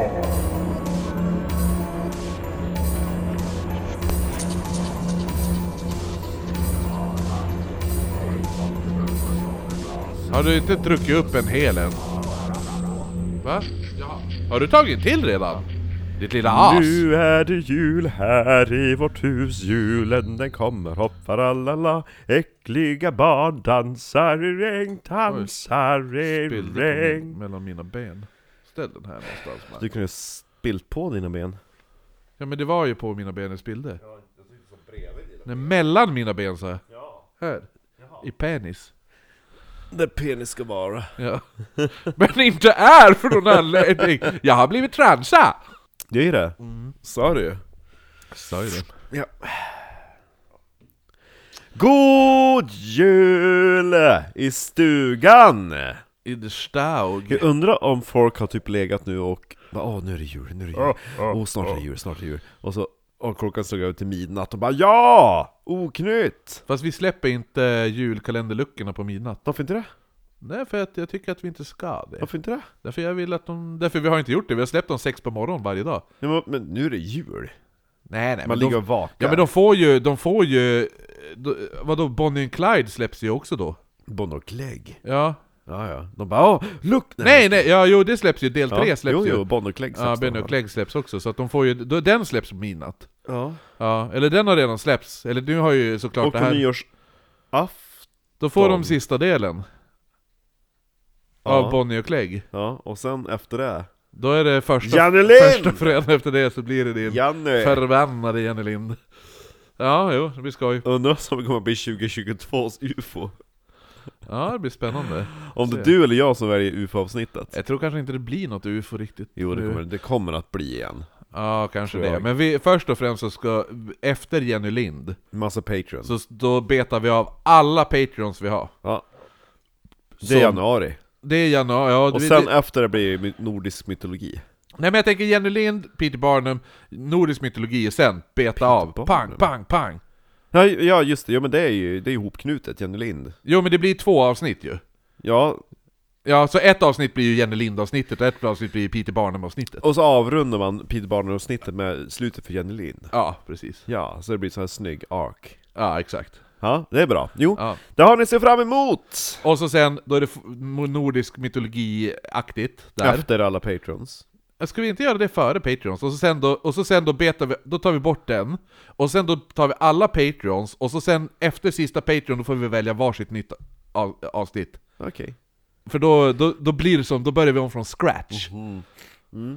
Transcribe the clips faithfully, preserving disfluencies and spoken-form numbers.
Har du inte druckit upp en hel än? Va? Har du tagit till redan? Ditt lilla as. Nu är det jul här i vårt hus. Julen den kommer, hoppar allala. Äckliga barn dansar i regn, dansar i regn. Mellan mina ben. Ställ den här någonstans, man. Du kunde spilt på dina ben. Ja, men det var ju på mina ben jag spillde. Nej, mellan mina ben så här. Här. I penis. Där penis ska vara. Ja. Men inte är för någon anledning. Jag har blivit transa. Det är det. Mm. Sa du ju. Sa ju det. Ja. God jul i stugan. I the staug. Jag undrar om folk har typ legat nu och åh, nu är det jul, nu är det jul. Åh, oh, oh, snart är det jul, snart är det jul. Och så och klockan slog över till midnatt och bara ja! Oknytt! Fast vi släpper inte julkalenderluckorna på midnatt. Varför inte det? Nej, för att jag tycker att vi inte ska det. Varför inte det? Därför jag vill att de... Därför vi har inte gjort det. Vi har släppt dem sex på morgonen varje dag. Ja, men, men nu är det jul. Nej, nej. Man ligger ligger och vakar. Ja, men de får ju... De får ju... Då, vadå, Bonnie and Clyde släpps ju också då. Bonnie och Clegg. Ja. Ja, ja. De bara, åh, look! Nej, nej, nej. Ja, jo, det släpps ju. Del tre ja, släpps jo, ju. Jo, Bonnie och Clegg släpps. Ja, Bonnie och Clegg släpps också. Så att de får ju... Då, den släpps på midnatt. Ja. Ja, eller den har redan släppts. Eller nu har ju såklart och det här... Och nyårsafton. Då får de sista delen. Ja. Av Bonnie och Clegg. Ja, och sen efter det då är det första, Janne Lind! första fredagen efter det så blir det din Janne. förbannade Janne Lind. Ja, jo, det blir skoj. Undrar som det kommer att bli tjugo tjugotvås U F O. Ja, det blir spännande. Om det är du eller jag som väljer U F O-avsnittet. Jag tror kanske inte det blir något U F O riktigt. Jo, det kommer, det kommer att bli igen. Ja, kanske tror det. jag. Men vi, först och främst så ska, efter Jenny Lind, Massa Patreons. så då betar vi av alla Patreons vi har. Ja. Det är Som- januari. Det är januari, ja. Och det, sen det, efter det blir my- nordisk mytologi. nej, men jag tänker Jenny Lind, Peter Barnum, nordisk mytologi, sen beta av. Barnum. Pang, pang, pang. Ja, ja just det, ja, men det är ju det är ihopknutet, Jenny Lind. Jo, men det blir två avsnitt ju. Ja, Ja, så ett avsnitt blir ju Jenny Lind-avsnittet och ett avsnitt blir Peter Barnum-avsnittet. och så avrundar man Peter Barnum-avsnittet med slutet för Jenny Lind. Ja, precis. Ja, så det blir så här snygg ark. Ja, exakt. Ja, det är bra. Jo, Ja. det har ni sett fram emot! Och så sen, då är det f- nordisk mytologi-aktigt där. Efter alla Patrons. Ska vi inte göra det före Patreons? Och så sen då, och så sen då betar vi, då tar vi bort den. Och sen då tar vi alla Patreons. Och så sen efter sista Patreon då får vi välja varsitt nytt av, avsnitt. Okej. Okay. För då, då, då blir det som, då börjar vi om från scratch. Mm. Mm.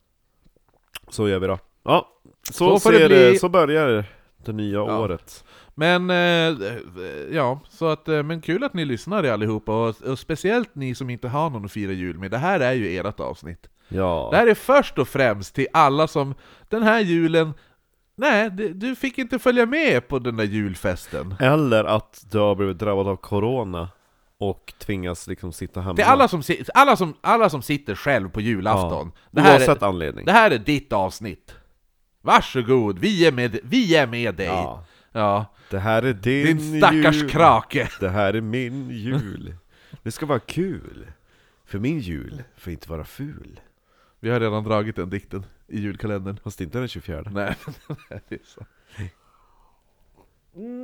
Så gör vi då. Ja, så, Så får ser det det bli. så börjar det nya Ja. året. Men, eh, ja, så att, eh, men kul att ni lyssnar allihopa. Och, och speciellt ni som inte har någon att fira jul med. Det här är ju ert avsnitt. Ja. Det här är först och främst till alla som den här julen, nej, det, du fick inte följa med på den där julfesten. Eller att du har blivit drabbad av corona och tvingas liksom sitta hemma. Det är alla som, si- alla som, alla som sitter själv på julafton. Ja. Det, här Oavsett är, anledning. det här är ditt avsnitt. Varsågod, vi är med, vi är med dig. Ja. Ja. Det här är din, Din stackars jul. krake. Det här är min jul. Det ska vara kul. För min jul får inte vara ful. Vi har redan dragit den dikten i julkalendern. Fast det inte är den tjugofjärde. Nej, det är så. Mm.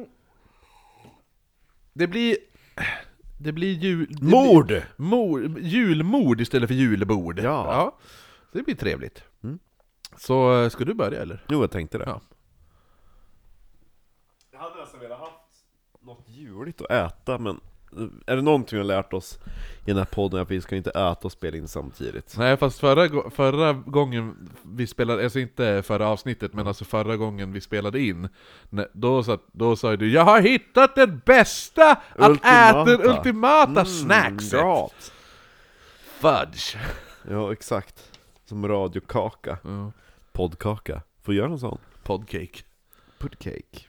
Det blir... Det blir jul... Det Mord! Blir, mord! Julmord istället för julbord. Ja. Det blir trevligt. Mm. Så ska du börja eller? Jo, jag tänkte det. Ja. Jag hade nästan velat haft något juligt att äta, men är det någonting vi har lärt oss i den här podden att vi ska inte äta och spela in samtidigt? Nej, fast förra, go- förra gången vi spelade, alltså inte förra avsnittet, men alltså förra gången vi spelade in, när- då sa, då sa du, jag har hittat det bästa att Ultimata. äta, det ultimata Mm, snackset. gott. Fudge. Ja, exakt. Som radiokaka. Ja. Poddkaka. Får göra en sån? Podcake. Puddcake.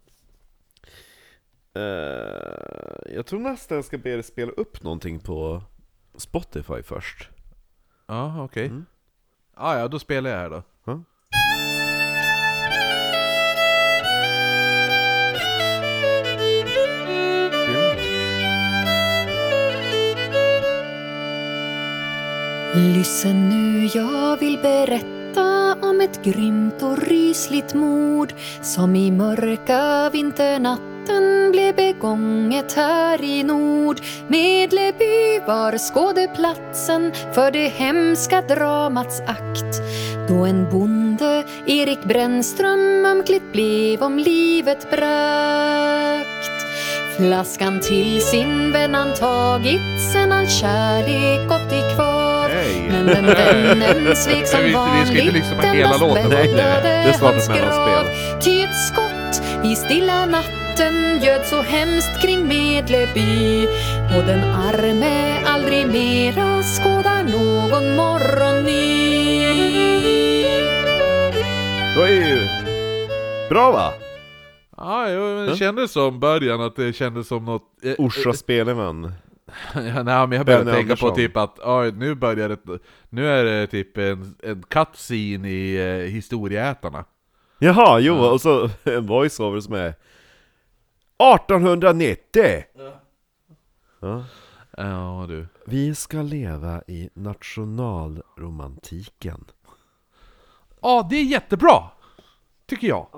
Uh, jag tror nästan jag ska be dig spela upp någonting på Spotify först. Ja, okej. Mm. Ah, ja, då spelar jag här då. Huh? Lyssna nu, jag vill berätta om ett grymt och rysligt mord som i mörka vinternatten blev begånget här i nord. Medleby var skådeplatsen för det hemska dramats akt, då en bonde, Erik Brännström, ömkligt blev om livet brakt. Flaskan till sin vän han tagit, sen all kärlek gått i kvar. Hej. Men den vännen svek som Vi- vi ska inte vanligt, lyssna på hela endast låten. bäddade Nej, nej, det är svårt hans med mellanspel. grav. Ty ett skott i stilla natten göd så hemskt kring Medleby, och den arme aldrig mera skådar någon morgon ny. Det var ju bra, va? Ja, jo, men det kändes som början att det kändes som något... eh, Orsa Spelman. Ja, nej, men jag började Benny tänka Andersson. på typ att oj, nu börjar det, nu är det typ en, en cutscene i eh, Historieätarna. Jaha, jo, och så en voiceover som är artonhundranittio. Ja. Ja, du. Vi ska leva i nationalromantiken. Ja, det är jättebra! Tycker jag.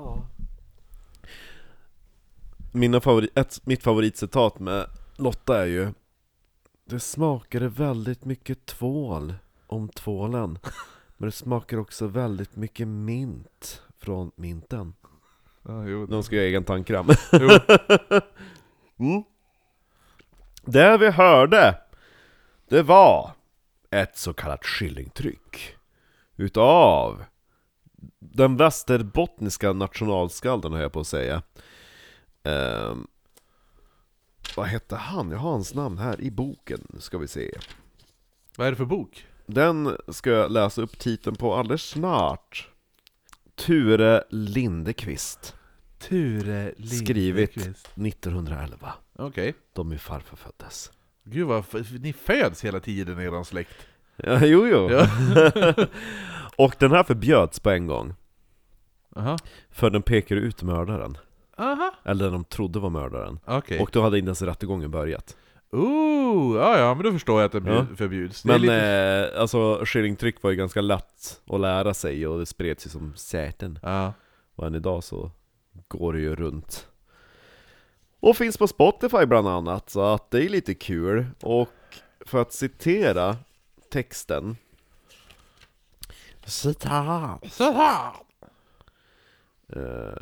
Mina favorit, ett, mitt favoritcitat med Lotta är ju: det smakade väldigt mycket tvål om tvålen, men det smakar också väldigt mycket mint från minten. Ja, jo, De ska göra egen tandkräm. jo. Mm. Det vi hörde, det var ett så kallat skillingtryck utav den västerbottniska nationalskalden, har jag på att säga. Ehm, vad hette han? Jag har hans namn här i boken, ska vi se. Vad är det för bok? Den ska jag läsa upp titeln på alldeles snart. Ture Lindekvist. Ture Lindqvist. Skrivit nittonhundraelva. Okej. Då min farfar föddes. Gud vad, f- ni föds hela tiden i eran släkt. Ja, jo, jo. Ja. Och den här förbjöds på en gång. Aha. För den pekar ut mördaren. Aha. Eller den de trodde var mördaren. Okej. Och då hade inte ens rättegången börjat. Ooh, ja, ja, men då förstår jag att den Ja. bjud- förbjuds. Det är Men lite... eh, alltså skillingtryck var ju ganska lätt att lära sig, och det spreds ju som säten. Ja. Och än idag så går det ju runt. Och finns på Spotify bland annat, så att det är lite kul. Och för att citera texten. Citat. Så här. Uh,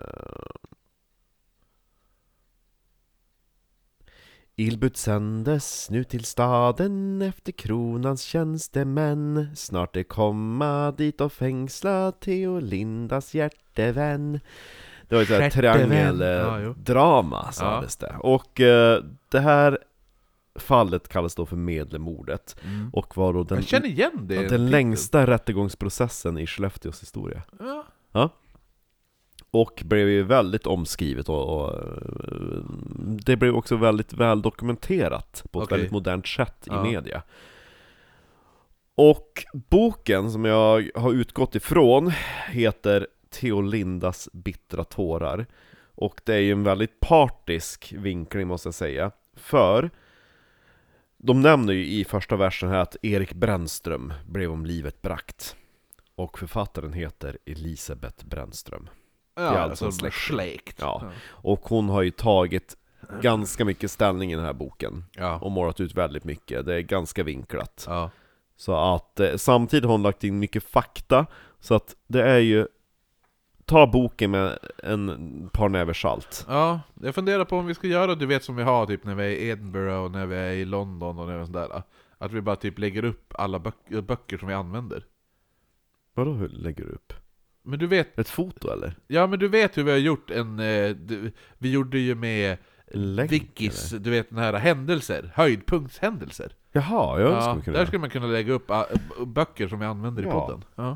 Ilbud sändes nu till staden efter kronans tjänstemän. Snart det komma dit och fängsla Teolindas hjärtevän. Det var ett sånt här Hjärtevän. Ja, jo. triangeldrama, sades det. Och uh, det här fallet kallas då för medlemordet. Mm. Och var då den, Jag känner igen det. ja, den längsta rättegångsprocessen i Skellefteås historia. Ja. Ja. Och blev ju väldigt omskrivet och, och det blev också väldigt väl dokumenterat på ett Okej. väldigt modernt sätt Ja. i media. Och boken som jag har utgått ifrån heter Teolindas bittra tårar. Och det är ju en väldigt partisk vinkling, måste jag säga. För de nämner ju i första versen här att Erik Brännström blev om livet brakt. Och författaren heter Elisabeth Brännström. Ja, Det är alltså alltså släkt. släkt. släkt. Ja. Och hon har ju tagit ganska mycket ställning i den här boken. Ja. Och målat ut väldigt mycket. Det är ganska vinklat. Ja. Så att eh, samtidigt har hon lagt in mycket fakta. Så att det är ju, ta boken med en par näver salt. Ja, jag funderar på om vi ska göra, du vet som vi har typ när vi är i Edinburgh och när vi är i London och när vi är sådär. Att vi bara typ lägger upp alla böcker, böcker som vi använder. Vadå, hur lägger du upp? Men du vet, Ett foto eller? ja men du vet hur vi har gjort en, eh, du, vi gjorde ju med Länk, Wikis, eller? du vet den här händelser, höjdpunktshändelser. Jaha, jag Ja, skulle kunna där skulle man kunna lägga upp ah, böcker som vi använder i Ja. podden. Ja.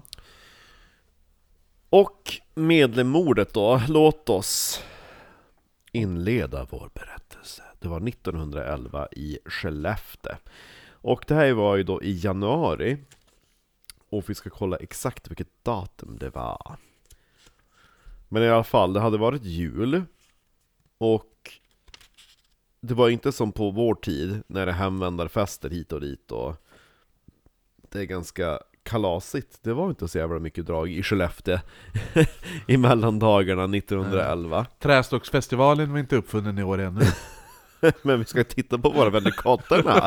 Och medlemordet då, låt oss inleda vår berättelse. Det var nittonhundraelva i Skellefteå. Och det här var ju då i januari. Och vi ska kolla exakt vilket datum det var. Men i alla fall, det hade varit jul. Och det var inte som på vår tid, när det hemvändarfester hit och dit. Och det är ganska kalasigt. Det var inte så jävla mycket drag i Skellefteå i mellandagarna nittonhundraelva. Trästocksfestivalen var inte uppfunnen i år ännu. Men vi ska titta på våra vänner katterna.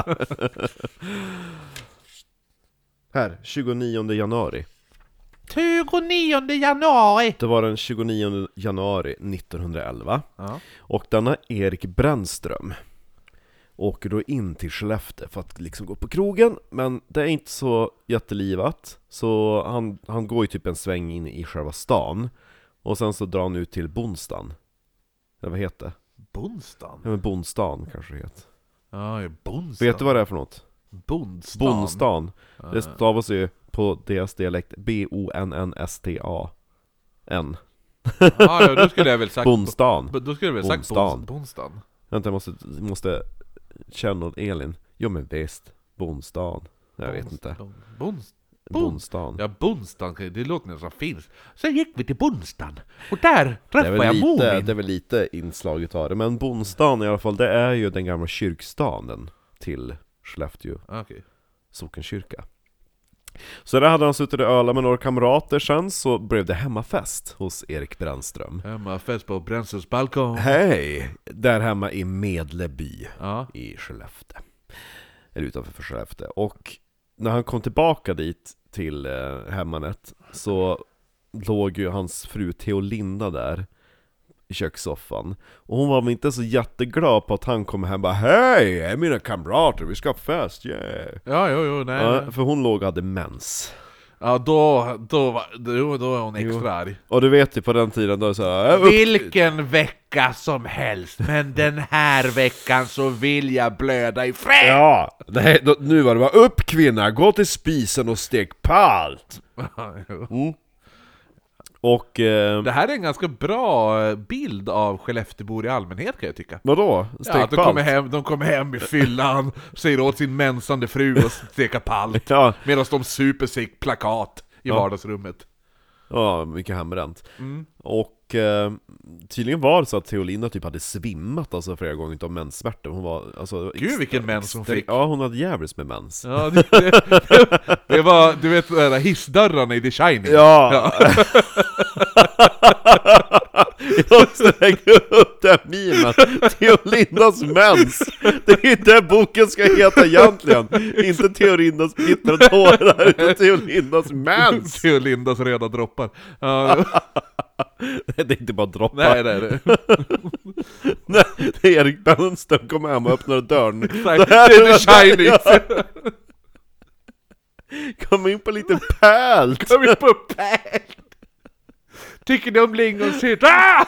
Här, tjugonionde januari. tjugonionde januari! Det var den tjugonionde januari nittonhundraelva. Ja. Och denna Erik Brännström åker då in till Skellefteå för att liksom gå på krogen. Men det är inte så jättelivat. Så han, han går ju typ en sväng in i själva stan. Och sen så drar han ut till Bondstan. Eller vad heter det? Bondstan? Ja, men Bondstan kanske det heter. Ja, ja, Bondstan. Vet du vad det är för något? Bondstan? Bondstan. Ja. Det stavas ju på deras dialekt B O N N S T A N. Ja, ja, då skulle jag väl sagt Bondstan. Då skulle jag väl sagt Bondstan. Bondstan. Vänta, jag måste, måste känna åt Elin. Jo men visst, Bondstan. Jag vet inte. Bondstan. Bondstan. Ja, Bondstan, det låter nästan finns. Sen gick vi till Bondstan. Och där Det är, träffade väl jag lite, Momin. det är väl lite inslaget av det. Men Bondstan i alla fall, det är ju den gamla kyrkstaden till Skellefteå Okej. sockenkyrka. Så där hade han suttit och ölat med några kamrater. Sen så blev det hemmafest hos Erik Brännström. Hemmafest på Brännströms balkong. Hej! Där hemma i Medleby Ja. i Skellefteå. Eller utanför Skellefteå. Och när han kom tillbaka dit till eh, hemmanet så låg ju hans fru Teolinda där i kökssoffan. Och hon var väl inte så jätteglad på att han kom hem och bara hej, är mina kamrater, vi ska ha fest, yeah! Ja, jo, jo, nej. Ja, för hon låg och hade mens. Ja, då, då, var- då, då är hon extra Jo. arg. Och du vet ju på den tiden då så här, äh, upp- Vilken vecka som helst, men den här veckan så vill jag blöda i fred! Ja, nej, då, nu var det bara upp kvinna, gå till spisen och stek palt. Mm. Och eh, Det här är en ganska bra bild av Skellefteåbor i allmänhet, kan jag tycka. vadå? Stek Ja, att de palt? kommer hem, de kommer hem i fyllan, säger åt sin mensande fru att steka palt, Ja, medan de super sig plakat i Ja. vardagsrummet. ja, mycket hembränt. Mm. Och eh, tydligen var det så att Teolinda typ hade svimmat alltså flera gånger av menssmärtor. Hon var alltså Gud, vilken mens hon fick. Ja, hon hade jävligt med mens. Ja, det, det, det var, du vet, de där hissdörrarna i The Shining. Ja! Jag måste lägga upp den memen. Teolindas mens. Det är det boken ska heta egentligen. Inte Teolindas bittra tårar, utan Teolindas mens. Teolindas röda droppar. Ja, Det är inte bara droppar. nej, nej, nej. Nej, det är Erik Brännström kom hem och öppnade dörren. Det är The Shining. Kom in på lite pärlt. Kom vi på pärl. Tycker ni om lingonsylt? Ah!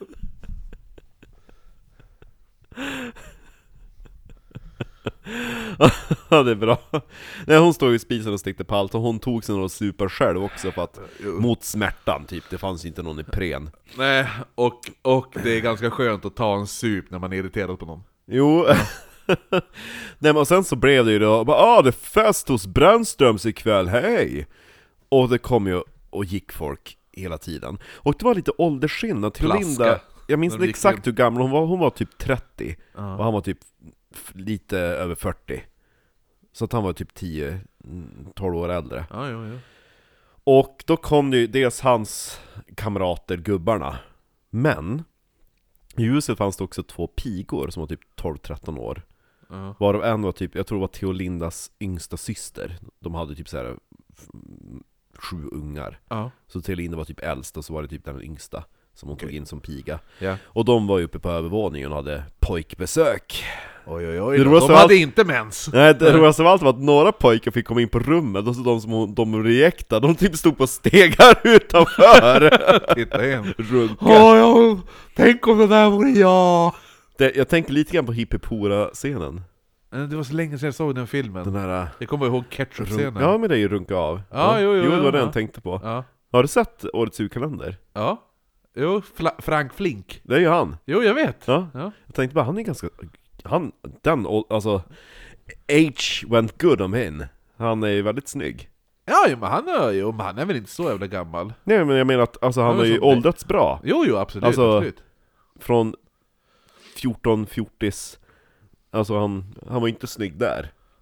Ja, det är bra. Nej, hon stod i spisen och stekte palt. Och hon tog sig några super själv också för att mot smärtan typ. Det fanns inte någon Ipren. Nej, och, och det är ganska skönt att ta en sup när man är irriterad på någon. Jo. Nej, men och sen så blev det ju då bara, ah, det är fest hos Brännströms ikväll, hej! Och det kom ju och gick folk hela tiden. Och det var lite åldersskillnad till Plaska. Linda. Jag minns De inte gick exakt hur gammal hon var. Hon var typ trettio. Ja. Och han var typ f- lite över fyrtio. Så att han var typ tio tolv år äldre. Ja, ja, ja. Och då kom det ju dels hans kamrater, gubbarna. Men i huset fanns det också två pigor som var typ tolv tretton år. Ja. Varav en var typ, jag tror det var Teolindas yngsta syster. De hade typ så här f- sju ungar. Ja. Så Teolinda var typ äldst och så var det typ den yngsta som hon Okej. tog in som piga. Ja. Och de var ju uppe på övervåningen och hade pojkbesök. Oj, oj, oj. Det De roligaste hade av allt- inte mens. Nej, det roligaste av allt var att några pojkar fick komma in på rummet. Och så de som hon- de rejekta, de typ stod på stegar utanför. Titta igen. Runka. Åh, ja. Tänk om det där vore jag. Det, jag tänker lite grann på Hippipora-scenen. Det var så länge sedan jag såg den filmen. Den här... Jag kommer ihåg Runk, ketchup-scenen. ja, men det är ju runka av. Ja, jo, jo, jo, det var jo, det ja. jag tänkte på. Ja. Har du sett årets julkalender? Ja. Jo, Fla- Frank Flink. Det är ju han. Jo, jag vet. Ja. Ja. Jag tänkte bara, han är ganska... Han, den, alltså... Age went good on him. Han är ju väldigt snygg. Ja, jo, men han är, jo, men han är väl inte så jävla gammal. Nej, men jag menar att alltså, han Han är har ju som- åldrats bra. Jo, jo, absolut. Alltså- absolut. Från fjorton fjortis. Alltså han, han var inte snygg där.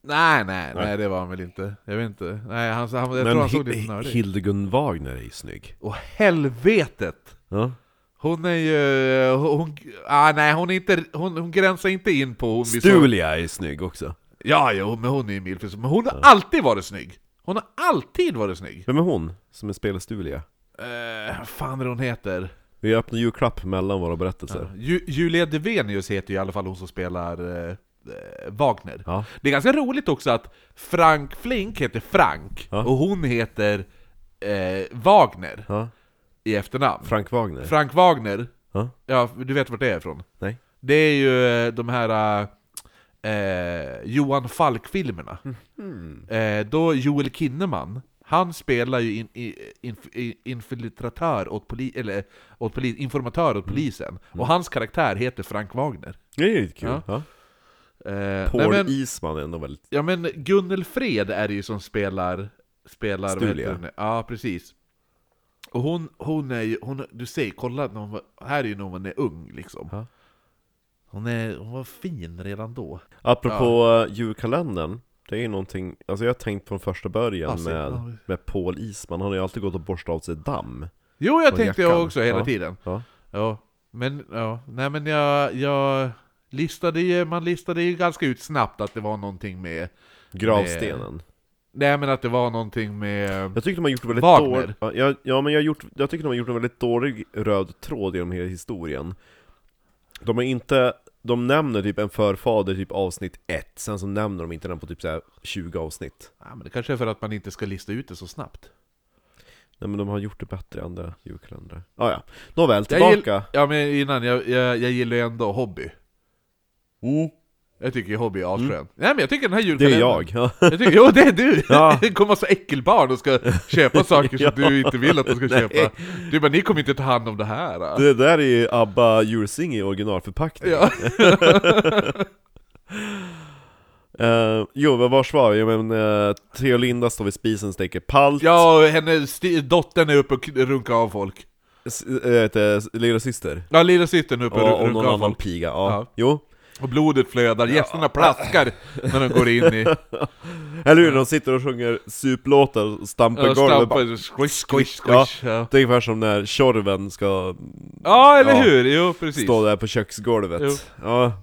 Nej, nej, nej, Nej. det var han väl inte. Jag vet inte. Nej, han, han, jag Men tror han såg Hi- lite nördig. Hildegund Wagner är ju snygg. Åh helvetet! Ja. Hon är ju... Hon, ah, nej, hon är inte... Hon, hon gränsar inte in på... Hon blir så- Stulia är snygg också. Ja, jo, men hon är ju milfis. Men hon har alltid varit snygg. Hon har alltid varit snygg. Vem är hon som är spelar Stulia? Eh, vad fan är det hon heter? Vi öppnar julklapp mellan våra berättelser. Ja. Ju, Julia Devenius heter ju i alla fall hon som spelar eh, Wagner. Ja. Det är ganska roligt också att Frank Flink heter Frank, Ja. och hon heter eh, Wagner Ja. i efternamn. Frank Wagner. Frank Wagner, Ja. ja, du vet vart det är ifrån? Nej. Det är ju eh, de här eh, Johan Falk-filmerna. Mm. Eh, då Joel Kinnaman, han spelar ju in, in, in, in, infiltratör åt, poli, eller, åt poli, informatör åt polisen. Mm. Och hans karaktär heter Frank Wagner. Det är lite kul. Ja. Ja. Eh, Paul nej, men, Isman är ändå väldigt... ja men Gunnel Fred är det ju som spelar, spelar vad Stulia. heter hon? Ja, precis. Och hon, hon är ju, hon, du ser, kolla, när hon var, här är ju när hon är ung liksom. Ja. Hon, är, hon var fin redan då. Apropå ja. julkalendern, det är ju någonting, alltså jag har tänkt från första början Alltså, med, ja. med Paul Isman. Han har ju alltid gått och borstat av sig damm. Jo, jag Och tänkte jackan. jag också hela Ja. tiden. Ja. Ja, men, ja, nej men jag, jag listade ju, man listade ju ganska ut snabbt att det var någonting med... Gravstenen. Nej men att det var någonting med... Jag tycker de har gjort en väldigt Wagner. dålig... Ja, jag, ja, men jag, har gjort, jag tycker de har gjort en väldigt dålig röd tråd genom hela historien. De har inte... De nämner typ en förfader typ avsnitt ett, sen så nämner de inte den på typ så här tjugo avsnitt. Ja, men det kanske är för att man inte ska lista ut det så snabbt. Nej, men de har gjort det bättre än andra julkalendrar. Ah, ja, nåväl, Jag tillbaka. gill, ja men innan, jag, jag, jag gillar ju ändå Hobby. Mm. Jag tycker ju Hobby är asskön. Mm. Nej men jag tycker den här Det är julkalendern... jag. Ja. jag tycker, jo det är du! Ja. Det kommer så äckelbarn och ska köpa saker som Ja. du inte vill att de ska Nej. köpa. Du bara, ni kommer inte ta hand om det här. Då. Det där är ju ABBA julsing i originalförpackning. Ja. uh, jo, vad vars var jag? Men uh, Theo Linda står vid spisen, steker palt. Ja, och hennes sti- dottern är uppe och k- runkar av folk. S- äh, äh, lilla syster. Ja, lilla systern är uppe och Ja, ru- och runkar någon av annan folk. piga. Ja. Ja. Jo. Och blodet flödar, gästerna plaskar när de går in i... Eller hur, de sitter och sjunger suplåtar och stampar Ja, golvet. stampar, squish, squish, Ja. squish. Ja, Det är ungefär som när Tjorven ska ja eller Ja. hur? Jo, precis. stå där på köksgolvet. Jo. Ja.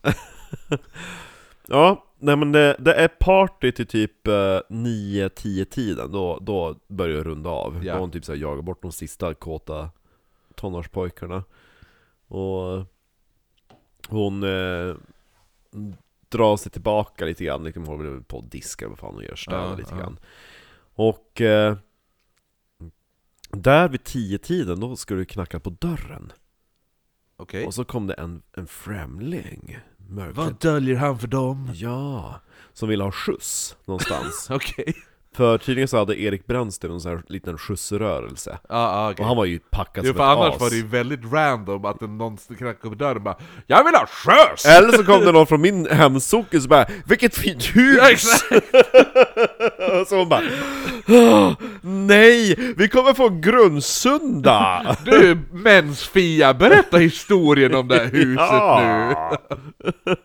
Ja, nej men det, det är party till typ uh, nio tio tiden. Då, då börjar jag runda av. Ja. Då hon typ så här jagar bort de sista kåta tonårspojkarna. Och hon eh, drar sig tillbaka lite grann. Liksom håller på att diska, vad fan hon gör, städa Ja, lite ja. grann. Och eh, där vid tio tiden då skulle du knacka på dörren. Okej. Och så kom det en, en främling. Mörklädd. Vad döljer han för dem? Ja, som ville ha skjuts någonstans. Okej. För tydligen så hade Erik Brännsten en sån här liten skjutsrörelse. Ja, ja, okej. Och han var ju packad Jo, som för ett annars as. var det ju väldigt random att en någon knackade på dörren och bara jag vill ha skjuts! Eller så kom det någon från min hemsocken som bara vilket fint hus! Ja, exakt. Och så hon bara "Åh, nej, vi kommer från Grundsunda! Du, mensfia, berätta historien om det här huset Ja. nu.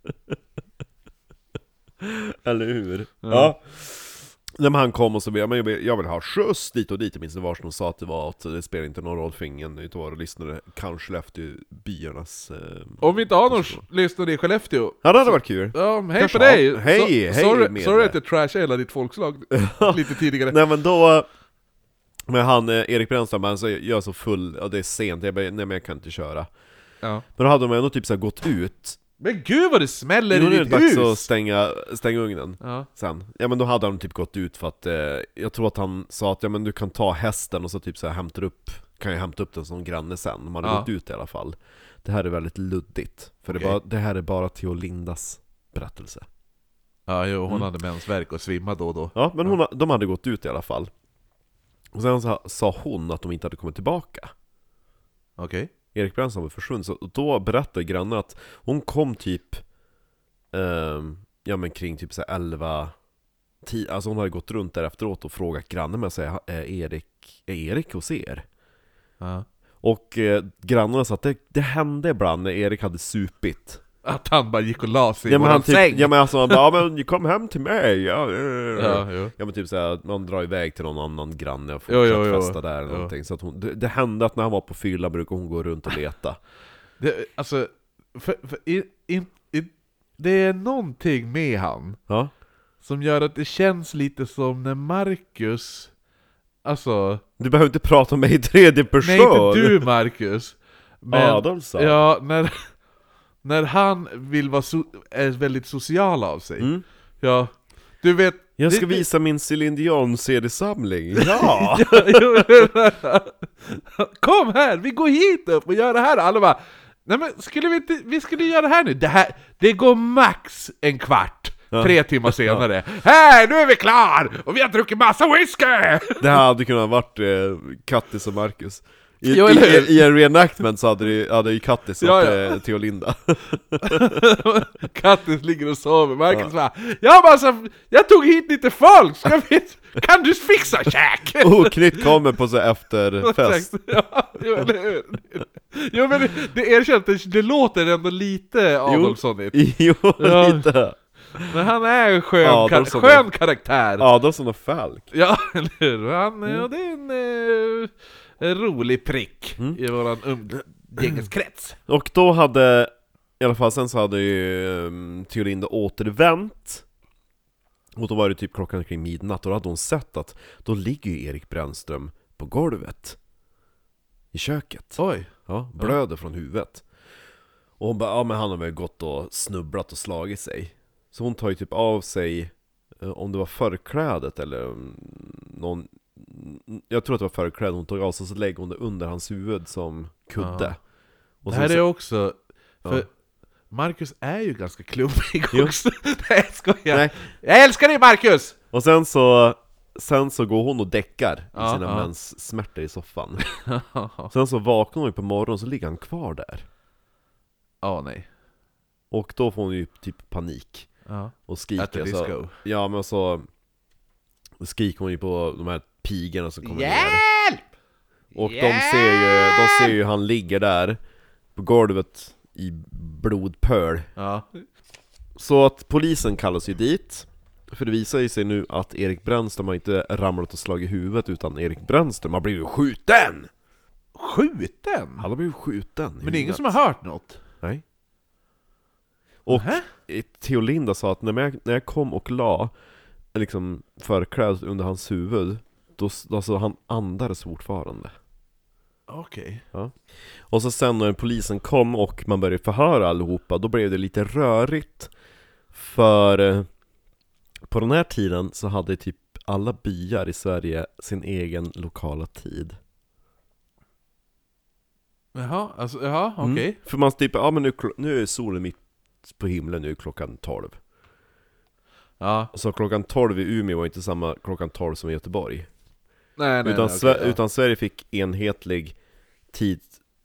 Eller hur? Ja. När han kom och så jag, men jag, vill, jag vill ha skjuts dit och dit. Jag minns det var som de sa att det var att det spelar inte någon roll för ingen utav våra lyssnare. Kanske Skellefteå byarnas eh, Om vi inte har någon lyssnare i Skellefteå. Ja, det hade varit kul. Ja, hej Kanske på dig! ha- hej, so- hej sorry, med sorry det. att jag trashade hela ditt folkslag lite tidigare. Nej men då med han eh, Erik Brännström, han så jag är så full, ja det är sent, jag bara, nej men jag kan inte köra. Ja. Men då hade de ändå typ så här gått ut. Men gud vad det smäller Nu är i det ditt dags hus! att stänga, stänga ugnen Ja. sen. Ja men då hade han typ gått ut för att eh, jag tror att han sa att ja men du kan ta hästen och så typ så här hämtar upp, kan jag hämta upp den som granne sen. De hade Ja. gått ut i alla fall. Det här är väldigt luddigt. För Okej. det, bara, det här är bara Theo Lindas berättelse. Ja, jo, hon Mm. hade mensvärk och svimmade då och då. Ja men hon, ha- de hade gått ut i alla fall. Och sen sa, sa hon att de inte hade kommit tillbaka. Okej. Erik Brännström var försvunnit. Så då berättade grannen att hon kom typ ehm, ja men kring typ så här elva tio, alltså hon hade gått runt där efteråt och frågat grannen med att säga är Erik, är Erik hos er? Ja. Och eh, grannarna sa att det, det hände ibland när Erik hade supit Att han bara gick och la sig Ja i men våran han typ, säng. ja men alltså han bara, ja men kom hem till mig. Ja, Ja, jo. ja men typ såhär, man drar iväg till någon annan granne och Jo, jo, fortsätter jo. festa där eller Jo. någonting. Så att hon, det, det hände att när han var på fylla brukade hon gå runt och leta. Det, alltså, för, för, i, i, i, det är någonting med han Ja. som gör att det känns lite som när Marcus, alltså, Du behöver inte prata om mig i tredje person. nej inte du Marcus, men Adolfsson. ja, när, när han vill vara so, är väldigt social av sig. Mm. Ja, du vet. Jag ska det, visa min Céline Dion-C D-samling. Ja! Kom här, vi går hit upp och gör det här. Alla bara, nej men skulle vi inte, vi skulle göra det här nu. Det här, det går max en kvart. Ja. Tre timmar senare. Här, nu är vi klar! Och vi har druckit massa whisky! Det här hade kunnat varit eh, Kattis och Marcus. I, Jo, eller hur? i, I en reenactment så hade, det, hade ju Kattis Ja, åt ja. eh, Theo Linda. Kattis ligger och sover. Marcus bara, ja men alltså, jag tog hit lite folk. Ska vi, kan du fixa käk? Och Knytt kommer på så efterfest. Ja, jo, eller hur? Jo, men det, det erkänns, det, det låter ändå lite Adolfssonigt. Jo, Ja. lite. Men han är en skön, Ja, kar- de som- skön karaktär. Adolfsson och Falk. Ja, eller hur? Han, ja, det är en, eh, en rolig prick Mm. i våran umgängeskrets. Och då hade, i alla fall sen så hade ju um, Theo Linda återvänt. Och då var det typ klockan kring midnatt. Och då hade hon sett att då ligger ju Erik Brännström på golvet i köket. Oj. Ja, blöder från huvudet. Och hon bara, ja men han har väl gått och snubblat och slagit sig. Så hon tar ju typ av sig, eh, om det var förklädet eller um, någon, jag tror att det var förklädet, hon tog av sig så lägger hon det under hans huvud som kudde. Ja. Och Det här sen är så, också, för Ja. Marcus är ju ganska klumpig Jo. också. Nej, skojar. Nej. Jag älskar dig Marcus! och sen så Sen så går hon och däckar i Ja, sina ja. menssmärtor i soffan. Sen så vaknar hon ju på morgonen, så ligger han kvar där. Ja, nej. Och då får hon ju typ panik Ja. och At the skriker så, disco. ja men så skriker hon ju på de här pigorna som kommer ner. Hjälp! Och de ser ju, de ser ju han ligger där på golvet i blodpöl. Ja. Så att polisen kallas ju dit. För det visar ju sig nu att Erik Brännström har inte ramlat och slagit i huvudet, utan Erik Brännström har blivit skjuten! Skjuten? Han har blivit skjuten i Men det är ingen huvudet. som har hört något? Nej. Och Nähä? Theo Linda sa att när jag, när jag kom och la liksom förklädet under hans huvud, då, alltså han andades fortfarande. Okej. Och så sen när polisen kom och man började förhöra allihopa, då blev det lite rörigt. För eh, på den här tiden så hade typ alla byar i Sverige sin egen lokala tid. Jaha, alltså, jaha, okej. Mm. För man typ, ja men nu, klo- nu är solen mitt på himlen, nu är klockan tolv. Ja. Så klockan tolv i Umeå var inte samma klockan tolv som i Göteborg. Nej, nej, utan, nej, Sve- okej, ja. utan Sverige fick enhetlig tid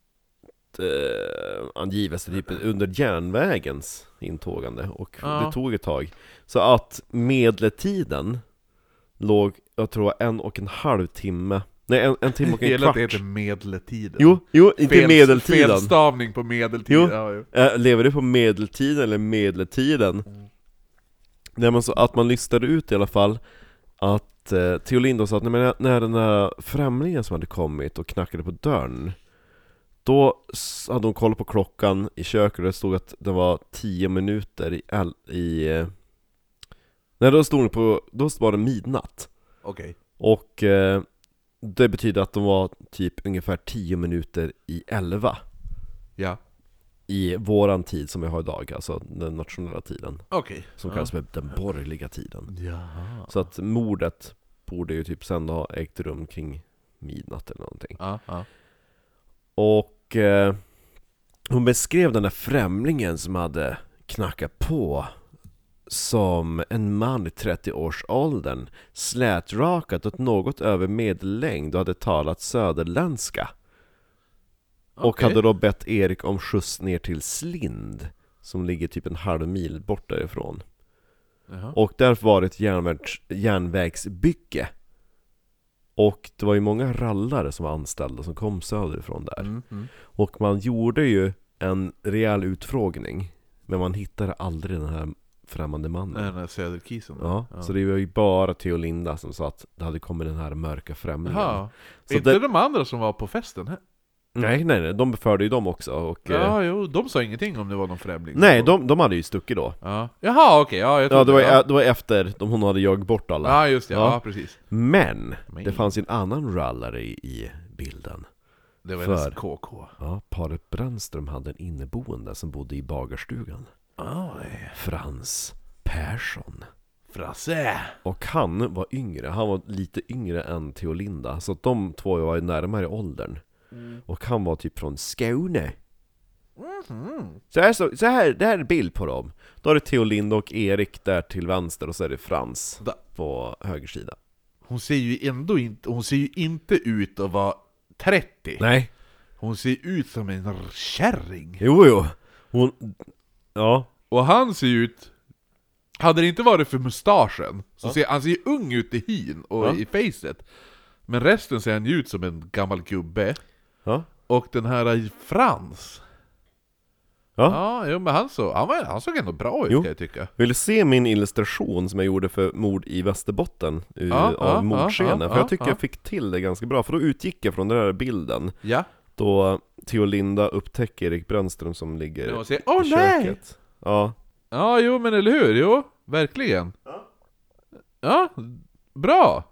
eh, angivelse typ under järnvägens intågande. Och Ja. det tog ett tag. Så att medeltiden låg, jag tror en och en halv timme. Nej, en, en timme och en Hela kvart. det heter medeltiden. Jo, jo, inte Fel- medeltiden. Felstavning på medeltid. Jo. Ja, jo. Äh, lever du på medeltiden eller medeltiden? Nej, men så att man listade ut i alla fall att eh, Theo Linda sa att när, när, när den här främlingen som hade kommit och knackade på dörren, då s- hade hon kollat på klockan i köket och det stod att det var tio minuter i, el- i eh, nej, då stod det på, då var det midnatt. Okej. Och eh, det betyder att de var typ ungefär tio minuter i elva Ja. i våran tid som vi har idag, alltså den nationella tiden, Okej. som Ja. kallas för den borgerliga tiden. Jaha. Så att mordet borde ju typ sen ha ägt rum kring midnatt eller någonting. Ja, ja. Och eh, hon beskrev den där främlingen som hade knackat på som en man i trettio-årsåldern, slätrakat och något över medellängd och hade talat söderländska. Och Okej. hade då bett Erik om skjuts ner till Slind, som ligger typ en halv mil bort därifrån. Jaha. Och där var det ett järnvägs, järnvägsbygge. Och det var ju många rallare som var anställda som kom söderifrån där. Mm, mm. Och man gjorde ju en rejäl utfrågning Men man hittade aldrig den här främmande mannen. Den här söderkisen. Ja, Ja. så det var ju bara Theolinda som sa att det hade kommit den här mörka främlingen. Jaha. Så Inte det- de andra som var på festen här? Nej, nej, nej, de förde ju dem också. Och, eh, Ja, jo, de sa ingenting om det var någon främling. nej, de, de hade ju stuckit då. Ja. Jaha, okej, ja, jag Ja, trodde det var, ja. det var efter de, hon hade jagit bort alla. Ja, just det, ja, Ja. precis. Men, Men- det fanns ju en annan rallare i, i bilden. Det var För- hennes K K. Ja, paret Brännström hade en inneboende som bodde i bagarstugan. Oj, Frans Persson. Frasse. Och han var yngre, han var lite yngre än Theolinda. Så att de två var ju närmare åldern. Mm. Och han var typ från Skåne. Mhm. Så här, så, så här, det här är en bild på dem. Då är det Theolinda och Erik där till vänster, och så är det Frans Da. på höger sida. Hon ser ju ändå inte, hon ser ju inte ut att vara trettio. Nej. Hon ser ut som en kärring. Jo, jo. Hon... Ja. Och han ser ju ut... Hade det inte varit för mustaschen så Ja. ser han ser ju ung ut i hyn och Ja. i facet. Men resten ser han ju ut som en gammal gubbe. Ja. Och den här Frans. Ja. Ja, jo, men han, så, han, var, han såg ändå bra ut, Jo. kan jag tycka. Vill du se min illustration som jag gjorde för mord i Västerbotten ur, Ja, av ja, mordscenen? ja, För ja, jag tycker ja. jag fick till det ganska bra, för då utgick jag från den där bilden. Ja. Då Theolinda upptäcker Erik Brännström som ligger Ja, och säger, åh i nej! köket. Ja. Ja, jo, men eller hur? Jo, verkligen. Ja, bra.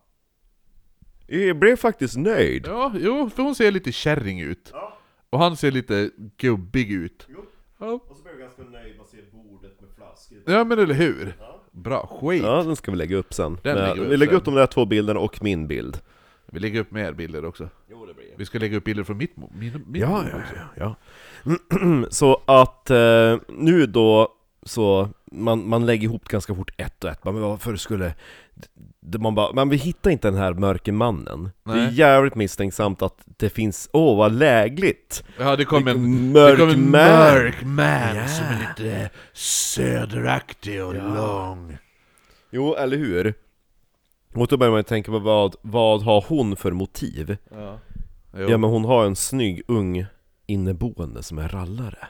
Jag blev faktiskt nöjd. Ja, jo, för hon ser lite kärring ut. Och han ser lite gubbig ut. Ja, Och så blev jag ganska nöjd med att se bordet med flaskor. ja men eller hur? Bra, skit. Ja, den ska vi lägga upp sen. Den Men lägger vi upp vi lägger sen. upp de där två bilderna och min bild. Vi lägger upp mer bilder också. Jo, det blir Vi ska lägga upp bilder från mitt mo- min, min Ja, mord ja, också. ja, ja. Så att eh, nu då så man, man lägger ihop ganska fort ett och ett. Men varför skulle det, man bara, men vi hittar inte den här mörke mannen. Det är Nej. jävligt misstänksamt att det finns, åh vad lägligt. Ja, det kom en Vilken det mörk kom en man. mörk man Ja. som är lite söderaktig och lång. Jo, eller hur? Och då börjar man tänka på vad, vad har hon för motiv? Ja. Ja, men hon har en snygg ung inneboende som är rallare.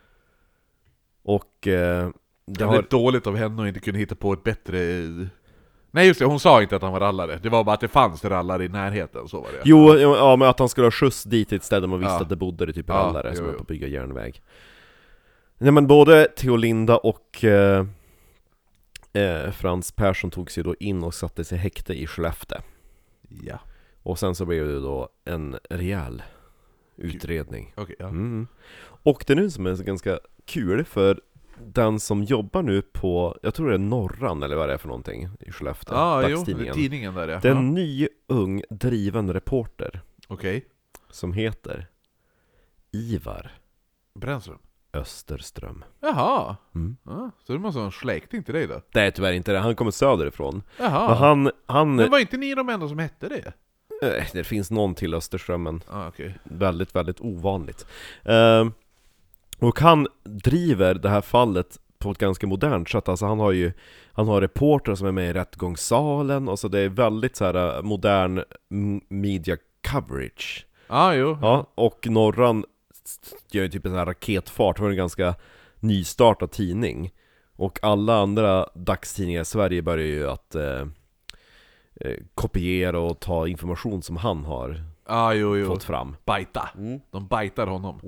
Och eh, det Det har... är dåligt av henne att inte kunna hitta på ett bättre... Nej just det, hon sa inte att han var rallare. Det var bara att det fanns rallare i närheten, så var det. Jo, jo, ja, men att han skulle ha skjuts dit till ett ställe där man visste Ja. att det bodde det typ Ja, rallare jo, som jo. var på att bygga järnväg. Nej, men både Theolinda och eh, eh, Frans Persson tog sig då in och satte sig i häkte i Skellefteå. Ja. Och sen så blev det då en rejäl utredning. Okej, ja. Mm. Och det är nu som är så ganska kul, för den som jobbar nu på, jag tror det är Norran eller vad det är för någonting i Skellefteå, Ja, jo, det är dagstidningen. tidningen där ja. Det är Ja. en ny, ung, driven reporter Okej. som heter Ivar Brännström. Österström. Jaha. Mm. Ja, så det måste vara en släkting till dig då? Det är tyvärr inte det, han kommer söderifrån. Jaha. Men han, han Men var inte ni de enda som hette det? eh, det finns någon till Österströmmen. Ah, okej. Väldigt, väldigt ovanligt. Ehm, och han driver det här fallet på ett ganska modernt sätt. Alltså han har ju han har reportrar som är med i rättegångssalen, och så det är väldigt så här modern m- media coverage. Ah, jo. Ja, och Norran gör ju typ en sån här raketfart. Det var en ganska nystartad tidning. Och alla andra dagstidningar i Sverige börjar ju att eh, eh, kopiera och ta information som han har Ah, jo, jo. fått fram. Bajta. Mm. De bajtar honom.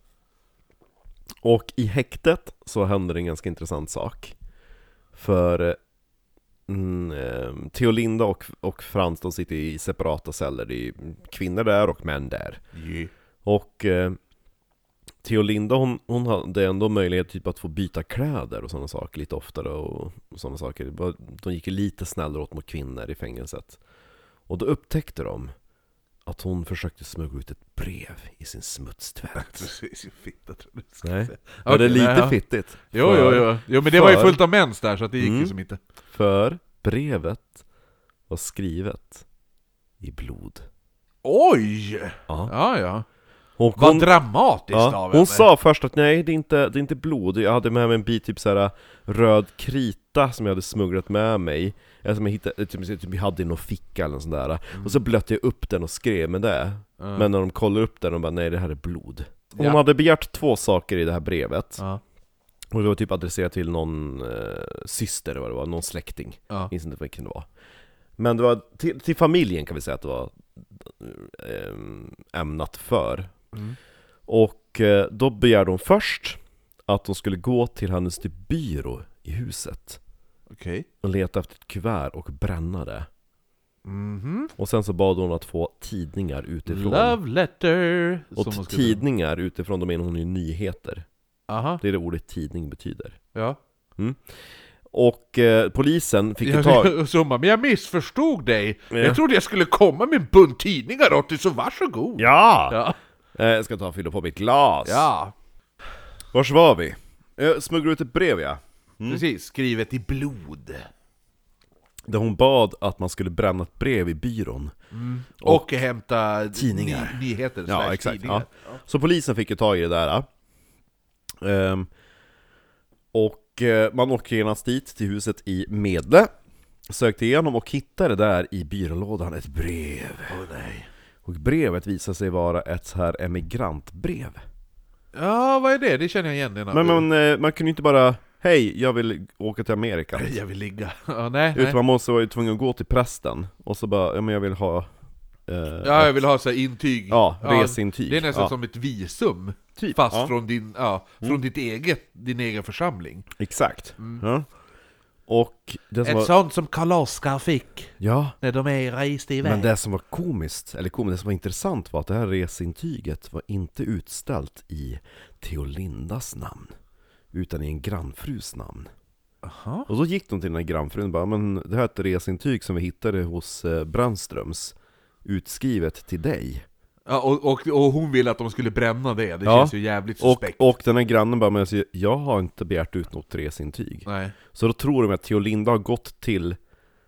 Och i häktet så händer en ganska intressant sak. För mm, eh, Theolinda och, och Frans, de sitter i separata celler. Det är kvinnor där och män där. Yeah. Och eh, Theolinda, hon, hon hade ändå möjlighet typ att få byta kläder och sådana saker lite oftare och, och sådana saker. Det var- De gick ju lite snällare åt mot kvinnor i fängelset. Och då upptäckte de att hon försökte smuggla ut ett brev i sin smutstvätt. Precis, fitta tror jag du ska Nej, säga. men det är Okej, lite nej, ja. fittigt. Jo, För- jo, jo. Jo, men det var ju för- fullt av mens där, så att det gick ju Mm. som inte. För brevet var skrivet i blod. Oj! Ja. Ja, ja. Och Vad hon, dramatiskt ja, av hon henne. sa först att nej, det är, inte, det är inte blod. Jag hade med mig en bit typ så här röd krita som jag hade smugglat med mig. Eller som jag hittade, typ, typ jag hade i någon ficka eller något sånt där. Mm. Och så blötte jag upp den och skrev med det. Ja. Men när de kollade upp den, de bara nej, det här är blod. Hon Ja. hade begärt två saker i det här brevet. Ja. Och det var typ adresserat till någon eh, syster eller vad det var, någon släkting. Ja. Jag minns inte vilken det var. Men det var till, till familjen kan vi säga att det var eh, ämnat för. Mm. Och eh, då begärde hon först att de skulle gå till hennes typ byrå i huset. Okej. Och leta efter ett kuvert och bränna det. Mhm. Och sen så bad hon att få tidningar utifrån. Love letter. Och som man skulle- tidningar utifrån, då menar hon ju nyheter. Aha. Det är det ordet tidning betyder. Ja. Och eh, polisen fick ju Jag, tag... så, men jag missförstod dig. Ja. Jag trodde jag skulle komma med en bunt tidningar åt dig, så varsågod. Ja! Ja. Eh, jag ska ta och fylla på mitt glas. Ja. Vars var vi? Jag smugglade ut ett brev, ja. Mm. Precis. Skrivet i blod. Där hon bad att man skulle bränna ett brev i byrån. Mm. Och, och hämta tidningar. Ny, nyheter. Ja, slash exakt. tidningar. Ja. Så polisen fick ju tag i det där. Ehm, och eh, man åker genast dit till huset i Medle. Sökte igenom och hittade där i byrålådan ett brev. Åh nej. Och brevet visade sig vara ett så här emigrantbrev. Ja, vad är det? Det känner jag igen. Den här. Men man, eh, man kunde inte bara, hej, jag vill åka till Amerika. Jag vill ligga. Ja, nej, Utan nej. man måste vara tvungen att gå till prästen. Och så bara, ja men jag vill ha eh, Ja, jag vill ha så här intyg. Ja, resintyg. Det är nästan Ja. som ett visum. Typ, Fast ja. från, din, ja, från Mm. ditt eget, din egen församling. Exakt. Mm. Ja. Och det som Ett var, sånt som Karl-Oskar fick ja, när de är reste iväg. men det som var komiskt, eller komiskt, det som var intressant var att det här resintyget var inte utställt i Theolindas namn, utan i en grannfrus namn. Aha. Och så gick de till den här grannfrun och bara, men det här är ett resintyg som vi hittade hos eh, Brandströms, utskrivet till dig. Ja, och, och, och hon ville att de skulle bränna det. Det Ja. känns ju jävligt Och, suspekt. och den här grannen bara, men jag, säger, jag har inte begärt ut något resintyg. Nej. Så då tror de att Theolinda har gått till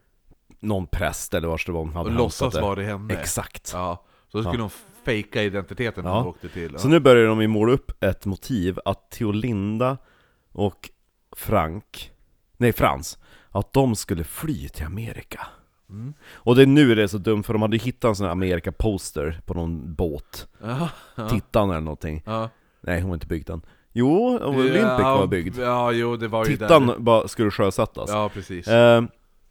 någon präst eller vars det var hon hade Och låtsas hämtat det. vara det henne. Exakt. Ja. Så skulle Ja. de fejka identiteten när Ja. de åkte till. Ja. Så nu börjar de ju måla upp ett motiv att Theolinda och Frank, nej Frans, att de skulle fly till Amerika. Mm. Och det är nu det är så dumt, för de hade hittat en sån här Amerika-poster på någon båt. Ja. Ja. Tittan eller någonting. Ja. Nej, hon var inte byggd den. Jo, Olympic ja, var byggd. Ja, jo, det var ju Tittan där. bara skulle sjösättas. Ja, precis. Eh,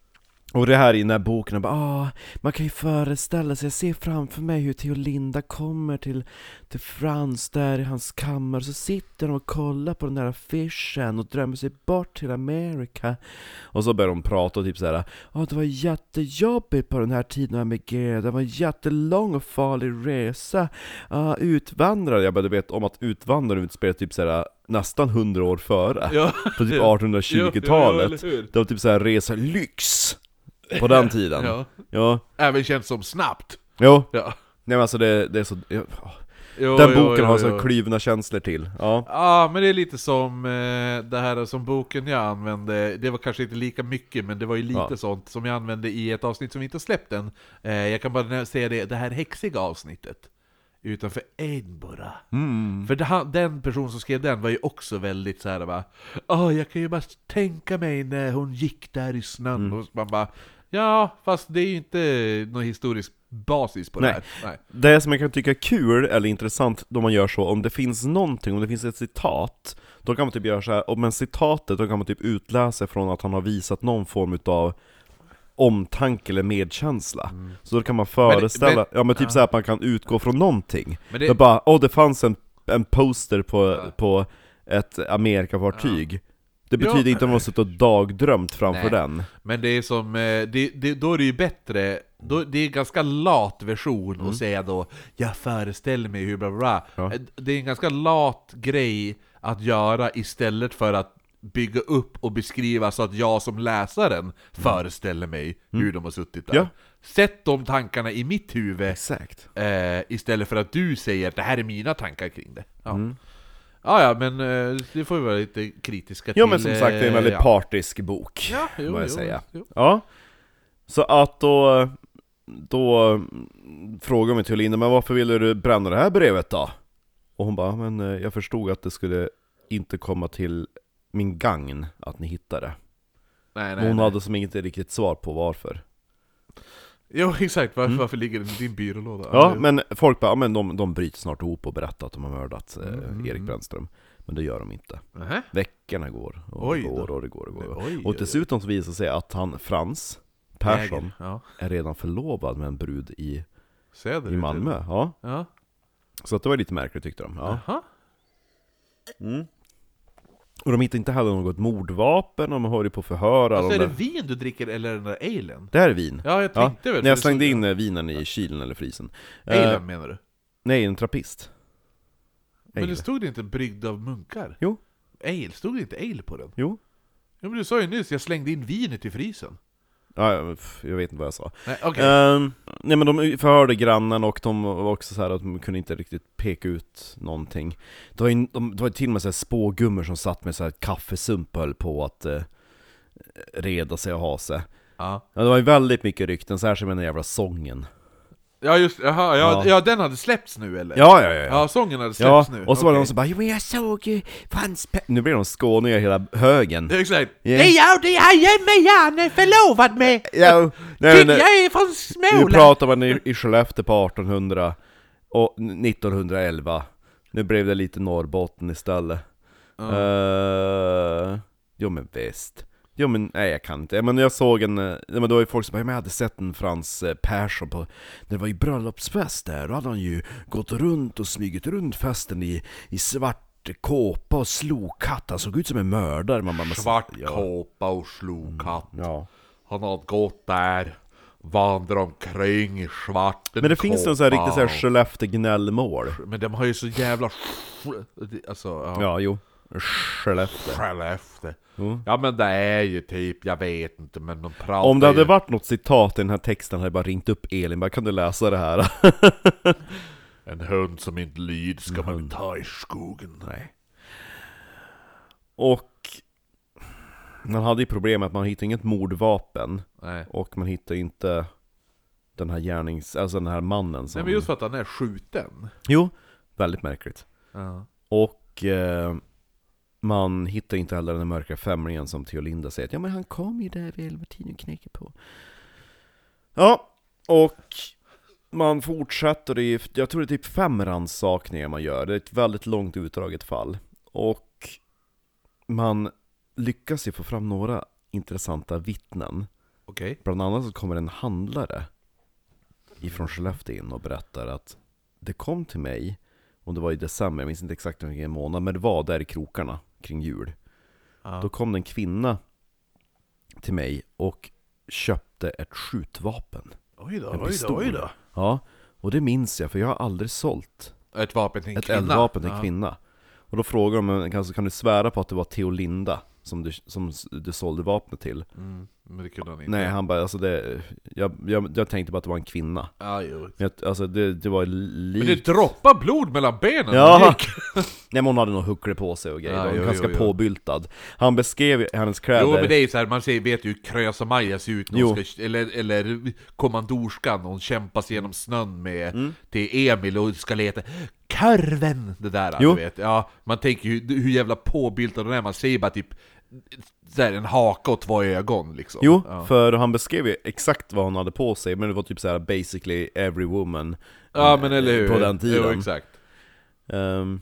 och det här i den här boken, bara, ah, man kan ju föreställa sig, jag ser framför mig hur Theolinda kommer till, till Frans där i hans kammare, så sitter de och kollar på den där affischen och drömmer sig bort till Amerika. Och så börjar de prata och typ såhär, ah, det var jättejobbigt på den här tiden jag emigrerade, det var en jättelång och farlig resa. Ah, utvandrare, jag bara, du vet om att utvandrare utspelar typ såhär nästan hundra år före, Ja. på typ artonhundratjugotalet. Ja, ja, eller hur? Det var typ såhär resa lyx på den tiden. Ja. Ja. Även känt som snabbt. Jo. Ja. Nej men alltså det, det är så... Ja. Jo, Den jo, boken jo, har jo. så kluvna känslor till. Ja. Ja, men det är lite som eh, det här som boken jag använde. Det var kanske inte lika mycket, men det var ju lite Ja. sånt som jag använde i ett avsnitt som vi inte har släppt än. Eh, jag kan bara säga det, det här häxiga avsnittet utanför Edinburgh. Mm. För det, den person som skrev den var ju också väldigt så här va. Åh, jag kan ju bara tänka mig när hon gick där i snön. Mm. Och man bara, ja, fast det är ju inte någon historisk basis på Nej. det här. Nej. Det som jag kan tycka är kul eller intressant då man gör så, om det finns någonting, om det finns ett citat, då kan man typ göra så här, och men citatet då kan man typ utläsa från att han har visat någon form utav omtanke eller medkänsla. Mm. Så då kan man föreställa, men, ja men typ ja. så här att man kan utgå från någonting. Men det det, bara, åh det fanns en, en poster på, Ja. på ett Amerikafartyg. Det betyder Ja. inte att man har suttit och dagdrömt framför Nej. den. Men det är som, eh, det, det, då är det ju bättre, då, det är en ganska lat version Mm. att säga då, jag föreställer mig hur bla bla bla. Ja. Eh, Det är en ganska lat grej att göra istället för att bygga upp och beskriva så att jag som läsaren föreställer mig hur de har suttit där. Ja. Sätt de tankarna i mitt huvud Exakt. eh, istället för att du säger att det här är mina tankar kring det. Ja, Mm. ja, ja men eh, det får vi vara lite kritiska till. Ja men som sagt, det är en väldigt eh, ja. partisk bok, Ja, jo, må jag jo, säga. jo. Ja. Så att då, då frågade mig till Linda, men varför ville du bränna det här brevet då? Och hon bara, men eh, jag förstod att det skulle inte komma till min gagn att ni hittade. Nej, Men nej, hon nej. hade som inget riktigt svar på varför. Jo, exakt. Varför, Mm. varför ligger den i din byrålåda? Ja, jo. men folk bara, ja, men de, de bryter snart ihop och berättar att de har mördat eh, Mm, Erik mm. Brännström. Men det gör de inte. Nähä. Veckorna går och Oj det då. går och det går och det går. Oj, Och dessutom så visar det sig att han, Frans Persson, Jäger. Ja. är redan förlovad med en brud i, Söder i Malmö. Ja. Ja. Så att det var lite märkligt tyckte de. Ja. Aha. Och de hittar inte heller något mordvapen, och man hör ju på förhör. Alltså är de det där... vin du dricker eller den där alen? Det här är vin. Ja, jag tänkte väl. När jag för det slängde såg- in eh, vinen i kylen eller frysen. Alen Eh, menar du? nej, en trappist. Men Ale. det stod det inte bryggd av munkar? Jo. Ale, stod det inte ale på den? Jo. Ja, men du sa ju nyss, jag slängde in vinet i frysen. Ja, jag jag vet inte vad jag sa. Nej, okej. Ehm, nej men de förhörde grannen, och de var också så här att de kunde inte riktigt peka ut någonting. Det var, in, de, det var till och med så här spågummor som satt med så här kaffesump och höll på att eh, reda sig och ha sig. Ja. Ja, det var ju väldigt mycket rykten, särskilt med den jävla sången. Ja just jaha, ja, Ja. ja den hade släppts nu eller? Ja, ja, ja, ja. Ja, sången hade Ja, släppts nu. och så var det Okej. någon som bara, jo men jag såg ju Frans Pe-" Nu blir de skåningar hela högen. Ja, exakt. Ja. Det är jag, det är jag med han är förlovad med! Ja, nej, men, Jag är från nu Småland! pratar man i, i Skellefteå på artonhundra och nittonhundraelva. Nu blev det lite Norrbotten istället. Ja. Uh, jo men väst. Jo men nej jag kan inte. Men jag såg en, eh, men det var ju folk som bara, men jag hade sett en Frans eh, Persson på, det var ju bröllopsfest där, och hade han ju gått runt och smygit runt festen i, i svart kåpa och slog katt. Han såg ut som en mördare. Man bara, men- Svart ja. kåpa och slog katt. Ja. Han hade gått där, vandrat omkring i svart. Men det finns någon sån här riktigt så här Skellefteå gnällmål. Men de har ju så jävla... Alltså, ja. Ja, jo. Skellefteå. Skellefteå. Jo. Ja men det är ju typ, jag vet inte, men de pratar Om det hade ju... varit något citat i den här texten hade jag bara ringt upp Elin, bara kan du läsa det här? En hund som inte lyder ska man hund. ta i skogen. Nej. Och man hade ju problem med att man hittade inget mordvapen, Nej. och man hittade inte den här gärnings... Alltså den här mannen som... Nej men just för att han är skjuten. Jo, väldigt märkligt. Ja. Och eh, man hittar inte heller den mörka femlingen som Theo Linda säger att ja men han kom ju där vid elva tiden och knäcker på. Ja, och man fortsätter, det är, jag tror det är typ fem rannsakningar man gör. Det är ett väldigt långt utdraget fall. Och man lyckas ju få fram några intressanta vittnen. Okej. Bland annat så kommer en handlare ifrån Skellefteå in och berättar att det kom till mig, och det var i december, jag minns inte exakt vilken månad, men det var där i krokarna kring jul. Ja. Då kom det en kvinna till mig och köpte ett skjutvapen. Oj då, En oj då, pistol. oj då. Ja, och det minns jag, för jag har aldrig sålt Ett vapen till en ett kvinna. eldvapen till en Ja. kvinna. Och då frågar de, men kan, kan du svära på att det var Theo Linda som du, som du sålde vapnet till? Mm, men det kunde han inte. Nej, han bara, alltså det, jag, jag, jag tänkte bara att det var en kvinna. Ja, jo. Men jag, alltså det, det var likt. Men det droppar blod mellan benen. Ja. Det gick. Nej, men hon hade nog huckle på sig och grejer. Ja, Ja, jo, ganska jo, jo. påbyltad. Han beskrev ju hennes kläder. Jo men det är ju så här, man ser, vet ju hur Krösa-Maja ser ut när Jo. hon ska, eller, eller kommandorskan, hon kämpar sig genom snön med Mm. till Emil och ska leta Körven! Det där, Jo. du vet. Ja, man tänker ju hur jävla påbyltad den är, man ser bara typ så här, en haka och två ögon liksom. Jo, Ja. för han beskrev ju exakt vad hon hade på sig. Men det var typ så här basically every woman Ja eh, men eller hur. på den tiden. Jo, exakt. Ehm,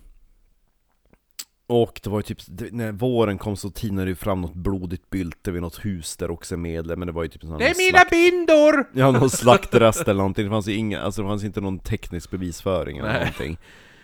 och det var ju typ, det- när våren kom så tinade det fram något blodigt bylte vid något hus där också medlem. Men det var ju typ en sån Det är mina bindor! Ja, någon slaktrest eller någonting. Det fanns ju inga, alltså det fanns inte någon teknisk bevisföring eller Nej. någonting.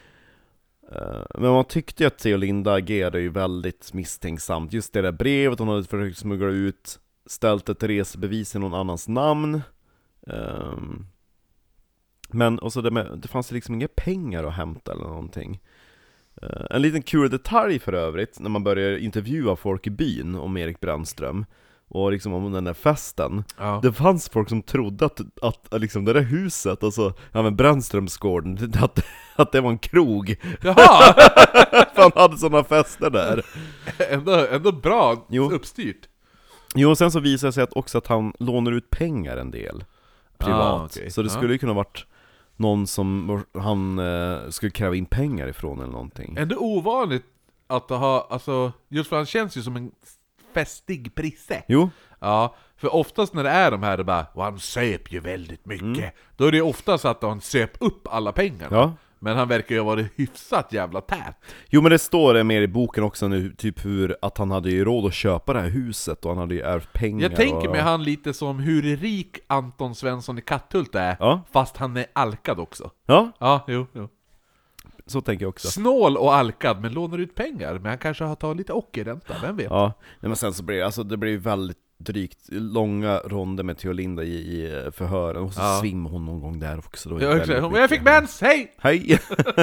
Eh, Men man tyckte ju att Theo Linda agerade ju väldigt misstänksamt. Just det där brevet hon hade försökt smuggla ut, ställt ett resebevis i någon annans namn. Ehm, Men och så det, med, det fanns ju liksom inga pengar att hämta eller någonting. Eh, En liten kul detalj för övrigt, när man börjar intervjua folk i byn om Erik Brännström och liksom om den där festen. Ja. Det fanns folk som trodde att, att, att liksom det där huset, alltså, ja men Brännströmsgården, att, att det var en krog. Jaha! För han hade sådana fester där. ändå, ändå bra Jo. uppstyrt. Jo, och sen så visade det sig att också att han lånar ut pengar en del privat. Ah, okej. Så det Ja. skulle ju kunna varit någon som han eh, skulle kräva in pengar ifrån eller någonting. Ändå ovanligt att ha, alltså, just för han känns ju som en festig prisse. Jo, Ja, för oftast när det är de här, det bara, och han söp ju väldigt mycket. Mm. Då är det oftast att han söp upp alla pengarna. ja. Men han verkar ju ha varit hyfsat jävla tät. Jo, men det står det mer i boken också nu, typ hur att han hade ju råd att köpa det här huset och han hade ju ärvt pengar. Jag tänker och... mig han lite som hur rik Anton Svensson i Katthult är, Ja. fast han är alkad också. Ja, Ja, jo, jo. så tänker jag också. Snål och alkad, men lånar ut pengar. Men han kanske har tagit lite ockerränta, vem vet? Ja, men sen så blir det, alltså det blir väldigt drygt långa ronder med Theolinda i, i förhören, och så Ja. svimmar hon någon gång där också. Då är det Jag, väldigt också, mycket. jag fick mens, hej! Hej!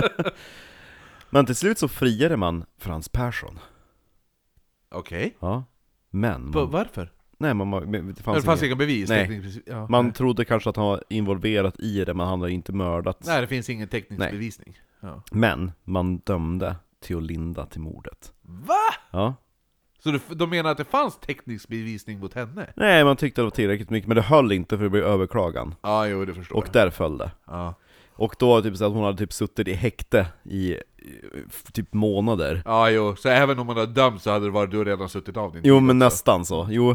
Men till slut så friade man Frans Persson. Okej, Ja. Men okay. man, Varför? nej, man, man, det Det fanns, fanns inga, inga bevis. Nej. teknisk- Ja, man nej. trodde kanske att han var involverad i det, men han hade inte mördat. nej, det finns ingen teknisk Nej. bevisning. Ja. Men man dömde Theolinda till mordet. Va? Ja. Så du, de menar att det fanns teknisk bevisning mot henne? Nej, man tyckte det var tillräckligt mycket, men det höll inte för det blev överklagan. Ja, jo, det förstår Och jag. där föll det. Ja. Och då typ så att hon hade typ suttit i häkte i i, typ månader. Ja, jo, så även om man hade dömt så hade det varit du redan suttit av din Jo, tid men också. nästan så. Jo.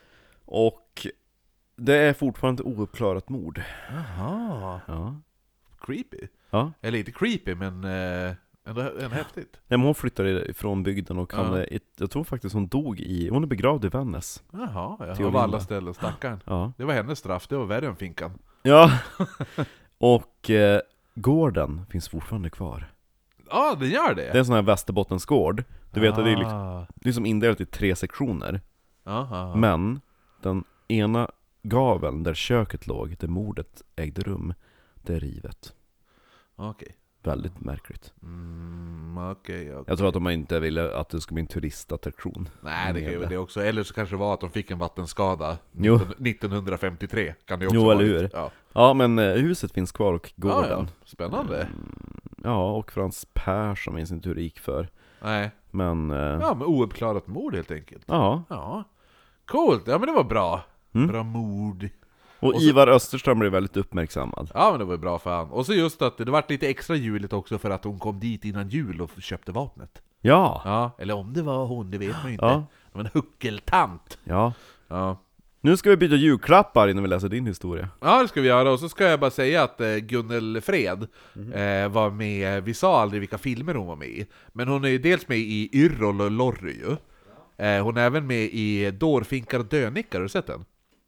Och det är fortfarande ett ouppklarat mord. Jaha, Ja. creepy. Ja. Eller inte creepy, men eh, ändå, ändå häftigt. Nej, men hon flyttade ifrån bygden och Ja. hamnade i, jag tror faktiskt hon dog i, hon är begravd i Vännäs. Jaha, ja, av Theolinda. alla ställen, stackaren. Ja. Det var hennes straff, det var värre än finkan. Ja. Och eh, gården finns fortfarande kvar. Ja, den gör det! Det är en sån här Västerbottensgård. Du vet att det är liksom, Ah. det är som indelat i tre sektioner. Aha. Men den ena gaveln där köket låg, där mordet ägde rum, det är rivet. Okej. Väldigt märkligt. Mm, okej, okej. Jag tror att de inte ville att det skulle bli en turistattraktion. Nej, det kan ju Med det också. Eller så kanske det var att de fick en vattenskada Jo. nittonhundrafemtiotre. Kan det också Jo, vara eller lite- hur? Ja. Ja, men eh, huset finns kvar och Ja, gården. ja. Spännande. Ja, och Frans Persson minns inte hur det gick för. Nej. Men, eh, Ja, men ouppklarat mord helt enkelt. ja. Ja. Coolt, ja men det var bra. Mm. Bra mord. Och, Och så- Ivar Österström blev väldigt uppmärksammad. Ja men det var bra för han. Och så just att det vart lite extra juligt också för att hon kom dit innan jul och köpte vapnet. Ja, Ja, eller om det var hon, det vet man ju inte. Ja. Det var en huckeltant. ja. Ja. Nu ska vi byta julklappar innan vi läser din historia. Ja, det ska vi göra. Och så ska jag bara säga att eh, Gunnel Fred eh, var med, vi sa aldrig vilka filmer hon var med i. Men hon är ju dels med i Yrrol och Lorry ju. Eh, hon är även med i Dårfinkar och Dönickar, har du sett den?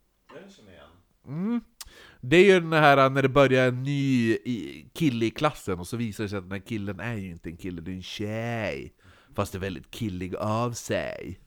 Mm. Det är ju den här när det börjar en ny i- kille i klassen och så visar det sig att den här killen är ju inte en kille, det är en tjej. Fast det är väldigt killig av sig.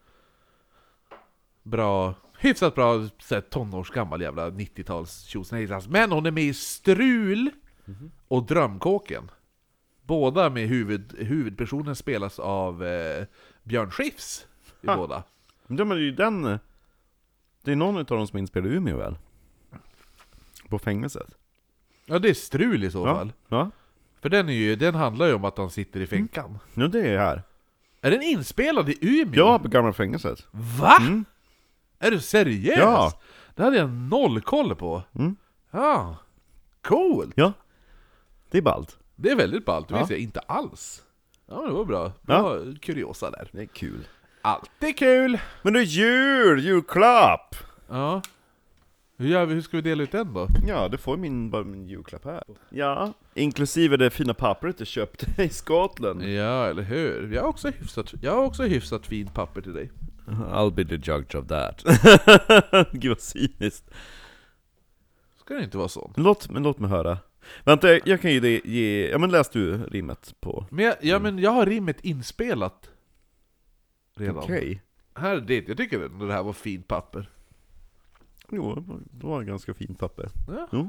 Bra, hyfsat bra så här, tonårsgammal jävla nittio-tals tjosnejsans. Men hon är med i Strul och Drömkåken. Båda med huvud, huvudpersonen spelas av eh, Björn Skifs i Ha. båda. Ja, men det är ju den... eh, Det är någon av dem som inspelar i Umeå väl? På fängelset. Ja, det är Strul i så Ja. fall. Ja, För den, är ju, den handlar ju om att han sitter i finkan. ja det är här. Är den inspelad i Umeå? Ja, på gamla fängelset. Va? Mm. Är du seriös? Ja. Det hade jag noll koll på. Mm. Ja. Coolt. Ja. Det är ballt. Det är väldigt ballt, det Ja. visste jag inte alls. Ja, det var bra. Bra kuriosa där. Det är kul. Alltid kul! Men det är jul! Julklapp! Ja. Hur, gör vi, hur ska vi dela ut den då? Ja, du får min, bara min julklapp här. Ja. Inklusive det fina pappret jag köpte i Skottland. Ja, eller hur? Jag har också hyfsat, jag har också hyfsat fint papper till dig. I'll be the judge of that. Gud vad cyniskt. Ska det inte vara sån? Låt, men låt mig höra. Vänta, jag, jag kan ge dig, ge, ja men läs du rimmet på. Men jag, ja, men jag har rimmet inspelat redan. Okej. Här är det, jag tycker det här var fint papper. Jo, det var ganska fint papper. Ja. Jo.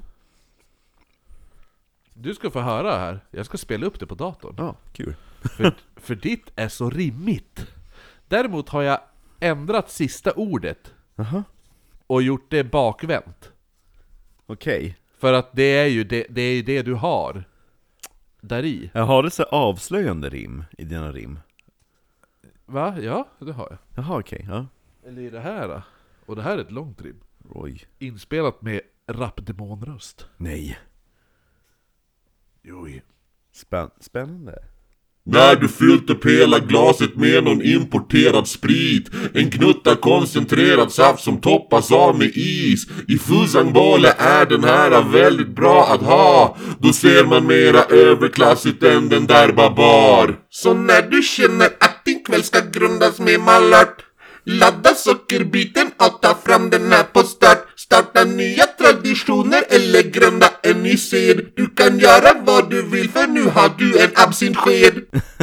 Du ska få höra här, jag ska spela upp det på datorn. Ja, kul. För, för ditt är så rimmigt. Däremot har jag ändrat sista ordet Jaha. och gjort det bakvänt. Okej. För att det är ju det, det, är ju det du har där i. Jag har det så avslöjande rim i dina rim. Va? Ja, det har jag. Jaha, okej. Ja. Eller i det här då. Och det här är ett långt rim. Oj. Inspelat med rapdemonröst. Nej. Jo, Spän- spännande. När du fyllt upp hela glaset med någon importerad sprit. En gnutta koncentrerad saft som toppas av med is. I Fusangbåle är den här väldigt bra att ha. Då ser man mera överklassigt än den där babar. Så när du känner att din kväll ska grundas med mallart, ladda sockerbiten och ta fram den här på start. Starta nya traditioner eller grunda en ny sed. Du kan göra vad du vill för nu har du en absintsked.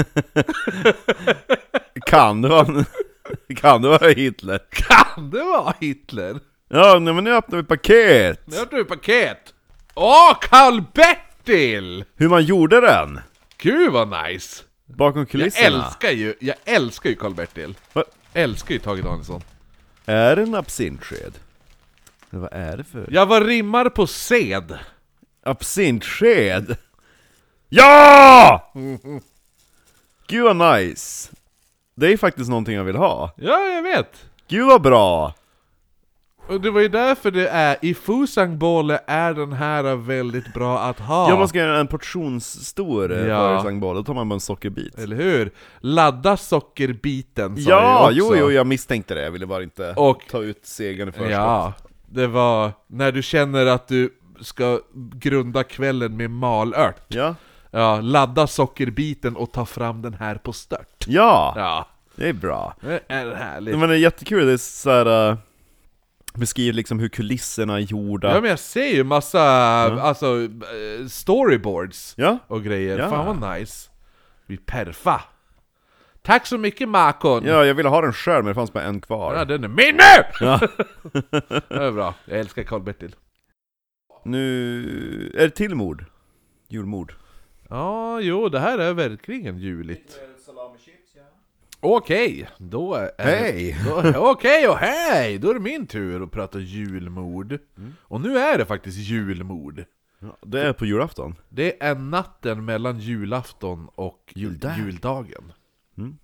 Kan det vara, kan det vara Hitler? Kan det vara Hitler? Ja, nej, men nu öppnar vi paket. Nu öppnar vi paket. Åh, Karl-Bertil! Hur man gjorde den? Gud vad nice. Bakom Jag kulisserna. älskar ju, jag älskar ju Karl-Bertil. Va? Älskar ju Tage Danielsson. Är det en absintsked? Men vad är det för? Jag var rimmar på sed. Absintsked? Ja! Gud vad nice. Det är faktiskt någonting jag vill ha. Ja, jag vet. Gud vad bra. Och det var ju därför det är i Fusangbåle är den här väldigt bra att ha. Ja, man ska göra en portionsstor Ja. försangboll. Då tar man bara en sockerbit. Eller hur? Ladda sockerbiten sa Ja, jag jo, också. jo, jag misstänkte det. Jag ville bara inte Och- ta ut segern i förskott. Ja, det var när du känner att du ska grunda kvällen med malört. Ja. Ja, ladda sockerbiten och ta fram den här på stört. Ja, Ja, det är bra. det är härligt. Men det är jättekul, det är så här, uh, beskriver liksom hur kulisserna är gjorda. Ja, men jag ser ju massa alltså, eh, storyboards Ja, och grejer. Ja. Fan vad nice. Vi perfa. Tack så mycket, Makon. ja, jag ville ha den själv men det fanns bara en kvar. Ja, den är min nu! Ja. Det är bra. Jag älskar Karl-Bertil. Nu är det till mord. Julmord. Ja, jo, det här är verkligen juligt. Okej, då är Hej! då- Okej och hej! Då är det min tur att prata julmord. Och nu är det faktiskt julmord. Ja, det är på julafton. Det är natten mellan julafton och Juldag. juldagen. Mm.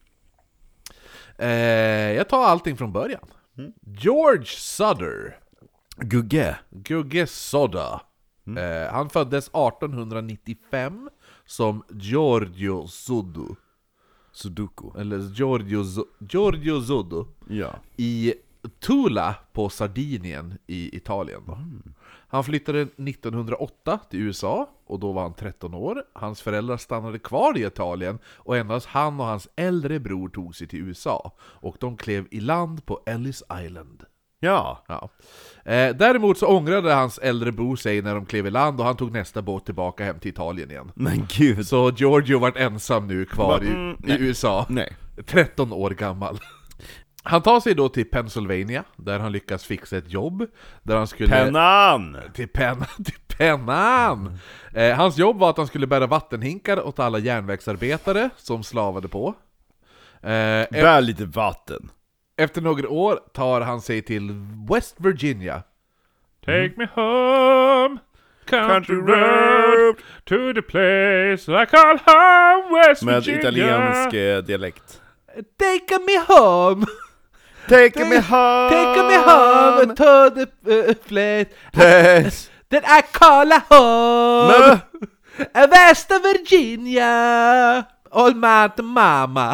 Eh, jag tar allting från början. George Sodder, Gugge. Gugge Sodda. Eh, han föddes artonhundranittiofem som Giorgio Zoddo. Sudoku. Eller Giorgio, Z- Giorgio Zoddo. Ja. I Tula på Sardinien i Italien. Han flyttade nittonhundraåtta till U S A och då var han tretton år. Hans föräldrar stannade kvar i Italien och endast han och hans äldre bror tog sig till U S A. Och de klev i land på Ellis Island. Ja. Ja. Eh, däremot så ångrade hans äldre bror sig när de klev i land och han tog nästa båt tillbaka hem till Italien igen. Men gud. Så Giorgio vart ensam nu kvar Va? i, Mm, i nej. U S A. Nej. tretton år gammal. Han tar sig då till Pennsylvania, där han lyckas fixa ett jobb. Där han skulle... Pennan! Till, pen... till pennan! Eh, hans jobb var att han skulle bära vattenhinkar åt alla järnvägsarbetare som slavade på. Eh, e- Bär lite vatten. efter några år tar han sig till West Virginia. Take me home, country road, to the place I call home, West Med Virginia. italiensk eh, dialekt. Take me home, Take me home! take me home to the uh, place Yes. that I call a home, Mö. West Virginia, Old Mountain Mama.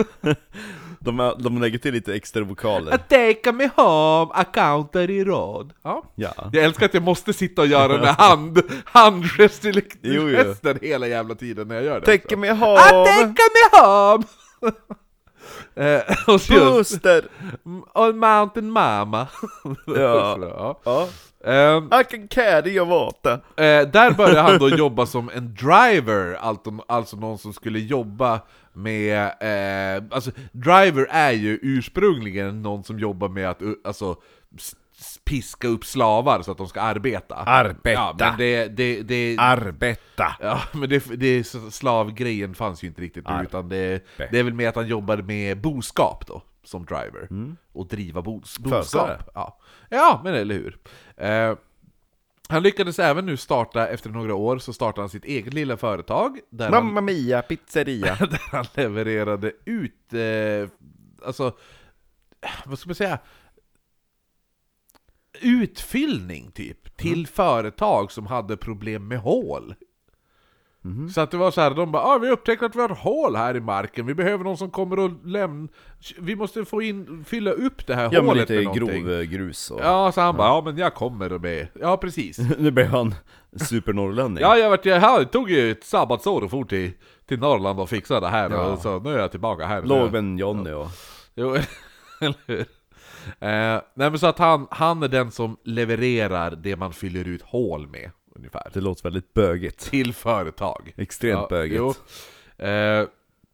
De, de lägger till lite extra vokaler. Take me home, a country road. Ja. Ja. Jag älskar att jag måste sitta och göra den här hand, handgesten Jo, jo. hela jävla tiden när jag gör det. Take me home! I take me home! eh, och så just, Booster! Old Mountain Mama. Ja. ja. Ja. Ehm, I can carry your water. eh, där började han då jobba som en driver, alltså, alltså någon som skulle jobba med, eh, alltså driver är ju ursprungligen någon som jobbar med att, uh, alltså s- s- piska upp slavar så att de ska arbeta. Arbeta. Ja, men det, det, det, Arbeta. ja, men det, det slavgrejen fanns ju inte riktigt nu, Arbe. utan det, det är väl med att han jobbade med boskap då, som driver. Mm. Och driva bos, Förare. boskap. Ja. ja, men eller hur. Eh, han lyckades även nu starta, efter några år, så startade han sitt eget lilla företag där han, Mamma mia, pizzeria. där han levererade ut, eh, alltså, vad ska man säga, utfyllning typ, till företag som hade problem med hål. Mhm. Så att det var så här, de bara, ah, vi upptäckte att vi har ett hål här i marken, vi behöver någon som kommer och lämna, vi måste få in, fylla upp det här Ja, men hålet lite med någonting. grov grus och... Ja, så han bara, ja men jag kommer med. Ja, precis. Nu blev han supernorrlänning. Ja, jag, vet, jag, jag tog ju ett sabbatsår och for till, till Norrland och fixade det här, Ja. och så nu är jag tillbaka här. Låg med en Johnny och... Jo, eller hur? Eh, nej men så att han, han är den som levererar det man fyller ut hål med, ungefär. Det låter väldigt bögigt. Till företag. Extremt Ja, bögigt. jo. Eh, Han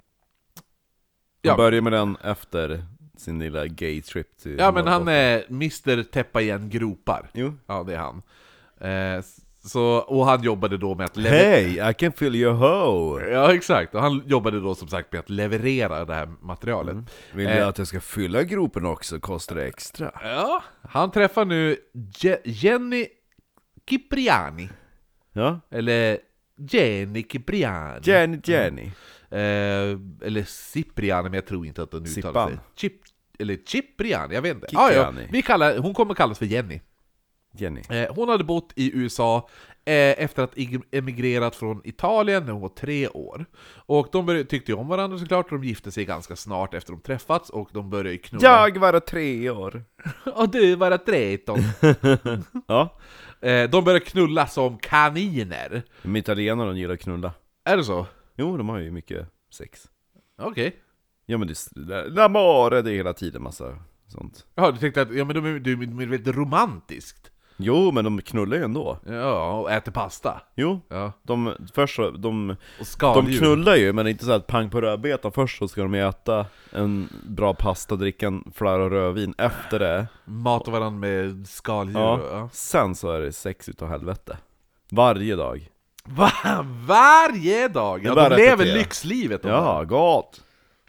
ja. börjar med den efter sin lilla gay trip till Ja, men han Norrbotten. är mister Täppa igen gropar. Jo. Ja, det är han. Eh, så, och han jobbade då med att leverera... Hey, I can fill your hole! Ja, exakt. Och han jobbade då som sagt med att leverera det här materialet. Mm. Vill Eh. du att jag ska fylla gropen också? Kostar det extra? Ja, han träffar nu Je- Jenny Cipriani. Ja? Eller Jenny Cipriani. Jenny, Jenny. Eh, eller Cipriani, men jag tror inte att den uttalar sig. Sippan. Chip, eller Cipriani, jag vet inte. Ah, ja, Cipriani. vi kallar, hon kommer kallas för Jenny. Jenny. Eh, hon hade bott i U S A eh, efter att ig- emigrerat från Italien när hon var tre år. Och de började, tyckte ju om varandra såklart, och de gifte sig ganska snart efter de träffats, och de började knulla. Jag var tre år. Och du var tretton. Ja. eh, de började knulla som kaniner. De italienarna gillar att knulla. Är det så? Jo, de har ju mycket sex. Okej. Ja, men det, det, l'amore, det är hela tiden massa sånt. Jaha, du tänkte att ja, men de är, de är väldigt romantiskt. Jo, men de knullar ju ändå. Ja, och äter pasta. Jo, Ja. de, först så, de, Och de skaldjur. knullar ju, men inte så att pang på rödbetan. Först så ska de äta en bra pasta, dricka en flarra rödvin. Efter det, Matar varandra med skaldjur. ja, Ja. sen så är det sex utav helvete. Varje dag. Va? Varje dag? Ja, Det är bara de lever repetera. lyxlivet. De Ja, där. gott.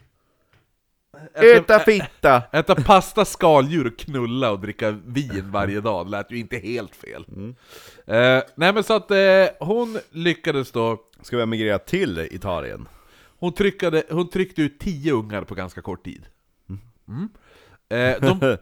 Äta, Äta fitta! äta pasta, skaldjur och knulla och dricka vin varje dag. Det lät ju inte helt fel. Mm. Eh, nej men så att eh, hon lyckades då. Ska vi emigrera till Italien? Hon, tryckade, hon tryckte ut tio ungar på ganska kort tid. Mm. Eh, de,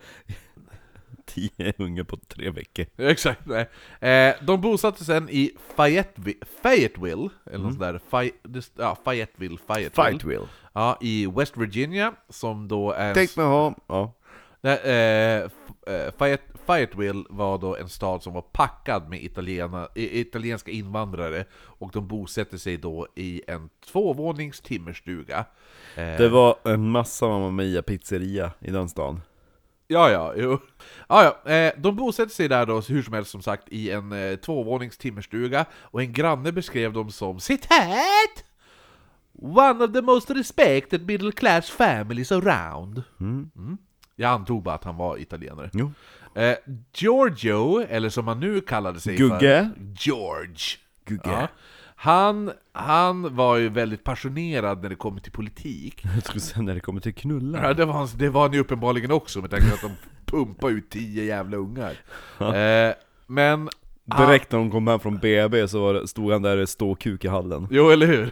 Tio unga på tre veckor. exakt, nej. Eh, de bosatte sen i Fayetteville, Fayetteville eller något sådär, Fay, det- ja, Fayetteville, Fayetteville. Fight wheel. Ja, i West Virginia, som då är... Take me home. Ja. Nej, eh, F- eh, Fayette, Fayetteville var då en stad som var packad med italiena, i- italienska invandrare, och de bosatte sig då i en tvåvånings timmerstuga. Eh, Det var en massa Mamma Mia pizzeria i den stan. Ja, ja, jo. Ja, ja. Eh, de bosatte sig där då, hur som helst som sagt, i en eh, tvåvånings timmerstuga, och en granne beskrev dem som citat! One of the most respected middle class families around. Mm. Mm. Jag antog bara att han var italienare. Jo. Eh, Giorgio, eller som han nu kallade sig Gugge. för, George. Gugge. Ja. Han, han var ju väldigt passionerad när det kom till politik. Jag tror sen när det kommer till knulla. Ja, det var han, det var han ju uppenbarligen också, med tanke på att de pumpade ut tio jävla ungar. Eh, men... Direkt när de kom hem från B B så var det, stod han där i ståkuk i hallen. Jo, eller hur?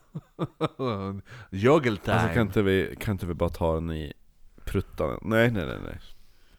Jogeltime. Alltså kan inte, vi, kan inte vi bara ta den i pruttan? Nej, nej, nej, nej.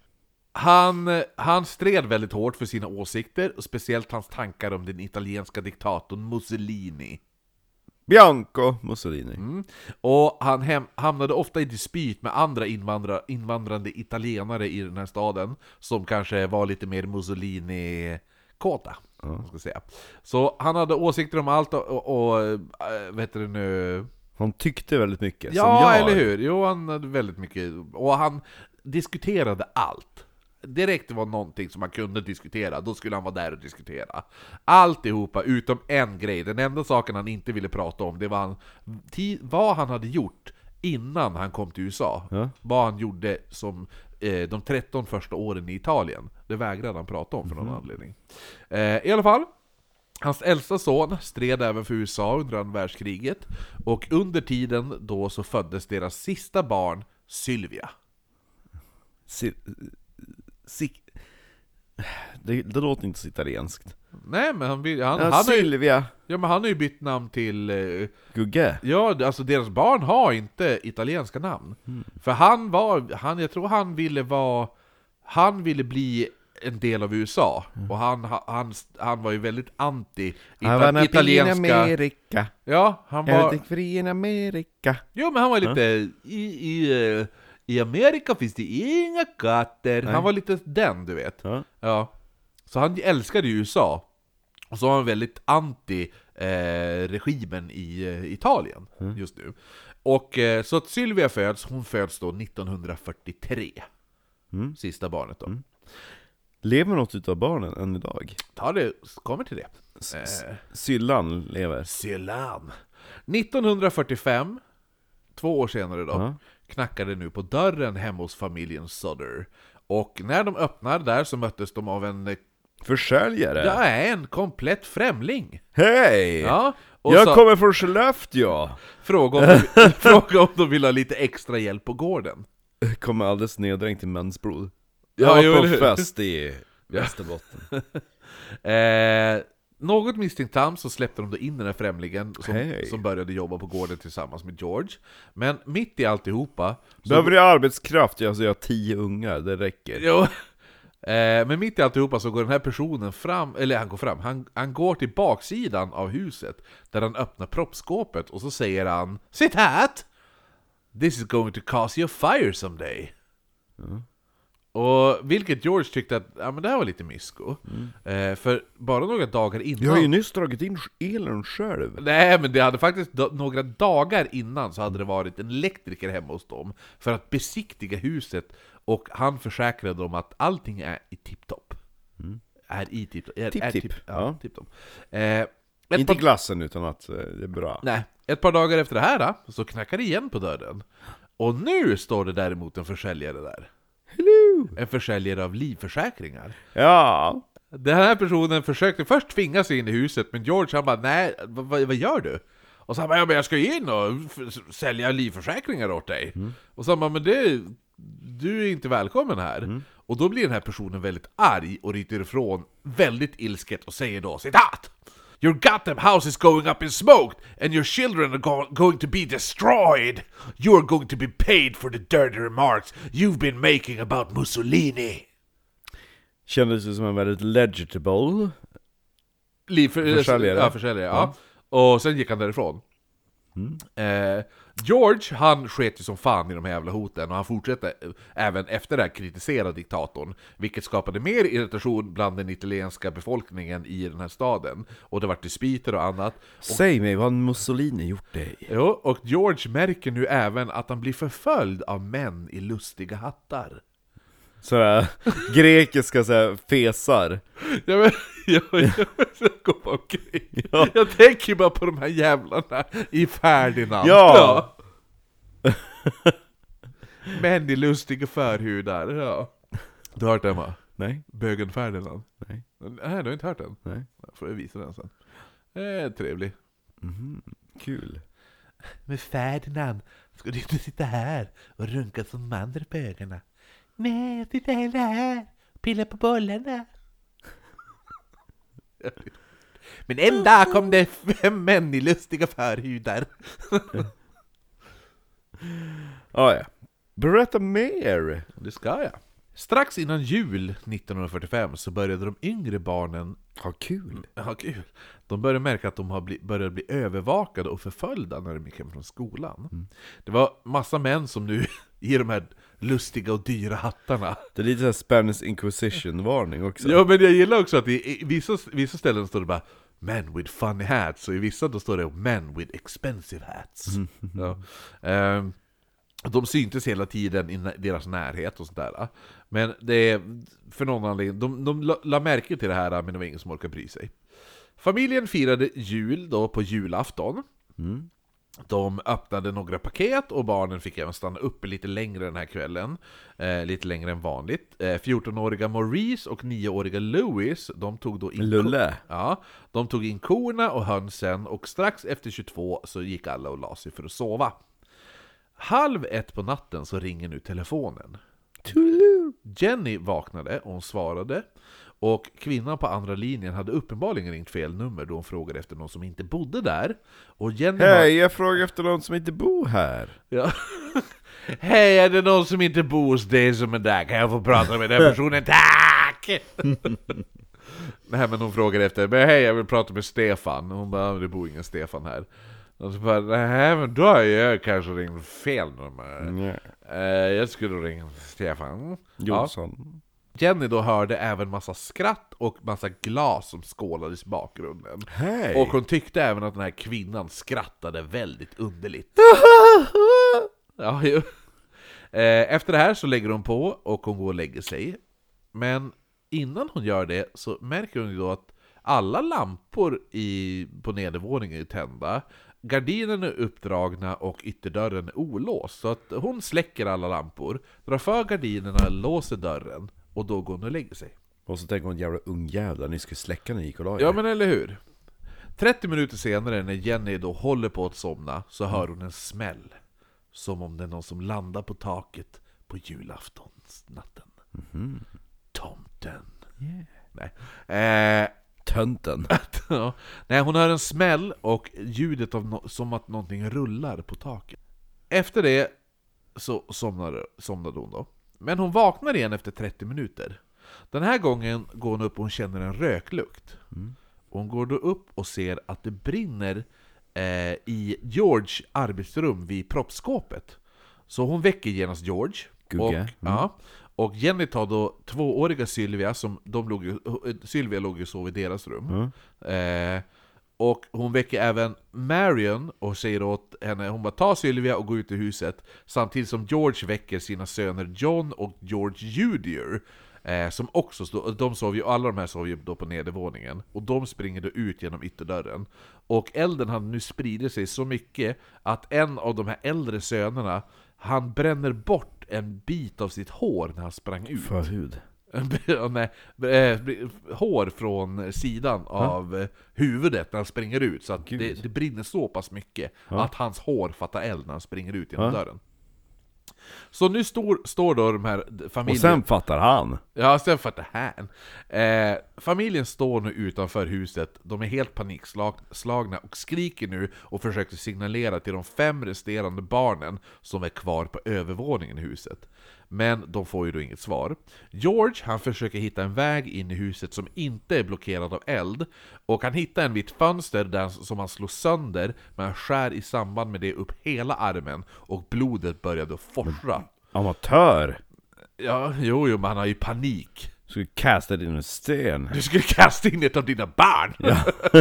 Han, han stred väldigt hårt för sina åsikter, och speciellt hans tankar om den italienska diktatorn Mussolini. Bianco Mussolini. Mm. Och han hem, hamnade ofta i dispyt med andra invandra, invandrande italienare i den här staden, som kanske var lite mer Mussolini-kåta. Ja. Ska säga. Så han hade åsikter om allt, och, och, och äh, vad heter det nu? Han tyckte väldigt mycket. Ja, som jag. eller hur? Jo, han hade väldigt mycket. Och han diskuterade allt. Direkt var någonting som man kunde diskutera, då skulle han vara där och diskutera. Alltihopa utom en grej. Den enda saken han inte ville prata om, det var han, ti- vad han hade gjort innan han kom till U S A. Ja. Vad han gjorde som eh, de tretton första åren i Italien. Det vägrade han prata om för någon anledning. Eh, I alla fall, hans äldsta son stred även för U S A under andra världskriget. Och under tiden då så föddes deras sista barn, Sylvia. Si, si, det, det låter inte så italienskt. Nej, men han, vill, han, Ja, han, har ju, Sylvia. ja, men han har ju bytt namn till... Eh, Gugge. ja, alltså deras barn har inte italienska namn. Mm. För han var... Han, jag tror han ville vara... Han ville bli en del av U S A. Och han, han, han var ju väldigt anti Han var ita- italienska... i Amerika. Ja, han var... Everything free in Amerika. Jo, men han var lite... I, i, eh, I Amerika finns det inga katter. Nej. Han var lite den, du vet. Ja. Ja. Så han älskade ju U S A. Och så var han väldigt anti eh, regimen i eh, Italien just nu. Och eh, så att Sylvia föds, hon föds då nittonhundrafyrtiotre. Mm. Sista barnet då. Lever något utav barnen än idag? Ta det, kommer till det. S- Eh. S- Syllan lever. Selan. nittonhundrafyrtiofem, två år senare då, Ja. knackade nu på dörren hemma hos familjen Sutter. Och när de öppnar där så möttes de av en, Försäljare? ja, en komplett främling. Hej! Ja, och Jag så kommer från Skellefteå! fråga, om de, fråga om de vill ha lite extra hjälp på gården. Kommer alldeles neddränkt i mensblod. Ja, Jag jo, var eller på hur? fest i Västerbotten. Eh, något misstänksamt så släppte de då in den här främlingen som, Hej. som började jobba på gården tillsammans med George. Men mitt i alltihopa så Behöver du arbetskraft? Alltså jag har tio ungar, det räcker. Jo. Eh, men mitt i alltihopa så går den här personen fram, eller han går fram, han, han går till baksidan av huset där han öppnar proppskåpet och så säger han: "Sit hat! This is going to cause you a fire someday." Och vilket George tyckte att ja, men det här var lite mysko. Eh, för bara några dagar innan... Jag har ju nyss dragit in elen själv. Nej, men det hade faktiskt do- några dagar innan så hade det varit en elektriker hemma hos dem för att besiktiga huset, och han försäkrade dem att allting är i tipptopp. Är i tipptopp. Är, Tipp, är tipp. tipp, ja, Ja. tipptopp. Eh, ett Inte par, glassen utan att eh, det är bra. nej, ett par dagar efter det här då, så knackar det igen på dörren. Och nu står det däremot en försäljare där. Hello. En försäljare av livförsäkringar. Ja. Den här personen försökte först tvinga sig in i huset, men George han bara, nej, vad, vad, vad gör du? Och så han bara, ja, men jag ska in och f- sälja livförsäkringar åt dig. Och så han bara, men det, du är inte välkommen här. Och då blir den här personen väldigt arg och ryter ifrån väldigt ilsket och säger då, citat: "Your goddamn house is going up in smoke and your children are go- going to be destroyed. You are going to be paid for the dirty remarks you've been making about Mussolini." Kändes det som en väldigt legible. Livför- Försäljare. Ja, försäljare, ja. Och sen gick han därifrån. Eh, George, han sket ju som fan i de här jävla hoten, och han fortsatte eh, även efter det här kritisera diktatorn, vilket skapade mer irritation bland den italienska befolkningen i den här staden. Och det var dispyter och annat. Säg mig, vad har Mussolini gjort dig? Jo, och George märker nu även att han blir förföljd av män i lustiga hattar. Sådär grekiska såhär fesar. Ja, men, jag, jag, jag, går bara omkring. Ja. Jag tänker bara på de här jävlarna i Ferdinand. Ja. Ja. Män i lustiga förhudar. Ja. Du har hört den, va? Nej. Bögen Ferdinand? Nej. Nej, du har inte hört den? Nej. Jag får visa den sen. Eh, trevlig. Kul. Men Ferdinand, ska du inte sitta här och runka som de andra bögarna? Nej, jag sitter hellre här. Pilla på bollarna. Men en dag kom det fem män i lustiga förhudar. Ah, ja. Berätta mer. Det ska jag. Strax innan jul nittonhundrafyrtiofem så började de yngre barnen Ha kul. ha kul. De började märka att de har bli, började bli övervakade och förföljda när de gick hem från skolan. Mm. Det var massa män som nu i de här lustiga och dyra hattarna. Det är lite såhär Spanish Inquisition-varning också. Ja, men jag gillar också att i, i vissa, vissa ställen står det bara "men with funny hats", och i vissa då står det "men with expensive hats". Ja. Ehm, de syntes hela tiden i deras närhet och sådär. Men det är för någon anledning, de, de la, la märke till det här, men det var ingen som orkade bry sig. Familjen firade jul då på julafton. Mm. De öppnade några paket och barnen fick även stanna uppe lite längre den här kvällen. Eh, lite längre än vanligt. Eh, fjortonåriga Maurice och nioåriga Louis, de tog då in Lulle. Ja, de tog in korna och hönsen, och strax efter tjugotvå så gick alla och la sig för att sova. Halv ett på natten så ringer nu telefonen. Tulu. Jenny vaknade och hon svarade. Och kvinnan på andra linjen hade uppenbarligen ringt fel nummer då hon frågade efter någon som inte bodde där. Och Jenny Hej, var... jag frågar efter någon som inte bor här. Ja. Hej, är det någon som inte bor hos dig som är där? Kan jag få prata med den personen? Tack! Fuck! Nej, men hon frågar efter, men hej, jag vill prata med Stefan. Hon bara, det bor ingen Stefan här. Och så bara, nej men då har jag kanske ringt fel nummer. Mm. Eh, jag skulle ringa Stefan. Jonsson. Ja. Jenny då hörde även massa skratt och massa glas som skålades i bakgrunden. Hej! Och hon tyckte även att den här kvinnan skrattade väldigt underligt. Ja, ju. Eh, efter det här så lägger hon på och hon går och lägger sig. Men innan hon gör det så märker hon ju då att alla lampor i, på nedervåningen är tända. Gardinerna är uppdragna och ytterdörren är olåst. Så att hon släcker alla lampor, drar för gardinerna, låser dörren. Och då går hon och lägger sig. Och så tänker hon, jävla ungjävlar, ni skulle släcka när ni gick och la er. Ja, men eller hur? trettio minuter senare när Jenny då håller på att somna så hör hon en smäll. Som om det är någon som landar på taket på julaftonsnatten. Mm-hmm. Tomten. Yeah. Nej. Eh, Tönten. ja. Nej, hon hör en smäll och ljudet av no- som att någonting rullar på taket. Efter det så somnade, somnade hon då. Men hon vaknar igen efter trettio minuter. Den här gången går hon upp och hon känner en röklukt. Mm. Hon går då upp och ser att det brinner eh, i George arbetsrum vid proppskåpet. Så hon väcker genast George. Gugge. Och, mm. ja, och Jenny tar då tvååriga Sylvia, som de låg, Sylvia låg ju så i deras rum. Mm. Eh, och hon väcker även Marion och säger åt henne, hon bara ta Sylvia och gå ut i huset. Samtidigt som George väcker sina söner John och George Junior eh, som också stod, de sov ju, alla de här sov ju då på nedervåningen. Och de springer då ut genom ytterdörren. Och elden hade nu spridit sig så mycket att en av de här äldre sönerna, han bränner bort en bit av sitt hår när han sprang ut. Förhud. Nej, eh, hår från sidan av eh, huvudet när han springer ut. Så att det, det brinner så pass mycket ha? att hans hår fattar eld när han springer ut genom ha? dörren. Så nu står, står då de här familjen... Och sen fattar han. Ja, sen fattar han. Eh, familjen står nu utanför huset. De är helt panikslagna och skriker nu och försöker signalera till de fem resterande barnen som är kvar på övervåningen i huset. Men de får ju då inget svar. George, han försöker hitta en väg in i huset som inte är blockerad av eld. Och han hittar en vitt fönster där, som han slår sönder, men han skär i samband med det upp hela armen. Och blodet började att forsa. Amatör! Ja, jo, jo, men han har ju panik. Du skulle kasta in en sten. Du skulle kasta in ett av dina barn! Ja.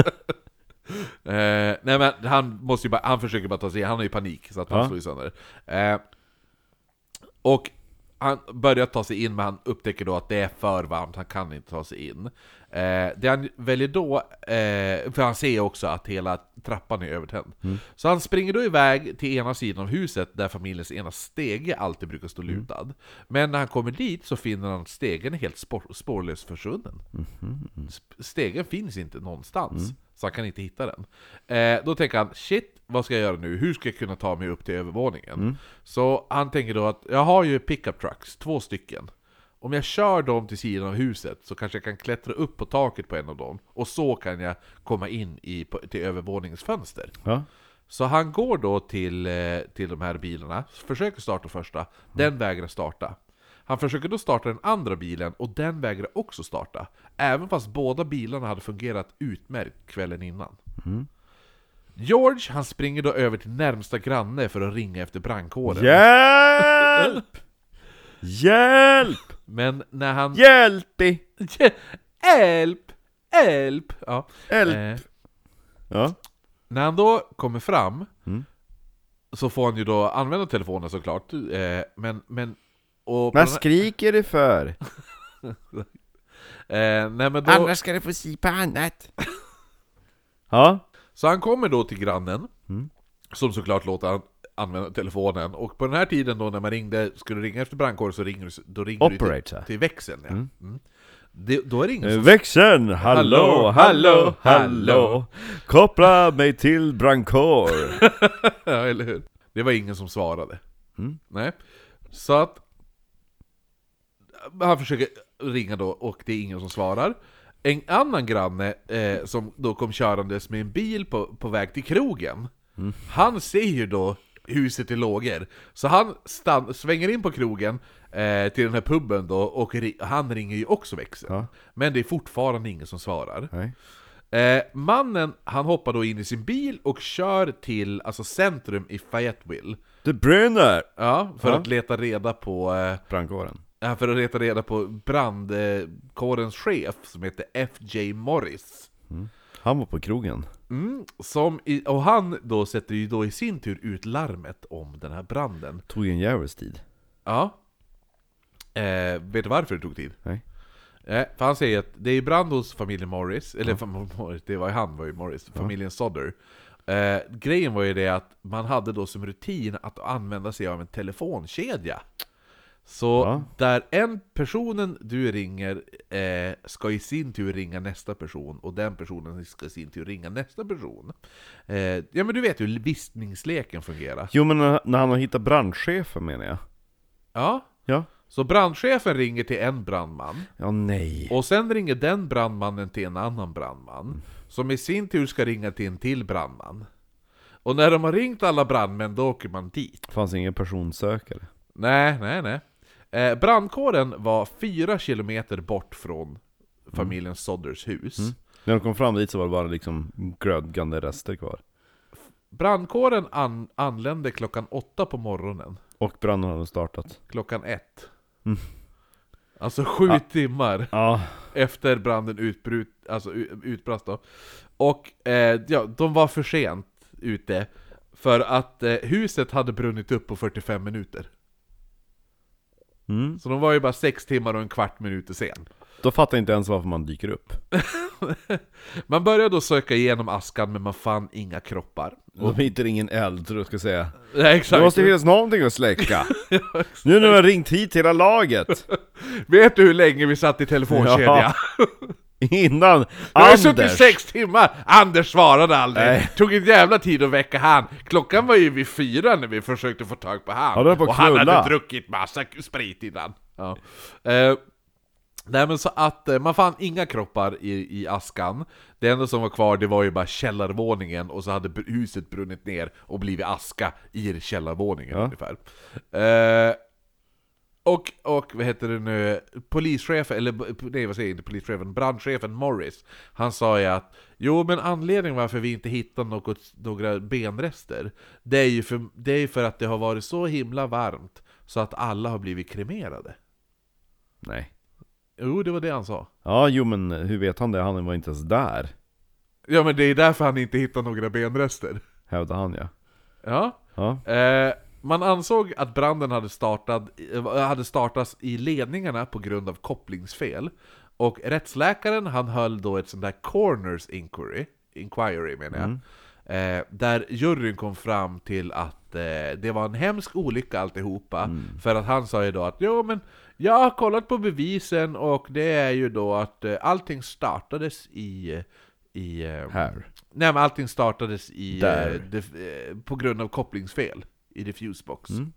eh, nej men han måste ju bara, han försöker bara ta sig, han har ju panik så att han ja. slår ju sönder. Eh, och han börjar ta sig in, men han upptäcker då att det är för varmt, han kan inte ta sig in. Eh, det han väljer då, eh, för han ser också att hela trappan är övertänd. Mm. Så han springer då iväg till ena sidan av huset där familjens ena stege alltid brukar stå lutad. Mm. Men när han kommer dit så finner han att stegen är helt spår- spårlöst försvunnen. Mm. Stegen finns inte någonstans. Mm. Så han kan inte hitta den. Eh, då tänker han, shit, vad ska jag göra nu? Hur ska jag kunna ta mig upp till övervåningen? Mm. Så han tänker då att jag har ju pickup trucks, två stycken. Om jag kör dem till sidan av huset så kanske jag kan klättra upp på taket på en av dem. Och så kan jag komma in i, på, till övervåningens fönster. Ja. Så han går då till, eh, till de här bilarna, försöker starta första, mm. den vägrar starta. Han försöker då starta den andra bilen och den vägrar också starta. Även fast båda bilarna hade fungerat utmärkt kvällen innan. Mm. George, han springer då över till närmsta granne för att ringa efter brandkåren. Hjälp! Hjälp! Men när han... Hjälp! Hjälp! Hjälp! Ja. Hjälp! Eh, ja. När han då kommer fram mm. så får han ju då använda telefonen såklart. Eh, men... men och vad skriker du för? eh, nej, men då... Annars ska du få se på annat. Ja. Så han kommer då till grannen mm. som såklart låter han använda telefonen. Och på den här tiden då när man ringde, skulle ringa efter brandkår så ringer, då ringer du till, till växeln. Ja. Mm. Mm. Det, då är det ingen som... Växeln, hallå, hallå, hallå. Koppla mig till brandkår. Ja, eller hur? Det var ingen som svarade. Mm. Nej. Så att han försöker ringa då och det är ingen som svarar. En annan granne eh, som då kom körandes med en bil på, på väg till krogen. Mm. Han ser ju då huset i lågor. Så han stann, svänger in på krogen eh, till den här puben då, och ri- han ringer ju också växeln. Ja. Men det är fortfarande ingen som svarar. Nej. Eh, mannen, han hoppar då in i sin bil och kör till alltså centrum i Fayetteville. Det brinner! Ja, för Ja. att leta reda på eh, Brandkåren. ja, för att leta reda på brandkårens chef som heter F J Morris. Han var på krogen. Mm, som i, och han då sätter ju då i sin tur ut larmet om den här branden. Tog en jävels tid. Ja. Eh, vet du varför det tog tid? Nej. Eh, för han säger att det är brand hos familjen Morris, eller fam- Morris, det var ju han var ju Morris, familjen Sodder. Eh, grejen var ju det att man hade då som rutin att använda sig av en telefonkedja. Så Ja. där en personen du ringer eh, ska i sin tur ringa nästa person, och den personen ska i sin tur ringa nästa person. Eh, ja men du vet ju hur listningsleken fungerar. Jo, men när när han har hittat brandchefen menar jag. Ja, Ja. så brandchefen ringer till en brandman. Ja, nej. Och sen ringer den brandmannen till en annan brandman, som i sin tur ska ringa till en till brandman. Och när de har ringt alla brandmän, då åker man dit. Fanns ingen personsökare. Nej, nej, nej. Eh, brandkåren var fyra kilometer bort från familjen Sodders hus. Mm. När de kom fram dit så var det bara liksom glödgande rester kvar. Brandkåren an- anlände klockan åtta på morgonen. Och branden hade startat. Klockan ett. Mm. Alltså sju Ja. timmar Ja. efter branden utbrut, alltså u- utbrast då. Och eh, ja, de var för sent ute, för att eh, huset hade brunnit upp på fyrtiofem minuter. Mm. Så de var ju bara sex timmar och en kvart minuter sen. Då fattar jag inte ens varför man dyker upp. Man började då söka igenom askan, men man fann inga kroppar. De hittar ingen eld, tror jag ska säga. Ja, Det exakt. måste finnas någonting att släcka. Nu när vi har ringt hit hela laget. Vet du hur länge vi satt i telefonkedja? Ja. Innan Vi har suttit i Anders. sex timmar! Anders svarade aldrig. Nej. Tog en jävla tid att väcka han. Klockan var ju vid fyra när vi försökte få tag på han. Ja, det var på och han knulla. hade druckit massa sprit innan. Ja. Eh, nej men så att eh, man fann inga kroppar i, i askan. Det enda som var kvar, det var ju bara källarvåningen, och så hade br- huset brunnit ner och blivit aska i källarvåningen Ja. ungefär. Eh, Och, och vad heter det nu, polischefen, eller nej vad säger jag, inte polischefen, brandchefen Morris, han sa ju att jo men anledningen varför vi inte hittar något, några benrester, det är ju för, det är för att det har varit så himla varmt så att alla har blivit kremerade. Nej. Jo, det var det han sa. Ja, jo men hur vet han det? Han var inte ens där. Ja men det är därför han inte hittar några benrester. Hävdade han, ja. Ja. Ja. Eh, man ansåg att branden hade, startat, hade startats i ledningarna på grund av kopplingsfel. Och rättsläkaren, han höll då ett sånt där Corners Inquiry, inquiry menar jag. Mm. Eh, där juryn kom fram till att eh, det var en hemsk olycka alltihopa. Mm. För att han sa ju då att jo men jag har kollat på bevisen, och det är ju då att eh, allting startades i... i eh, Här. Nej men allting startades i Där. eh, def, eh, på grund av kopplingsfel i diffusebox. Mm.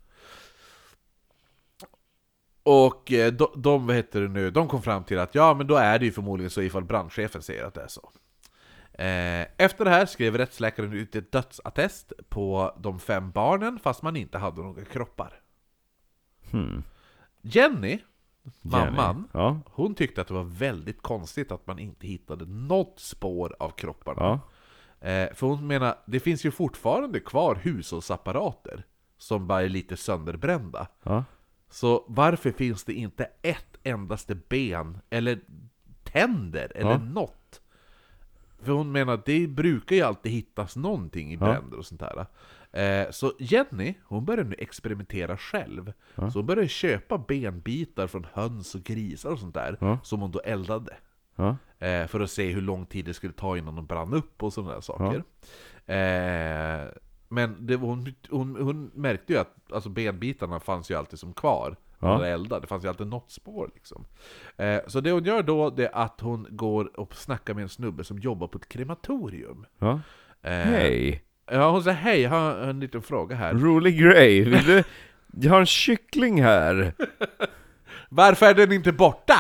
Och eh, de, de, vad heter det nu, de kom fram till att ja men då är det ju förmodligen så ifall brandchefen säger att det är så. Eh, efter det här skrev rättsläkaren ut ett dödsattest på de fem barnen, fast man inte hade några kroppar. Hmm. Jenny, mamman, Jenny. Ja. hon tyckte att det var väldigt konstigt att man inte hittade något spår av kropparna. Ja. Eh, för hon menar, det finns ju fortfarande kvar hushållsapparater som bara är lite sönderbrända. Ja. Så varför finns det inte ett endaste ben eller tänder eller Ja. något? För hon menar, det brukar ju alltid hittas någonting i Ja. bränder och sånt där. Eh, så Jenny, hon börjar nu experimentera själv. Ja. Så hon börjar köpa benbitar från höns och grisar och sånt där, Ja. som hon då eldade. Ja. Eh, för att se hur lång tid det skulle ta innan de brann upp och sådana där saker. Eh, men det, hon, hon, hon märkte ju att alltså benbitarna fanns ju alltid som kvar när Ja. hon eldade. Det fanns ju alltid något spår liksom. Eh, så det hon gör då, det är att hon går och snackar med en snubbe som jobbar på ett krematorium. Ja. Eh, Hej. Ja, hon säger hej, jag har en liten fråga här. Rolig grej. Vill du... Jag har en kyckling här. Varför är den inte borta?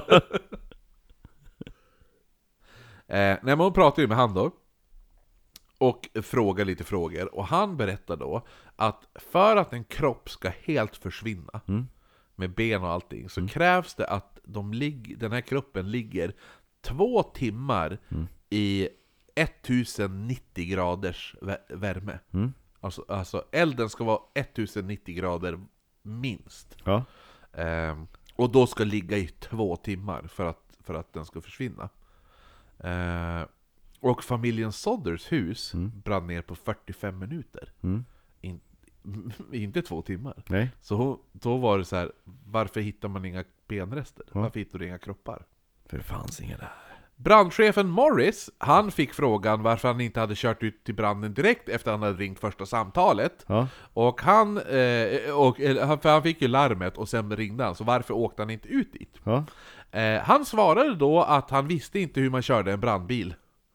eh, nej, men hon pratar ju med han då. och frågar lite frågor. Och han berättar då att för att en kropp ska helt försvinna Mm. med ben och allting, så krävs det att de lig- den här kroppen ligger två timmar Mm. i tusen nittio graders vä- värme. Mm. Alltså, alltså elden ska vara tusen nittio grader minst. Ja. Ehm, och då ska ligga i två timmar för att, för att den ska försvinna. Ehm, och familjen Sodders hus Mm. brann ner på fyrtiofem minuter. Mm. In, inte två timmar. Nej. Så hon, då var det så här: varför hittar man inga benrester? Ja. Varför hittar du inga kroppar? För det fanns inga där. Brandchefen Morris, han fick frågan varför han inte hade kört ut till branden direkt efter han hade ringt första samtalet. Ja. Och han, eh, och, eller, han- för han fick ju larmet och sen ringde han, så varför åkte han inte ut dit? Ja. Eh, han svarade då att han visste inte hur man körde en brandbil.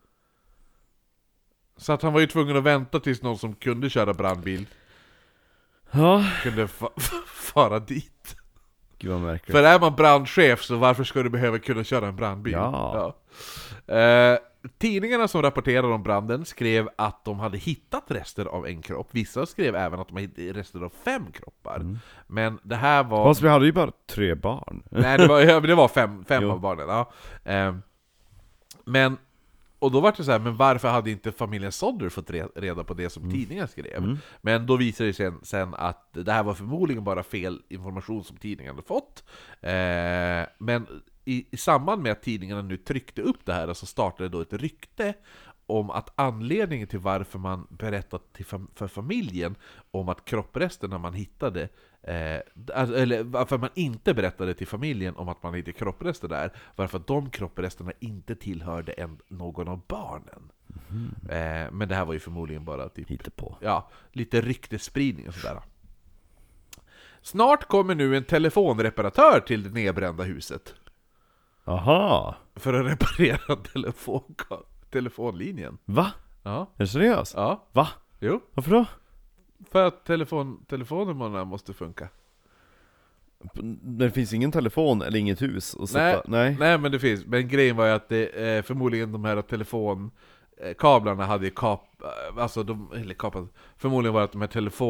Så att han var ju tvungen att vänta tills någon som kunde köra brandbil Ja. kunde fa- fara dit. Gud vad märkligt. För är man brandchef, så varför ska du behöva kunna köra en brandbil? Ja. Ja. Eh, tidningarna som rapporterade om branden skrev att de hade hittat rester av en kropp. Vissa skrev även att de hade hittat rester av fem kroppar. Mm. Men det här var... Fast vi hade ju bara tre barn. Nej, det var, ja, det var fem, fem Jo. av barnen. Ja. Eh, men... Och då var det så här, men varför hade inte familjen Sodder fått re- reda på det som Mm. tidningen skrev? Men då visade det sig sen, sen att det här var förmodligen bara fel information som tidningen hade fått. Eh, men i, i samband med att tidningarna nu tryckte upp det här, så startade då ett rykte om att anledningen till varför man berättat till fam- för familjen om att kroppresterna man hittade, eh, alltså, eller varför man inte berättade till familjen om att man hittade kropprester där, varför att de kroppresterna inte tillhörde en, någon av barnen. Eh, men det här var ju förmodligen bara typ, Hittepå. ja, lite ryktesspridning och sådär. Snart kommer nu en telefonreparatör till det nedbrända huset Aha. för att reparera telefon, telefonlinjen. Va? Ja, Är du seriös? ja, Va? jo. Varför då? För att telefon, telefonerna måste funka. Det finns ingen telefon eller inget hus att sätta. Nej, Nej. nej, men det finns. Men grejen var ju att det, eh, förmodligen de här telefonkablarna hade ju kap... eh, Alltså de, eller kapat... Förmodligen var det att de här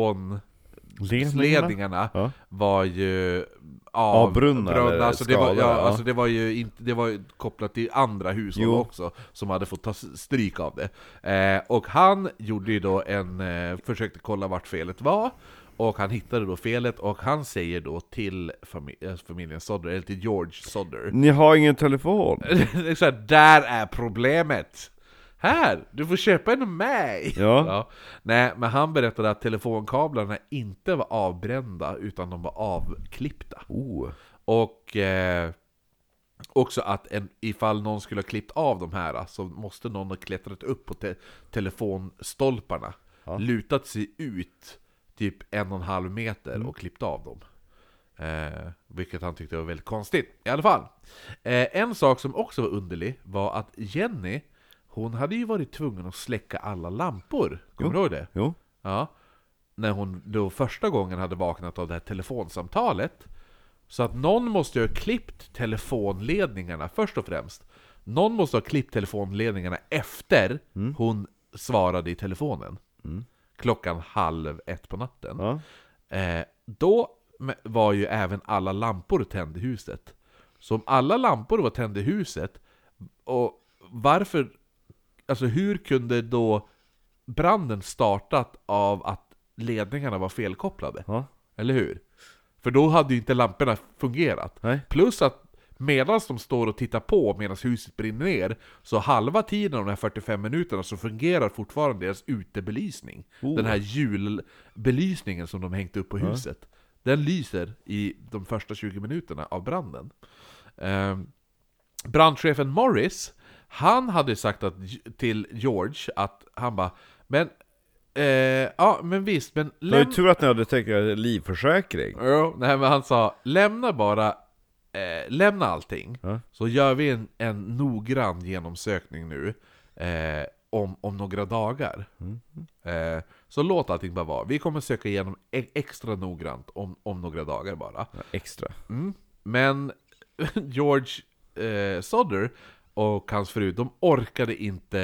telefonledningarna Ja. var ju av Avbrunna eller alltså det var, ja, skadade, ja. alltså det var ju inte, det var ju kopplat till andra hushåll Jo. också som hade fått ta stryk av det. Eh, och han gjorde ju då en, eh, försökte kolla vart felet var. Och han hittade då felet, och han säger då till famil- äh, familjen Sodder, eller till George Sodder, Ni har ingen telefon. det är så här, där är problemet! Här! Du får köpa en av mig! Ja. Nej, men han berättade att telefonkablarna inte var avbrända, utan de var avklippta. Oh. Och eh, också att en, ifall någon skulle ha klippt av de här, så måste någon ha klättrat upp på te- telefonstolparna, Ja. lutat sig ut typ en och en halv meter och klippt av dem. Eh, vilket han tyckte var väldigt konstigt. I alla fall. Eh, en sak som också var underlig var att Jenny, hon hade ju varit tvungen att släcka alla lampor. Kommer du ihåg det? Jo. Ja. När hon då första gången hade vaknat av det här telefonsamtalet. Så att någon måste ju ha klippt telefonledningarna först och främst. Någon måste ha klippt telefonledningarna efter hon svarade i telefonen. Klockan halv ett på natten. Ja. Eh, då var ju även alla lampor tända i huset. Så om alla lampor var tända i huset, och varför, alltså hur kunde då branden startat av att ledningarna var felkopplade? Ja. Eller hur? För då hade ju inte lamporna fungerat. Nej. Plus att medan de står och tittar på medan huset brinner ner, så halva tiden av de här fyrtiofem minuterna så fungerar fortfarande deras utebelysning. Oh. Den här julbelysningen som de hängt upp på huset. Den lyser i de första tjugo minuterna av branden. Eh, brandchefen Morris, han hade sagt att, till George att han bara, men eh, ja men visst, men Det var ju tur att ni hade tecknat livförsäkring. Ja, nej, men han sa, lämna bara eh, lämna allting, Ja. så gör vi en, en noggrann genomsökning nu eh, om, om några dagar. Eh, så låt allting bara vara. Vi kommer söka igenom e- extra noggrant om, om några dagar bara. Ja, extra. Mm. Men George eh, Sodder och hans fru, de orkade inte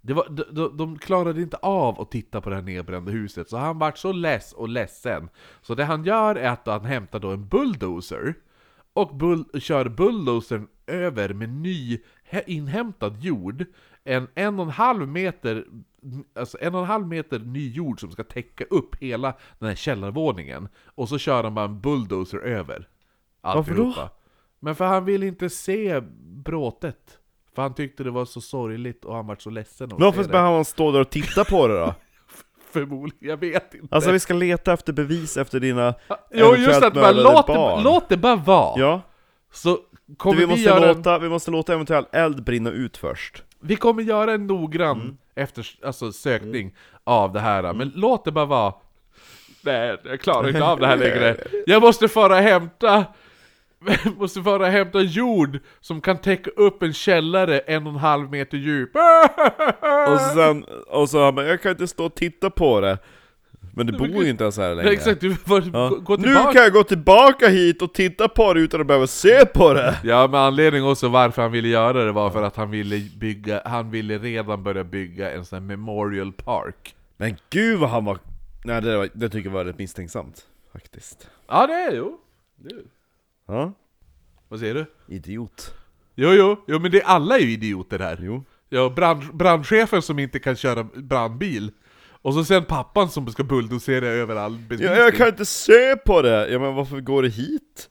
Det var, de, de, de klarade inte av att titta på det här nedbrända huset, så han vart så less och ledsen. Så det han gör är att han hämtar då en bulldozer och bull, kör bulldozern över med ny he, inhämtad jord. En en och en halv meter Alltså en och en halv meter ny jord som ska täcka upp hela den här källarvåningen. Och så kör han bara en bulldozer över alltihopa. Varför då? Men för han vill inte se bråtet. För han tyckte det var så sorgligt och han var så ledsen att Varför se ska det. han stå där och titta på det då? Förmodligen, jag vet inte. Alltså vi ska leta efter bevis efter dina Jo, just att bara, mördade låt, det, barn. låt det bara vara. Ja, Så kommer vi vi, måste, göra låta, vi måste låta eventuell eld brinna ut först. en, vi kommer göra en noggrann Mm. efter, alltså, sökning av det här. Men låt det bara vara. Nej, jag klarar inte av det här längre. Jag måste fara och hämta Jag måste fara och hämta jord som kan täcka upp en källare en och en halv meter djup. Och sen, och så han bara, jag kan inte stå och titta på det. Men det bor ju inte ens här längre. Nej, exakt, du får Ja. gå, gå Nu tillbaka. kan jag gå tillbaka hit och titta på det utan att behöva se på det. Ja, med anledning också varför han ville göra det var för att han ville bygga, han ville redan börja bygga en sån här Memorial Park. Men gud vad han var... Nej, det, var, det tycker jag var rätt misstänksamt, faktiskt. Ja, det är jo. Det är. Ja, Vad säger du? idiot. Jo, jo, jo, men det, alla är ju idioter här. Jo. Ja, brand, brandchefen som inte kan köra brandbil. Och så sen pappan som ska bulldozera över all bevisning. Ja, jag kan inte se på det! Ja, men varför går det hit?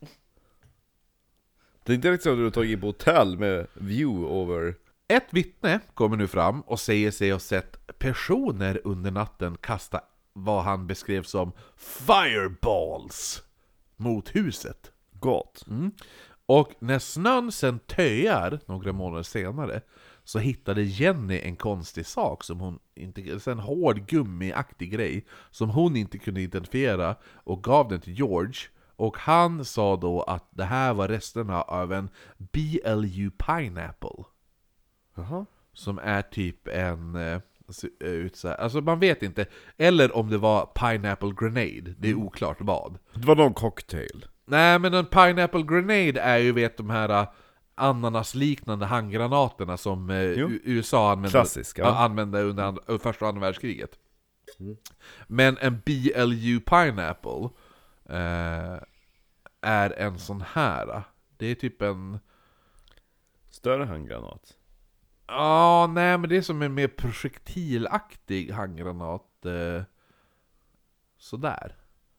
Det är inte riktigt så att du har tagit på hotell med view over... Ett vittne kommer nu fram och säger sig ha sett personer under natten kasta vad han beskrev som fireballs mot huset. Gott. Och när snön sen töjar några månader senare så hittade Jenny en konstig sak som hon inte, en hård gummiaktig grej som hon inte kunde identifiera och gav den till George. Och han sa då att det här var resterna av en B L U Pineapple. Jaha. Som är typ en eh, ut så här. Alltså man vet inte. Eller om det var Pineapple Grenade. Det är oklart vad. Det var någon cocktail. Nej, men en Pineapple Grenade är ju, vet, de här uh, ananasliknande handgranaterna som uh, U- USA använde, Klassisk, ja. uh, använde under and- uh, första och andra världskriget. Men en B L U Pineapple uh, är en sån här. Det är typ en... Större handgranat. Ja, nej, men det är som en mer projektilaktig handgranat. Uh, sådär.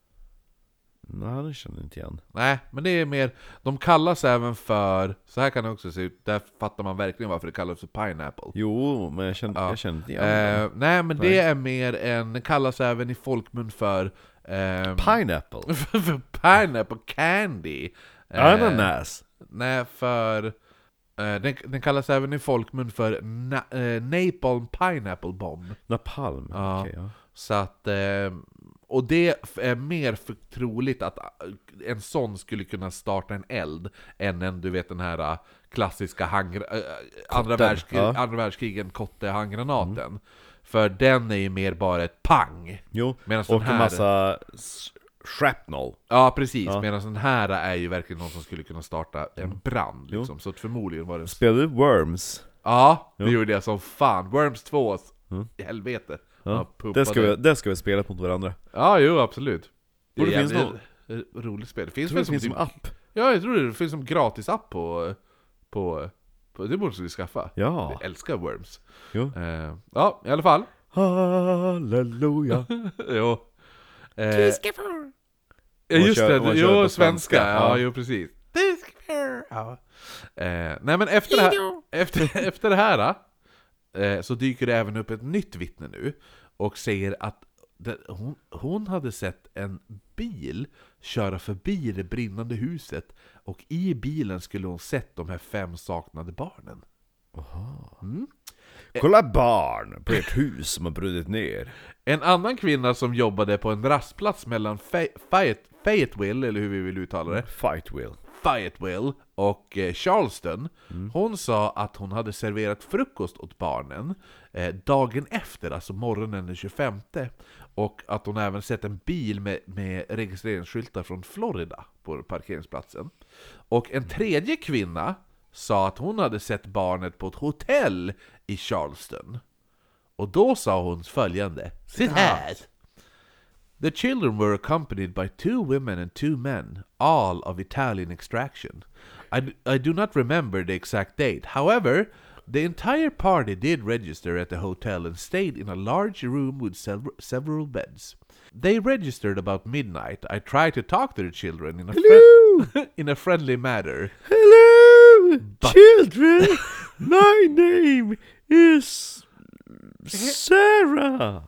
Nej, det känner jag inte igen. Nej, men det är mer... De kallas även för... Så här kan det också se ut. Där fattar man verkligen varför det kallas för pineapple. Jo, men jag känner, Ja. jag känner inte igen Eh, den. nej, men Nej. det är mer en... Det kallas även i folkmun för... ehm, Pineapple. för pineapple candy. Eh, Ananas. Nej, för... Eh, den, den kallas även i folkmun för na, eh, Napalm Pineapple Bomb. Napalm. Ja. Okej, ja. Så att... Eh, och det är mer för troligt att en sån skulle kunna starta en eld än en, du vet, den här klassiska hangra, äh, andra, världskrig, ja. andra världskrigen Kotte-handgranaten. Mm. För den är ju mer bara ett pang. Jo, Medan den och här... en massa s- shrapnel. Ja, precis. Ja. Medan den här är ju verkligen någon som skulle kunna starta en brand. Jo. Liksom. Så att förmodligen var det... Spelade du Worms? Ja, det Jo. gjorde jag som fan. Worms två, Mm. i helvete. Ja. pumpade. Det ska, vi, det ska vi spela mot varandra. Ja, jo, absolut. Det är Och det finns jävligt roligt spel. Det finns Jag tror väl det finns som typ- app. Ja, jag tror det finns som gratis app på, på, på det borde vi skaffa. Ja. Jag älskar Worms. Jo. Eh, ja, i alla fall. Halleluja. jo. Eh, ja, just kör- det. om man kör Jo, på svenska. svenska. Ja, Ja. jo, precis. Ja. Eh, nej, men efter det här, efter, efter det här eh, så dyker det även upp ett nytt vittne nu och säger att det, hon, hon hade sett en bil köra förbi det brinnande huset och i bilen skulle hon sett de här fem saknade barnen. Mm. Kolla barn på ert hus som har brunnit ner. En annan kvinna som jobbade på en rastplats mellan Fay- Fayette, Fayetteville, eller hur vi vill uttala det, Fight will. Fayetteville och eh, Charleston. Hon sa att hon hade serverat frukost åt barnen eh, dagen efter, alltså morgonen den tjugofemte. Och att hon även sett en bil med, med registreringsskyltar från Florida på parkeringsplatsen. Och en tredje kvinna sa att hon hade sett barnet på ett hotell i Charleston. Och då sa hon följande. Citat. The children were accompanied by two women and two men, all of Italian extraction. I, d- I do not remember the exact date. However, the entire party did register at the hotel and stayed in a large room with sev- several beds. They registered about midnight. I tried to talk to the children in a, fri- in a friendly manner. Hello, children. My name is Sarah.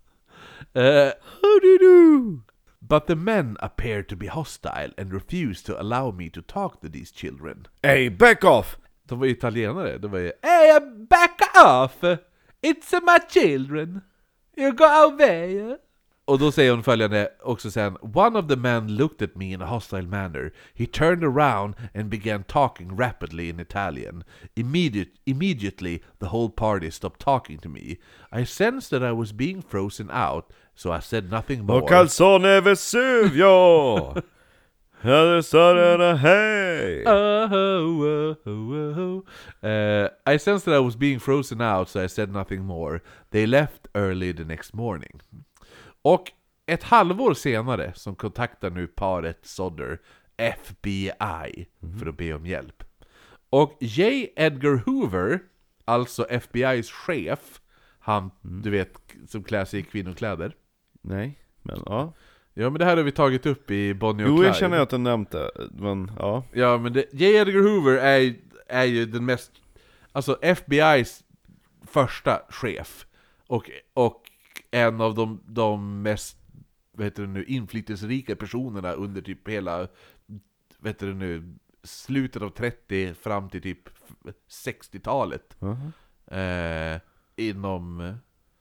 Uh, How do you do? but the men appeared to be hostile and refused to allow me to talk to these children. Hey, back off. De var ju italienare. De var ju Hey, back off! It's my children! You go away! Och då säger hon följande också sen. One of the men looked at me in a hostile manner. He turned around and began talking rapidly in Italian. Immediate, immediately the whole party stopped talking to me. I sensed that I was being frozen out, so I said nothing more. Och calzone Vesuvio. Hade sådana hej. Oh, oh, oh, oh. Uh, I sensed that I was being frozen out, so I said nothing more. They left early the next morning. Och ett halvår senare som kontaktar nu paret Sodder F B I för att be om hjälp. Och J. Edgar Hoover, alltså F B I:s chef, han, du vet, som klär sig i kvinnokläder. Nej, men ja. Ja, men det här har vi tagit upp i Bonnie och Jo, Clyde. jag känner att du nämnt det, men ja. Ja, men det, J. Edgar Hoover är, är ju den mest, alltså F B I:s första chef. Och, och en av de, de mest, vad heter det nu, inflytelserika personerna under typ hela, vad heter det nu, slutet av trettio fram till typ sextiotalet. Uh-huh. Eh, inom,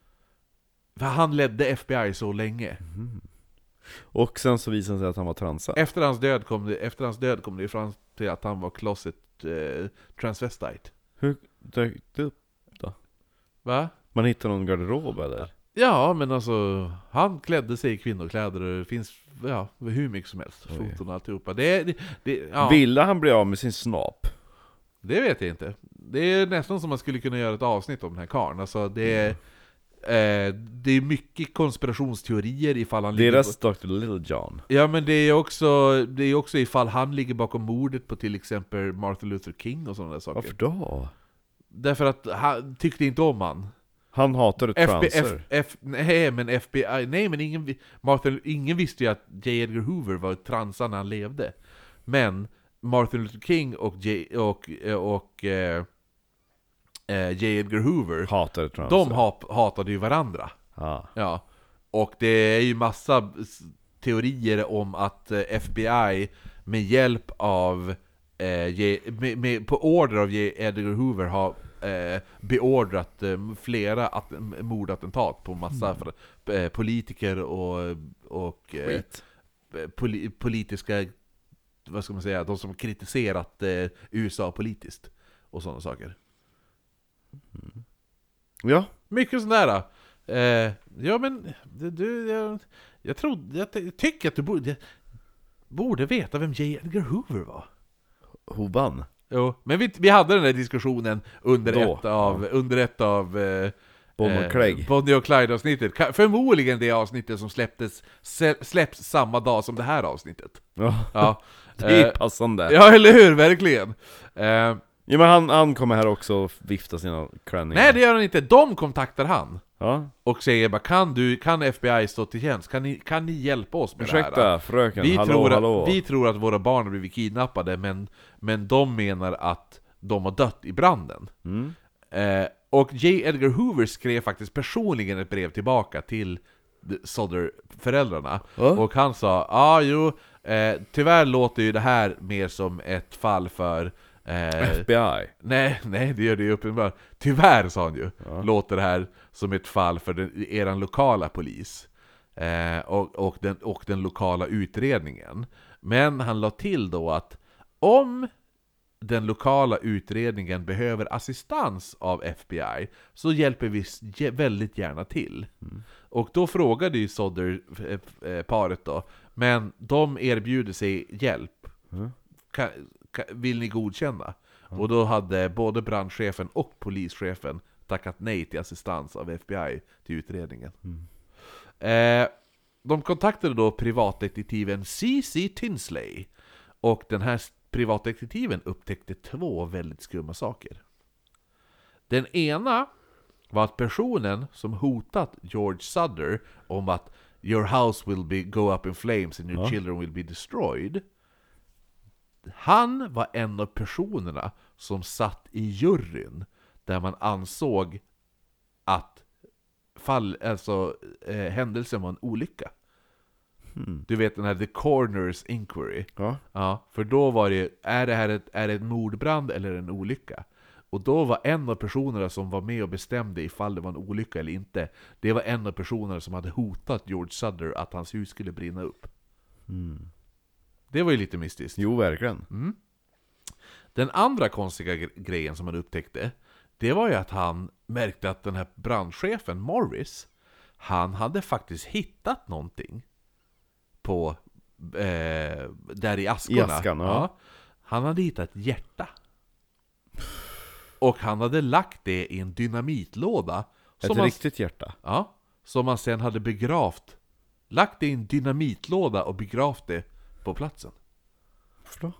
för han ledde F B I så länge. Mm. Och sen så visade det sig att han var transa. Efter hans död kom det, efter hans död kom det fram till att han var closet eh, transvestite. Hur dök det upp då? Va? Man hittar någon garderob eller? Ja, men alltså han klädde sig i kvinnokläder och det finns ja, hur mycket som helst. Oj. Foton och alltihopa. Det, det, det, ja, Ville han bli av med sin snap? det vet jag inte. Det är nästan som man skulle kunna göra ett avsnitt om den här karln. Alltså det är, eh, det är mycket konspirationsteorier ifall han ligger Deras på, doktor Little John. ja, men det är också det är också ifall han ligger bakom mordet på till exempel Martin Luther King och sådana där saker. Varför då? Därför att han tyckte inte om han. Han hatade F B, transer. F, F, nej men F B I, nej men ingen, Martin, ingen visste ju att J. Edgar Hoover var transa när han levde. Men Martin Luther King och J. och, och eh, J. Edgar Hoover Hatade transer. de ha, hatade ju varandra. Ah. Ja. Och det är ju massa teorier om att F B I med hjälp av eh, J, med, med, på order av J. Edgar Hoover har eh, beordrat eh, flera att, mordattentat på massa Mm. för, eh, politiker och, och eh, poli, politiska, vad ska man säga, de som kritiserat eh, U S A politiskt och sådana saker. Ja. Mycket sådär. Eh, ja men du, du jag, jag tror jag, jag tycker att du borde, borde veta vem J. Edgar Hoover var. Hovan. Jo, men vi, vi hade den där diskussionen under Då, ett av ja. under ett av eh, Bonnie och Clyde. Bonnie och Clyde avsnittet. Ka- Förmodligen det avsnittet som släpptes se- släpps samma dag som det här avsnittet. Ja. Ja. Det är Eh, passande. ja, eller hur, verkligen. Eh, Ja, men han, han kommer här också och vifta sina klänningar. nej, det gör han inte. De kontaktar han. Ja. Och säger bara, kan, du, kan F B I stå till tjänst? Kan ni, kan ni hjälpa oss med det här? Ursäkta, fröken. Vi, hallå, tror hallå. att, vi tror att våra barn har blivit kidnappade, men, men de menar att de har dött i branden. Mm. Eh, och J. Edgar Hoover skrev faktiskt personligen ett brev tillbaka till Sodder-föräldrarna. Ja. Och han sa, ja ah, jo, eh, tyvärr låter ju det här mer som ett fall för... Eh, F B I. Nej, nej, det gör det ju uppenbart. Tyvärr, sa han ju, Ja. låter det här som ett fall för den, eran lokala polis eh, och, och, den, och den lokala utredningen. Men han la till då att om den lokala utredningen behöver assistans av F B I så hjälper vi ge- väldigt gärna till. Mm. Och då frågade ju Sodder eh, eh, paret då, men de erbjuder sig hjälp. Mm. Kan, kan, vill ni godkänna? Och då hade både brandchefen och polischefen tackat nej till assistans av F B I till utredningen. Mm. Eh, de kontaktade då privatdetektiven C C Tinsley, och den här privatdetektiven upptäckte två väldigt skumma saker. Den ena var att personen som hotat George Sutter om att your house will be go up in flames and your Ja. children will be destroyed, han var en av personerna som satt i juryn där man ansåg att fall, alltså, eh, händelsen var en olycka. Mm. Du vet den här The Coroner's Inquiry. Ja. Ja, för då var det, är det här ett, är det en mordbrand eller en olycka? Och då var en av personerna som var med och bestämde ifall det var en olycka eller inte, det var en av personerna som hade hotat George Sutter att hans hus skulle brinna upp. Mm. Det var ju lite mystiskt. Jo, verkligen. Mm. Den andra konstiga gre- grejen som han upptäckte, det var ju att han märkte att den här brandchefen Morris, han hade faktiskt hittat någonting på eh, där i askorna. I askan, ja. Han hade hittat ett hjärta. Och han hade lagt det i en dynamitlåda. Ett som han, riktigt hjärta. ja, som han sen hade begravt. Lagt det i en dynamitlåda och begravt det på platsen. Varför då?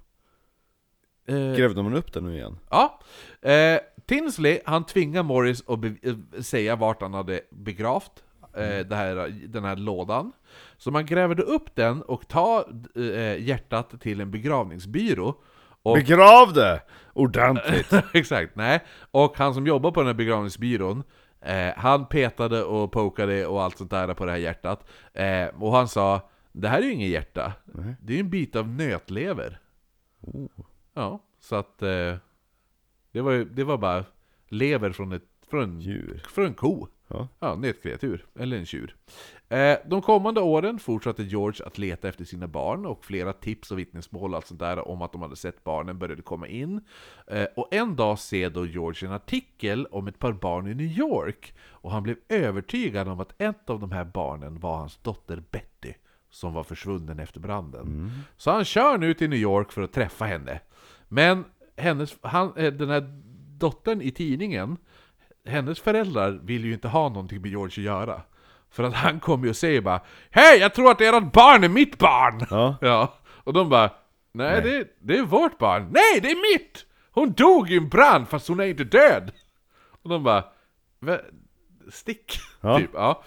Eh, Grävde man upp den nu igen? Ja, eh, Tinsley, han tvingar Morris att be- eh, säga vart han hade begravt eh, det här, den här lådan. Så man grävde upp den och tar eh, hjärtat till en begravningsbyrå. Och, Begrav det! Ordentligt! exakt, nej. Och han som jobbar på den här begravningsbyrån, eh, han petade och pokade och allt sånt där på det här hjärtat. Eh, och han sa, det här är ju ingen hjärta. Nej. Det är en bit av nötlever. Oh. Ja, så att eh, det, var, ju- det var bara lever från, ett, från, Djur. från en ko. Ja. Ja, nötkreatur, eller en tjur. Eh, de kommande åren fortsatte George att leta efter sina barn, och flera tips och vittnesmål och allt sånt där om att de hade sett barnen började komma in. Eh, och en dag ser då George en artikel om ett par barn i New York, och han blev övertygad om att ett av de här barnen var hans dotter Betty, som var försvunnen efter branden. Mm. Så han kör nu till New York för att träffa henne. Men hennes, han, eh, den här dottern i tidningen, hennes föräldrar vill ju inte ha någonting med George att göra. För att han kommer ju och säger bara, hej, jag tror att ert barn är mitt barn! Ja. Ja. Och de bara, nej, Nej. Det, det är vårt barn. Nej, det är mitt! Hon dog i en brand fast hon är inte död! Och de bara, "Va? Stick! Ja. Typ, ja.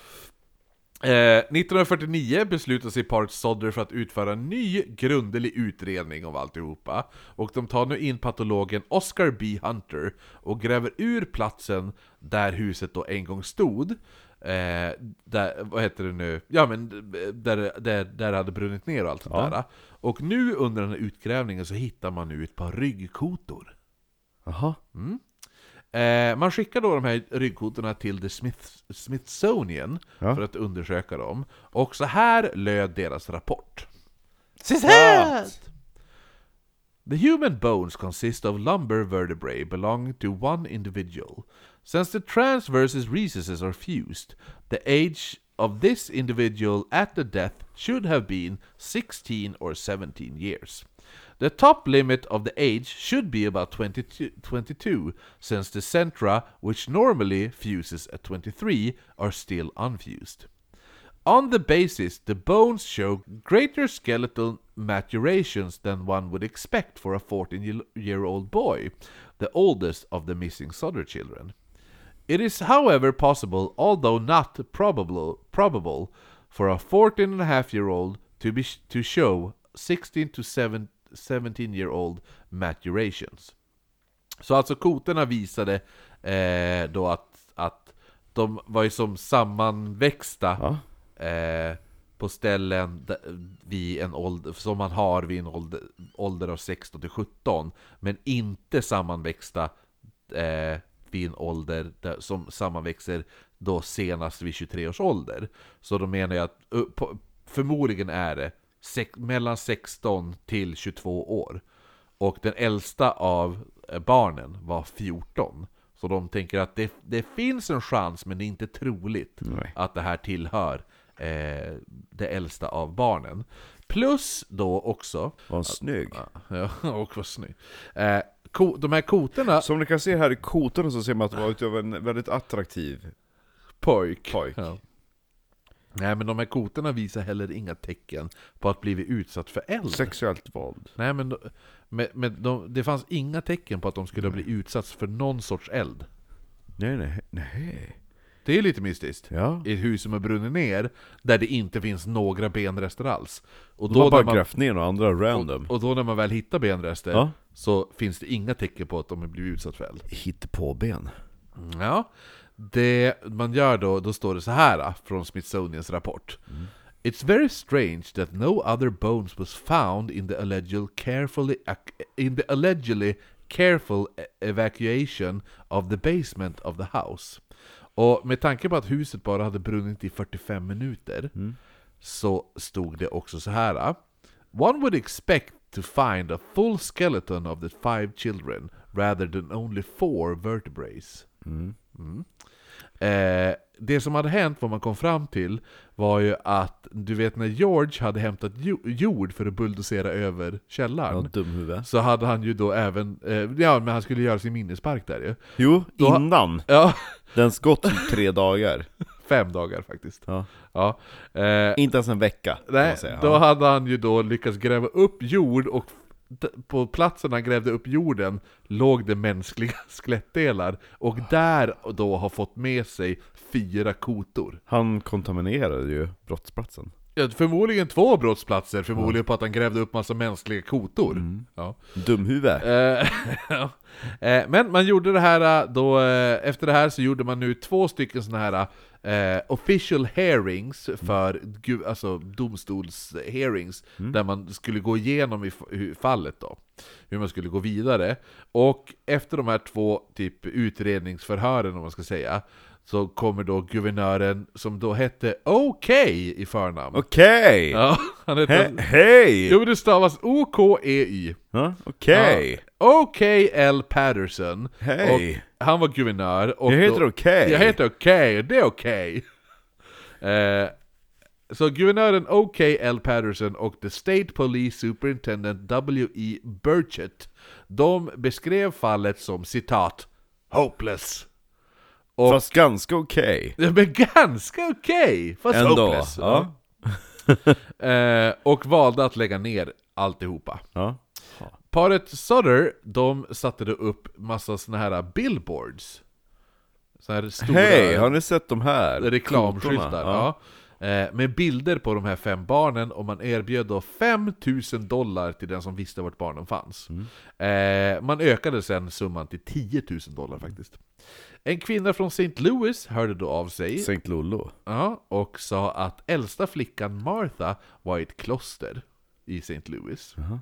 Eh, nittonhundrafyrtionio beslutade sig paret Sodder för att utföra en ny grundlig utredning av alltihopa, och de tar nu in patologen Oscar B. Hunter och gräver ur platsen där huset då en gång stod, eh, där, vad heter det nu? Ja, men där, där, där det hade brunnit ner och allt sånt Ja. där. Och nu under den här utgrävningen så hittar man nu ett par ryggkotor. Jaha. Eh, man skickar då de här ryggkotorna till The Smith, Smithsonian Ja. för att undersöka dem. Och så här löd deras rapport. Citat! The human bones consist of lumbar vertebrae belonging to one individual. Since the transverse recesses are fused, the age of this individual at the death should have been sixteen or seventeen years. The top limit of the age should be about twenty-two, twenty-two, since the centra, which normally fuses at twenty-three, are still unfused. On the basis, the bones show greater skeletal maturations than one would expect for a fourteen-year-old boy, the oldest of the missing Sodder children. It is, however, possible, although not probable, probable for a fourteen and a half year old to be to show sixteen to seventeen-year-old maturations. Så alltså kotorna visade eh, då att, att de var ju som sammanväxta Ja. eh, på ställen där, vid en ålder, som man har vid en ålder, ålder av sexton till sjutton, men inte sammanväxta eh, vid en ålder där, som sammanväxer då senast vid tjugotre års ålder. Så då menar jag att uh, på, förmodligen är det sex, mellan sexton till tjugotvå år. Och den äldsta av eh, barnen var fjorton. Så de tänker att det, det finns en chans, men det är inte troligt Nej. att det här tillhör eh, det äldsta av barnen. Plus då också Var han snygg? Ja, och vad snygg. Eh, ko, de här kotorna... Som ni kan se här i kotorna så ser man att det var utav en väldigt attraktiv Pojk. pojk. Ja. Nej, men de här kotorna visar heller inga tecken på att bli utsatt för eld. Sexuellt våld. Nej, men, men, men de, det fanns inga tecken på att de skulle bli utsatt för någon sorts eld. Nej, nej, nej. Det är lite mystiskt. Ja. I ett hus som har brunnit ner, där det inte finns några benrester alls. Och De då har bara när man, grävt ner några andra random. och, och då när man väl hittar benrester, Ja. så finns det inga tecken på att de har blivit utsatt för eld. Hitt på ben. Ja, det man gör då, då står det så här från Smithsonians rapport. Mm. It's very strange that no other bones was found in the allegedly carefully in the allegedly careful evacuation of the basement of the house. Och med tanke på att huset bara hade brunnit i fyrtiofem minuter, mm. så stod det också så här: One would expect to find a full skeleton of the five children rather than only four vertebrae. Mm. Mm. Eh, det som hade hänt, vad man kom fram till, var ju att, du vet när George hade hämtat jord för att bulldozera över källaren, ja, dumhuvud. så hade han ju då även, eh, ja men han skulle göra sin minnespark där ju. Jo, då, innan. Ja. Den skott i tre dagar. Fem dagar faktiskt. Ja. Ja. Eh, Inte ens en vecka. Nej, säga. då Ja. hade han ju då lyckats gräva upp jord, och på platsen han grävde upp jorden låg det mänskliga skelettdelar, och där då har fått med sig fyra kotor. Han kontaminerade ju brottsplatsen. Ja, förmodligen två brottsplatser, förmodligen på att han grävde upp massa mänskliga kotor. Mm. Ja. Dumhuvud. Eh, ja. eh, men man gjorde det här då, eh, efter det här så gjorde man nu två stycken såna här eh, official hearings för mm. alltså domstolshearings, mm. där man skulle gå igenom i, i fallet då, hur man skulle gå vidare. Och efter de här två typ utredningsförhören, om man ska säga, så kommer då guvernören, som då hette Okej i förnamn. Okej! Ja, han hette... He- hej! Jo, det stavas O K E Y. Ja, okej. Ja. Okej L. Patterson. Hej! Och han var guvernör. Och Jag heter då, Okej. Jag heter Okej, det är okej. Eh, så guvernören Okej L. Patterson och the State Police Superintendent W E Burchett, de beskrev fallet som citat hopeless. Och, fast ganska okej. ja, men ganska okej, fast ändå. hopeless. Ja. eh, och valde att lägga ner alltihopa. Ja. Paret Sutter, de satte då upp massa såna här billboards. Så här stora. Hej, har ni sett de här? Reklamskyltar, ja. ja. Eh, med bilder på de här fem barnen, och man erbjöd då fem tusen dollar till den som visste vart barnen fanns. Mm. Eh, man ökade sen summan till tio tusen dollar faktiskt. En kvinna från Saint Louis hörde då av sig. Saint Lolo. Ja, och sa att äldsta flickan Martha var i ett kloster i Saint Louis. Uh-huh.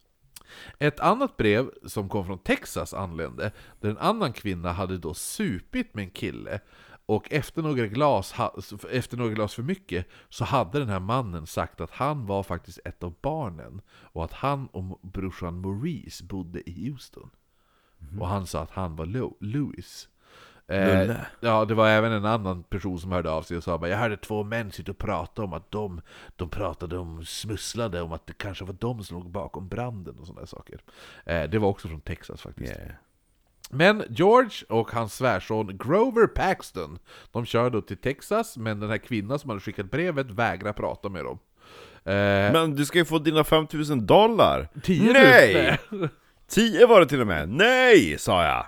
Ett annat brev som kom från Texas anlände, där en annan kvinna hade då supit med en kille, och efter några glas, efter några glas för mycket så hade den här mannen sagt att han var faktiskt ett av barnen, och att han och brorsan Maurice bodde i Houston. Mm. Och han sa att han var Lo- Louis. Eh, ja, det var även en annan person som hörde av sig och sa bara, jag hörde två män sitta och prata om att de, de pratade om, smusslade om att det kanske var de som låg bakom branden och sådana saker. Eh, det var också från Texas faktiskt. Yeah. Men George och hans svärson Grover Paxton, de kör då till Texas, men den här kvinnan som hade skickat brevet vägrar prata med dem. Eh, men du ska ju få dina fem tusen dollar. tio Nej! tio var det till och med. Nej, sa jag.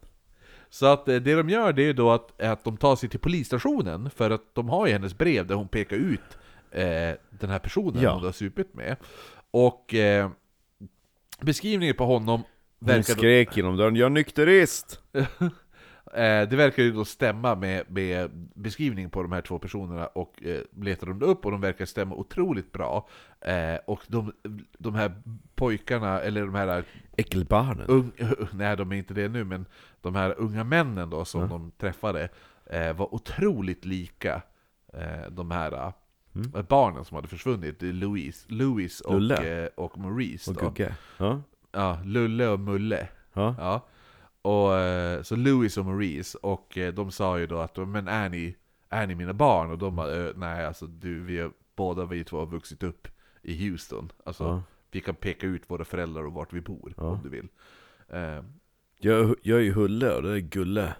Så att det de gör, det är då att, att de tar sig till polisstationen, för att de har ju hennes brev där hon pekar ut eh, den här personen, ja, hon har supit med. Och eh, beskrivningen på honom verkar... Hon skrek då... genom dörren, jag är nykterist! eh, det verkar ju då stämma med, med beskrivningen på de här två personerna, och eh, letar de upp, och de verkar stämma otroligt bra. Eh, och de, de här pojkarna, eller de här... Äckelbarnen? Un, nej, de är inte det nu, men de här unga männen då som mm. de träffade eh, var otroligt lika eh, de här mm. barnen som hade försvunnit. Louis, Louis och, eh, och Maurice och då. Gugge. Ja. Ja, Lulle och Mulle. Ja. Ja. Och, eh, så Louis och Maurice, och eh, de sa ju då att, men är ni, är ni mina barn? Och de bara, nej alltså du, vi har, båda vi två har vuxit upp i Houston. Alltså, ja. Vi kan peka ut våra föräldrar och vart vi bor, ja, om du vill. Eh, Jag, jag är ju Hulle och det är Gulle.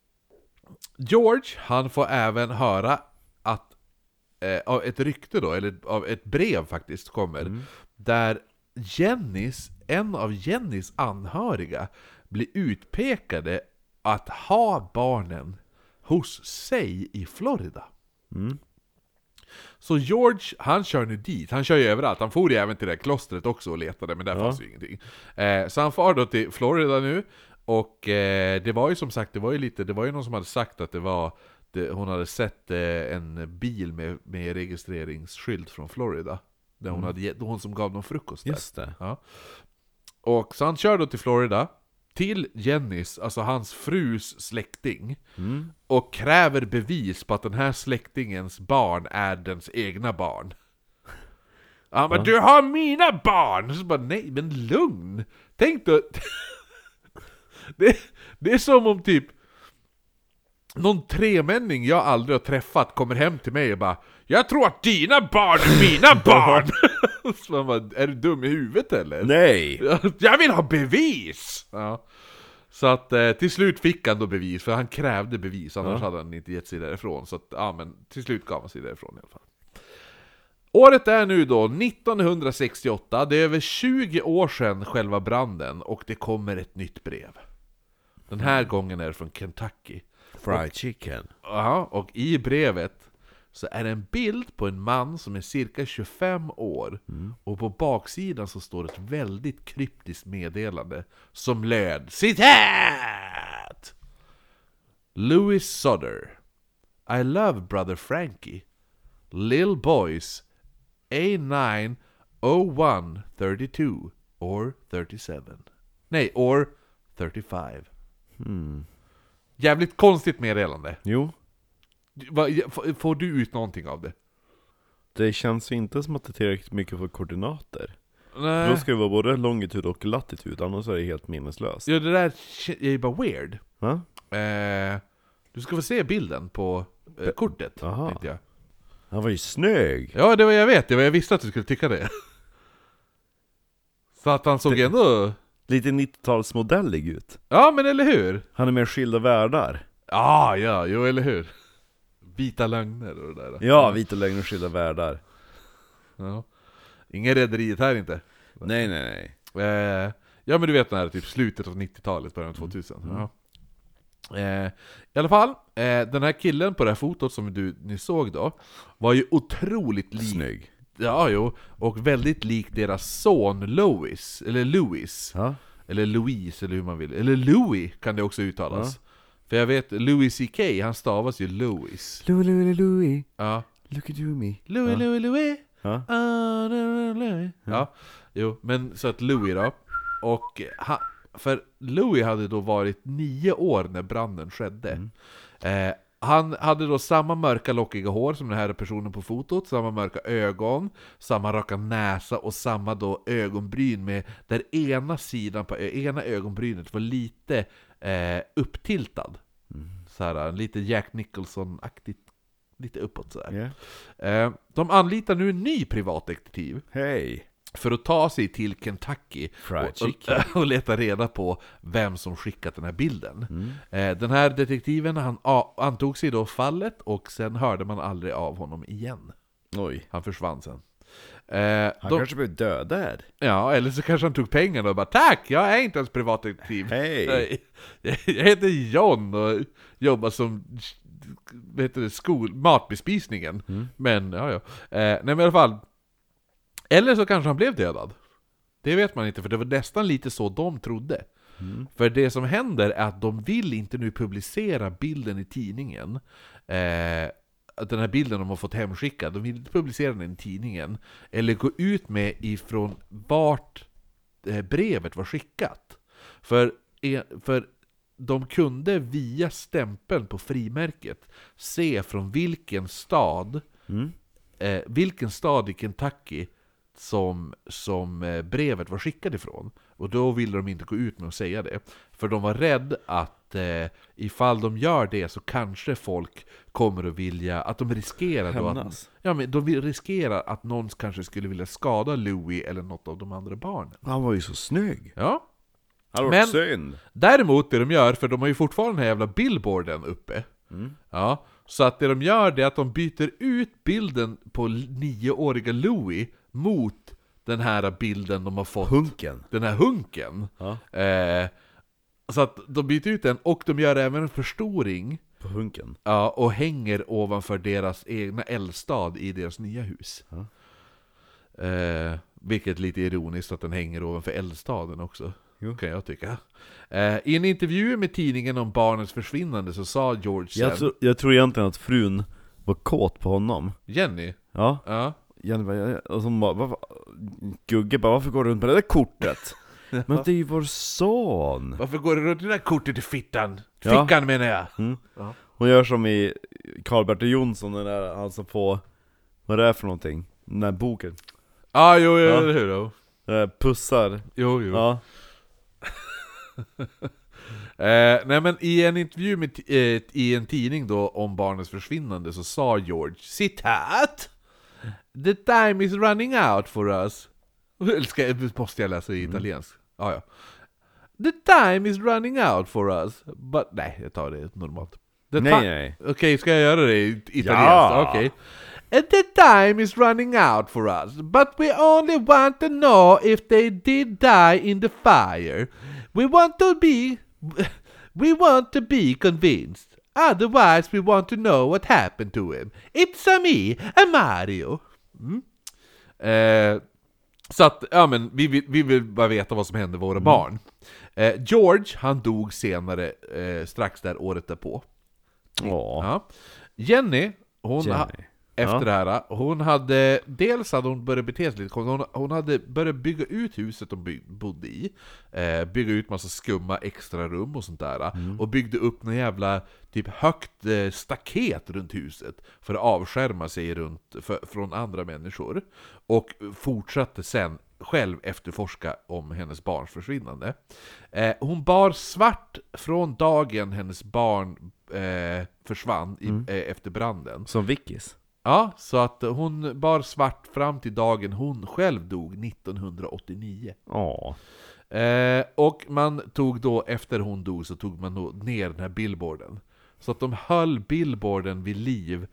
George, han får även höra att eh, av ett rykte då, eller av ett brev faktiskt kommer, mm. där Jennys, en av Jennys anhöriga blir utpekade att ha barnen hos sig i Florida. Mm. Så George, han kör nu dit. Han kör ju överallt. Han for ju även till det här klostret också och letade, men där ja. fanns ju ingenting. Eh, så han far då till Florida nu. Och eh, det var ju som sagt, det var ju lite, det var ju någon som hade sagt att det var, det, hon hade sett eh, en bil med, med registreringsskylt från Florida. Där hon, mm. hade gett, hon som gav dem frukost där. Just det. Ja. Och så han kör då till Florida, till Jennys, alltså hans frus släkting, mm. och kräver bevis på att den här släktingens barn är dens egna barn. Ja, men ja. Du har mina barn! Så bara, nej, men lugn! Tänk då... det, det är som om typ någon tremänning jag aldrig har träffat kommer hem till mig och bara, jag tror att dina barn är mina barn! Så man bara, är du dum i huvudet eller? Nej! Jag vill ha bevis! Ja. Så att eh, till slut fick han då bevis, för han krävde bevis, annars ja. hade han inte gett sig därifrån. Så att, ja, men till slut gav han sig därifrån i alla fall. Året är nu då nittonhundrasextioåtta, det är över tjugo år sedan själva branden, och det kommer ett nytt brev. Den här mm. gången är det från Kentucky. Fried och, chicken. Ja, och i brevet så är det en bild på en man som är cirka tjugofem år. Mm. Och på baksidan så står ett väldigt kryptiskt meddelande som löd, citat! Louis Sutter, I love brother Frankie. Lil boys A nine oh one thirty-two or thirty-seven. Nej, or thirty-five. Hmm. Jävligt konstigt meddelande. Jo. Får du ut någonting av det? Det känns ju inte som att det är tillräckligt mycket för koordinater. Nej. Då ska det vara både longitud och latitud, annars är det helt minneslöst. Ja, det där är ju bara weird. Va? Eh, du ska få se bilden på eh, kortet. Aha. Tänkte jag. Han var ju snygg. Ja, det var jag vet. Det var jag visste att du skulle tycka det. Så att han såg det... ändå... lite nittiotalsmodellig ut. Ja, men eller hur? Han är med skilda världar. Ah, ja, jo, eller hur? Vita lögner och det där. Ja, vita lögner och skilda världar. Ja. Ingen rederiet här inte. Nej, nej, nej. Eh, ja, men du vet den här typ slutet av nittiotalet, början av tvåtusen. Mm. Ja. Eh, I alla fall, eh, den här killen på det här fotot som du ni såg då var ju otroligt lik. Snygg. Ja, jo, och väldigt lik deras son Louis, eller Louis. Ja. Eller Louise, eller hur man vill. Eller Louis kan det också uttalas. Ja. För jag vet, Louis C K, han stavas ju Louis. Louis, Louis, Louis. Ja. Look at you me. Louis, ja. Louis, Louis. Ja. Ah, Louis. Ja, jo, men så att Louis då. Och han, för Louis hade då varit nio år när branden skedde. Mm. Eh, han hade då samma mörka lockiga hår som den här personen på fotot, samma mörka ögon, samma raka näsa och samma då ögonbryn med där ena sidan på ena ögonbrynet var lite eh, upptiltad. Mm. Så här, lite Jack Nicholson-aktigt, lite uppåt så här. Yeah. Eh, de anlitar nu en ny privatdetektiv. Hej. För att ta sig till Kentucky och, och, och leta reda på vem som skickat den här bilden. Mm. Eh, den här detektiven, han a, antog sig då fallet, och sen hörde man aldrig av honom igen. Oj. Han försvann sen. Eh, han de, kanske blev död där. Ja, eller så kanske han tog pengarna och bara, tack, jag är inte ens privatdetektiv. Hej. Jag, jag heter John och jobbar som vad heter det, skol, matbespisningen. Mm. Men, ja, ja. Eh, nej, men i alla fall. Eller så kanske han blev dödad. Det vet man inte, för det var nästan lite så de trodde. Mm. För det som händer är att de vill inte nu publicera bilden i tidningen. Eh, den här bilden de har fått hemskickad. De vill inte publicera den i tidningen. Eller gå ut med ifrån vart eh, brevet var skickat. För, eh, för de kunde via stämpeln på frimärket se från vilken stad mm. eh, vilken stad i Kentucky som, som brevet var skickat ifrån. Och då ville de inte gå ut med att säga det. För de var rädda att eh, ifall de gör det så kanske folk kommer att vilja, att de riskerar då att, ja, men de riskerar att någon kanske skulle vilja skada Louis eller något av de andra barnen. Han var ju så snygg. Ja. Hade Men- varit synd. Däremot det de gör, för de har ju fortfarande den här jävla billboarden uppe. Ja, så att det de gör det är att de byter ut bilden på nioåriga Louis mot den här bilden de har fått. Hunken. Den här hunken. Ja. Eh, så att de byter ut den, och de gör även en förstoring. På hunken. Ja, och hänger ovanför deras egna eldstad i deras nya hus. Ja. Eh, vilket är lite ironiskt att den hänger ovanför eldstaden också. Jo. Kan jag tycka. Eh, I en intervju med tidningen om barnens försvinnande så sa George sen, Jag, tro, jag tror egentligen att frun var kåt på honom. Jenny, Ja. ja. Jenny bara, jag- och så bara, varför, Gugge bara, varför går du runt med det där kortet? Men det är ju vår son. Varför går du runt det där kortet i fittan? Ja. Fickan menar jag. Mm. Ja. Hon gör som i Karl-Bertil Jonsson, den där, han som får, vad det är för någonting? Den där boken. Ah, jo, jo, Ja. eller hur då? Eh, pussar. Jo, jo. Ja. Eh, nej men i en intervju med t- eh, i en tidning då om barnens försvinnande så sa George, citat: "The time is running out for us." Eller ska jag, måste jag läsa i italiensk? Ah, ja. "The time is running out for us." But, nej, jag tar det normalt. The Nej, ti- nej. Okej, ska jag göra det i italienskt? Ja. Okej. "And the time is running out for us, but we only want to know if they did die in the fire. We want to be, we want to be convinced. Otherwise we want to know what happened to him. It's a me, a Mario." Mm. Eh, så att, ja men, vi vill, vi vill bara veta vad som hände våra barn. Eh, George, han dog senare, eh, strax där året därpå. Åh. Ja. Jenny, hon Jenny. Ha, efter Ja. det här, hon hade, dels hade hon börjat bete sig lite konstigt. hon, hon hade börjat bygga ut huset de by, bodde i, eh, bygga ut massa skumma extra rum och sånt där, och byggde upp någon jävla typ högt eh, staket runt huset för att avskärma sig runt, för, från andra människor, och fortsatte sen själv efterforska om hennes barns försvinnande. Eh, hon bar svart från dagen hennes barn eh, försvann i, eh, efter branden. Som Vickis. Ja, så att hon bar svart fram till dagen hon själv dog nittonhundraåttionio. Åh. Eh, och man tog då, efter hon dog så tog man då ner den här billboarden. Så att de höll billboarden vid liv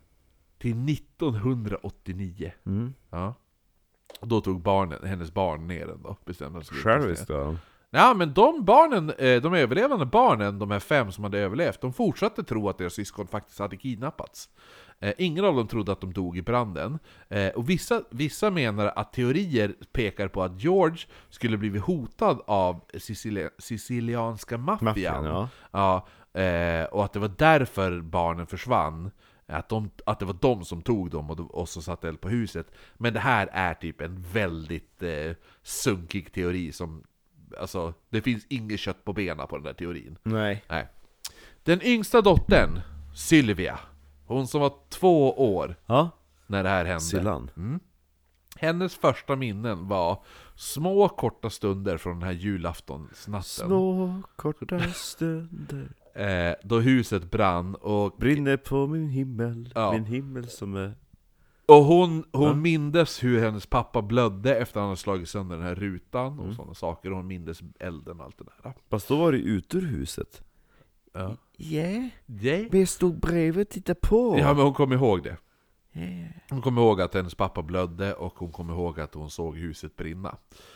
till nittonhundraåttionio. Mm. Ja. Och då tog barnen, hennes barn ner den då, bestämde sig. Själviskt då. Ja, men de barnen, eh, de överlevande barnen, de här fem som hade överlevt, de fortsatte tro att deras syskon faktiskt hade kidnappats. Eh, ingen av dem trodde att de dog i branden. Eh, och vissa, vissa menar att teorier pekar på att George skulle blivit hotad av Sicili- sicilianska maffian. Maffian, ja. Ja, eh, och att det var därför barnen försvann. Att, de, att det var de som tog dem och, och så satte eld på huset. Men det här är typ en väldigt eh, sunkig teori som... Alltså, det finns inget kött på benen på den där teorin. Nej. Nej. Den yngsta dottern, Sylvia, hon som var två år Ja. när det här hände. Syllan. Mm. Hennes första minnen var små korta stunder från den här julaftonsnatten. Små korta stunder Eh, då huset brann och, brinner på min himmel. Ja. Min himmel som är... och hon, hon mindes hur hennes pappa blödde efter att han hade slagit sönder den här rutan och Mm. sådana saker. Och hon mindes elden och allt det där. Fast då var det ut ur huset. Ja. Yeah. Yeah. Vi stod bredvid och tittade på. Ja, men hon kom ihåg det. Yeah. Hon kom ihåg att hennes pappa blödde och hon kom ihåg att hon såg huset brinna.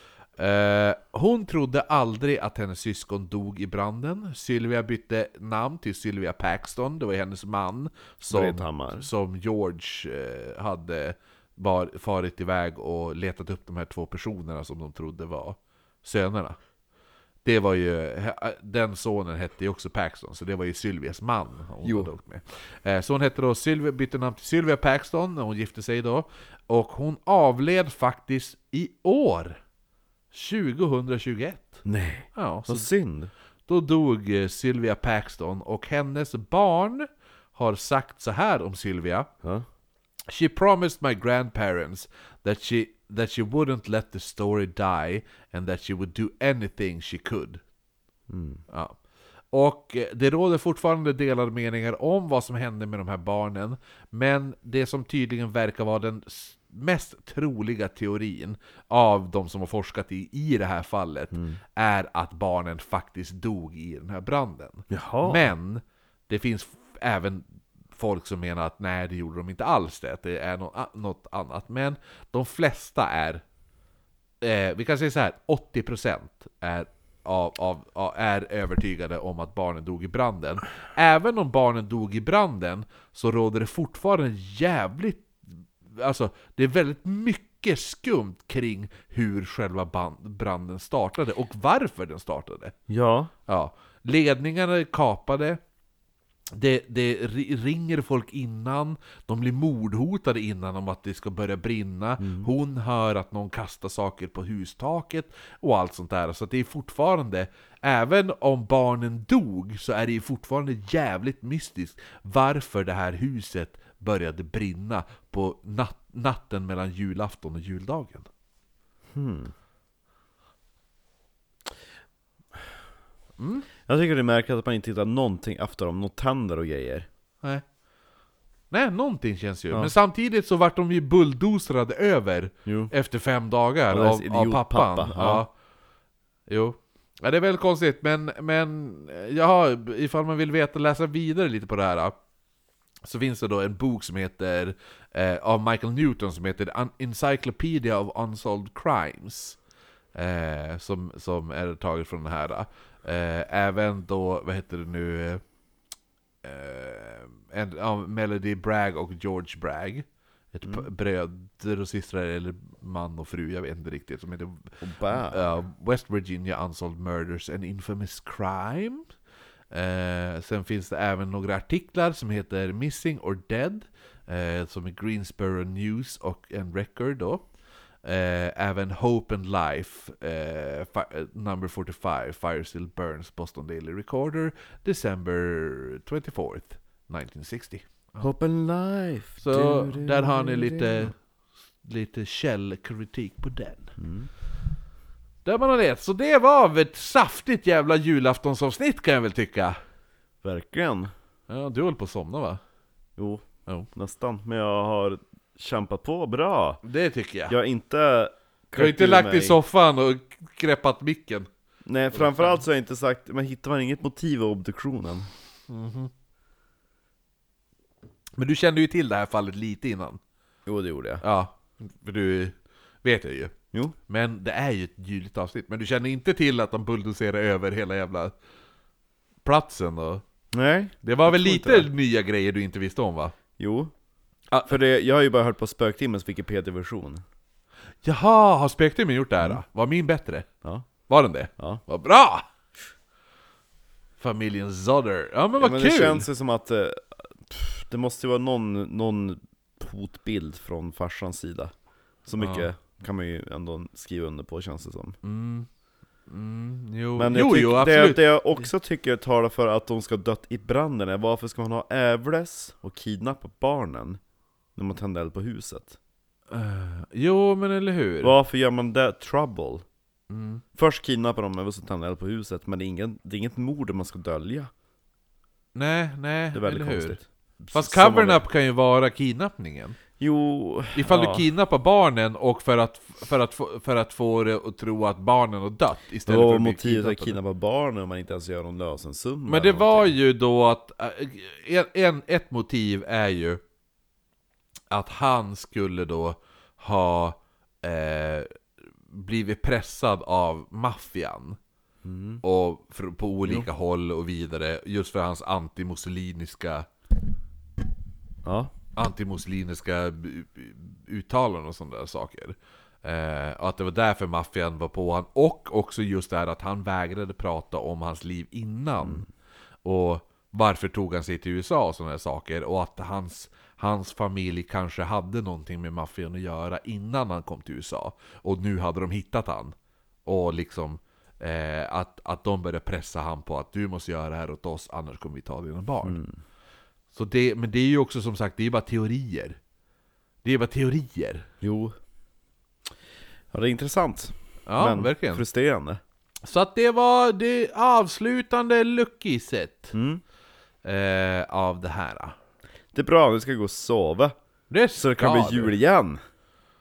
Eh, hon trodde aldrig att hennes syskon dog i branden. Sylvia bytte namn till Sylvia Paxton. Det var hennes man som, Vrethammar. som George eh, hade var, farit iväg och letat upp de här två personerna som de trodde var sönerna. Det var ju, den sonen hette ju också Paxton, så det var ju Sylvias man hon Jo. hade åkt med. Eh, Så hon hette då Sylvia, bytte namn till Sylvia Paxton när hon gifte sig då. Och hon avled faktiskt i år, tjugohundratjugoett. Nej. Ja, så Vad synd. då dog eh, Sylvia Paxton, och hennes barn har sagt så här om Sylvia. Ja. She promised my grandparents that she that she wouldn't let the story die and that she would do anything she could. Ja. Och eh, det råder fortfarande delade meningar om vad som hände med de här barnen, men det som tydligen verkar vara den, mest troliga teorin av de som har forskat i, i det här fallet Mm. är att barnen faktiskt dog i den här branden. Jaha. Men det finns f- även folk som menar att nej, det gjorde de inte alls det, att det är något, a- något annat. Men de flesta är, eh, vi kan säga så här, åttio procent är, av, av, av, är övertygade om att barnen dog i branden. Även om barnen dog i branden så råder det fortfarande jävligt, alltså det är väldigt mycket skumt kring hur själva band, branden startade och varför den startade. Ja. Ja, ledningarna är kapade. Det, det ri- ringer folk innan. De blir mordhotade innan om att det ska börja brinna. Hon hör att någon kastar saker på hustaket och allt sånt där. Så att det är fortfarande, även om barnen dog, så är det ju fortfarande jävligt mystiskt varför det här huset började brinna på nat- natten mellan julafton och juldagen. Hmm. Jag tycker det är märkligt att man inte hittar någonting efter dem, något tänder och grejer. Nej. Nej, någonting känns ju. Ja. Men samtidigt så vart de ju bulldozrade över Jo. efter fem dagar Och deras av, av idiotpappa, pappan. ja. Ja. Jo. Ja, det är väldigt konstigt, men, men ja, ifall man vill veta, läsa vidare lite på det här, så finns det då en bok som heter eh, av Michael Newton som heter Un- Encyclopedia of Unsolved Crimes, eh, som, som är taget från den här. Eh, även då, vad heter det nu, eh, en, ja, Melody Bragg och George Bragg, ett mm. bröder och systrar, eller man och fru, jag vet inte riktigt, som heter Och bä. uh, West Virginia Unsolved Murders and Infamous Crime. Eh, sen finns det även några artiklar som heter Missing or Dead, eh, som är Greensboro News och en Record då. Eh, även Hope and Life, eh, fi- number forty-five, Fire Still Burns, Boston Daily Recorder, December twenty-fourth, nineteen sixty. Hope and life. Så Du, du, där har ni du, lite, lite källkritik på den. Mm. Där man har det. Så det var ett saftigt jävla julaftonsavsnitt, kan jag väl tycka. Verkligen. Ja, du håller på att somna, va? Jo, Jo. nästan. Men jag har kämpat på bra. Det tycker jag. Jag har inte... Du har inte lagt dig i soffan och greppat micken. Nej, framförallt så har jag inte sagt... Men hittar man inget motiv i obduktionen? Mm-hmm. Men du kände ju till det här fallet lite innan. Jo, det gjorde jag. Ja, för du vet jag ju. Jo. Men det är ju ett ljudligt avsnitt. Men du känner inte till att de bulldozerar över hela jävla platsen då? Nej. Det var väl tror lite inte det. nya grejer du inte visste om, va? Jo. Ah. För det, jag har ju bara hört på Spöktimmens Wikipedia-version. Jaha, har Spöktimmen gjort det här då? Var min bättre? Ja. Var den det? Ja. Vad bra! Familjen Zodder. Ja, men Ja, vad men kul! det känns ju som att eh, pff, det måste ju vara någon, någon hotbild från farsans sida. Så mycket Ja. kan man ju ändå skriva under på, känns det som. Mm. Mm, jo, Men jag jo, tyck, jo, det, absolut. det jag också tycker talar för att de ska dött i branden är varför ska man ha ävles och kidnappa barnen när man tänder eld på huset? Uh, jo, men eller hur? Varför gör man det trouble? Mm. Först kidnappar de och så tänder eld på huset, men det är, ingen, det är inget mord man ska dölja. Nej, nej, Det är väldigt eller hur? konstigt. Fast Som man covern vet. up kan ju vara kidnappningen. Jo, Ifall ja. du kidnappar barnen och för att, för, att få, för att få det att tro att barnen har dött istället Vad för var att bli motivet att kidnappade. kidnappa barnen om man inte ens gör någon lösensumma? Men det eller var någonting? ju då att äh, en, en, ett motiv är ju att han skulle då ha eh, blivit pressad av maffian Mm. och för, på olika håll och vidare, just för hans antimussoliniska Ja. antimussoliniska uttalanden och sådana där saker. Eh, och att det var därför maffian var på han. Och också just det här att han vägrade prata om hans liv innan. Mm. Och varför tog han sig till U S A och sådana där saker. Och att hans, hans familj kanske hade någonting med maffian att göra innan han kom till U S A. Och nu hade de hittat han. Och liksom eh, att, att de började pressa han på att du måste göra det här åt oss, annars kommer vi ta dina barn. Mm. Så det, men det är ju också som sagt, det är bara teorier. Det är bara teorier. Jo. Ja, det är intressant. Ja, men verkligen. Frustrerande. Så att det var det avslutande luckiset Mm. eh, av det här. Det är bra, nu ska jag gå och sova. Det Så det kan ska bli du. jul igen.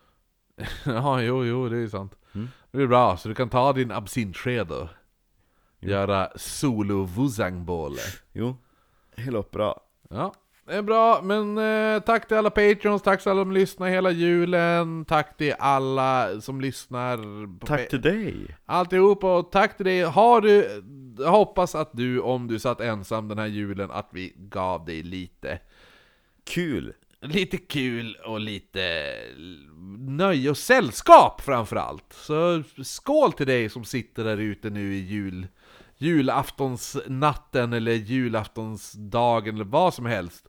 Ja, jo, jo, det är sant. Mm. Det är bra, så du kan ta din absintsked och göra solo vuzangbål. Jo, helt bra. Ja, det är bra, men eh, tack till alla Patreons, tack till alla som lyssnar hela julen, tack till alla som lyssnar på Tack till dig. alltihop, och tack till dig. Har du, jag hoppas att du, om du satt ensam den här julen, att vi gav dig lite Kul. lite kul och lite nöje och sällskap framförallt. Så skål till dig som sitter där ute nu i jul julaftonsnatten eller julaftonsdagen eller vad som helst.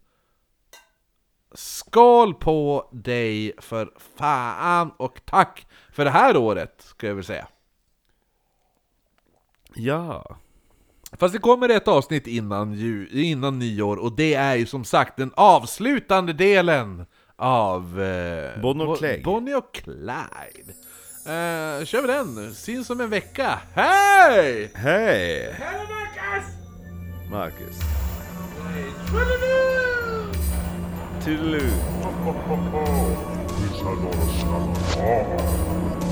Skål på dig för fan, och tack för det här året, ska jag väl säga. Ja. Fast det kommer ett avsnitt innan, ju, innan nyår, och det är ju som sagt den avslutande delen av eh, Bonnie och Bo- Clyde. Bonnie och Clyde. Eh, kör vi den, syns om en vecka. Hej! Hej! Hej Marcus! Marcus. Twiddaloo! Toodaloo. Vissa några skallar.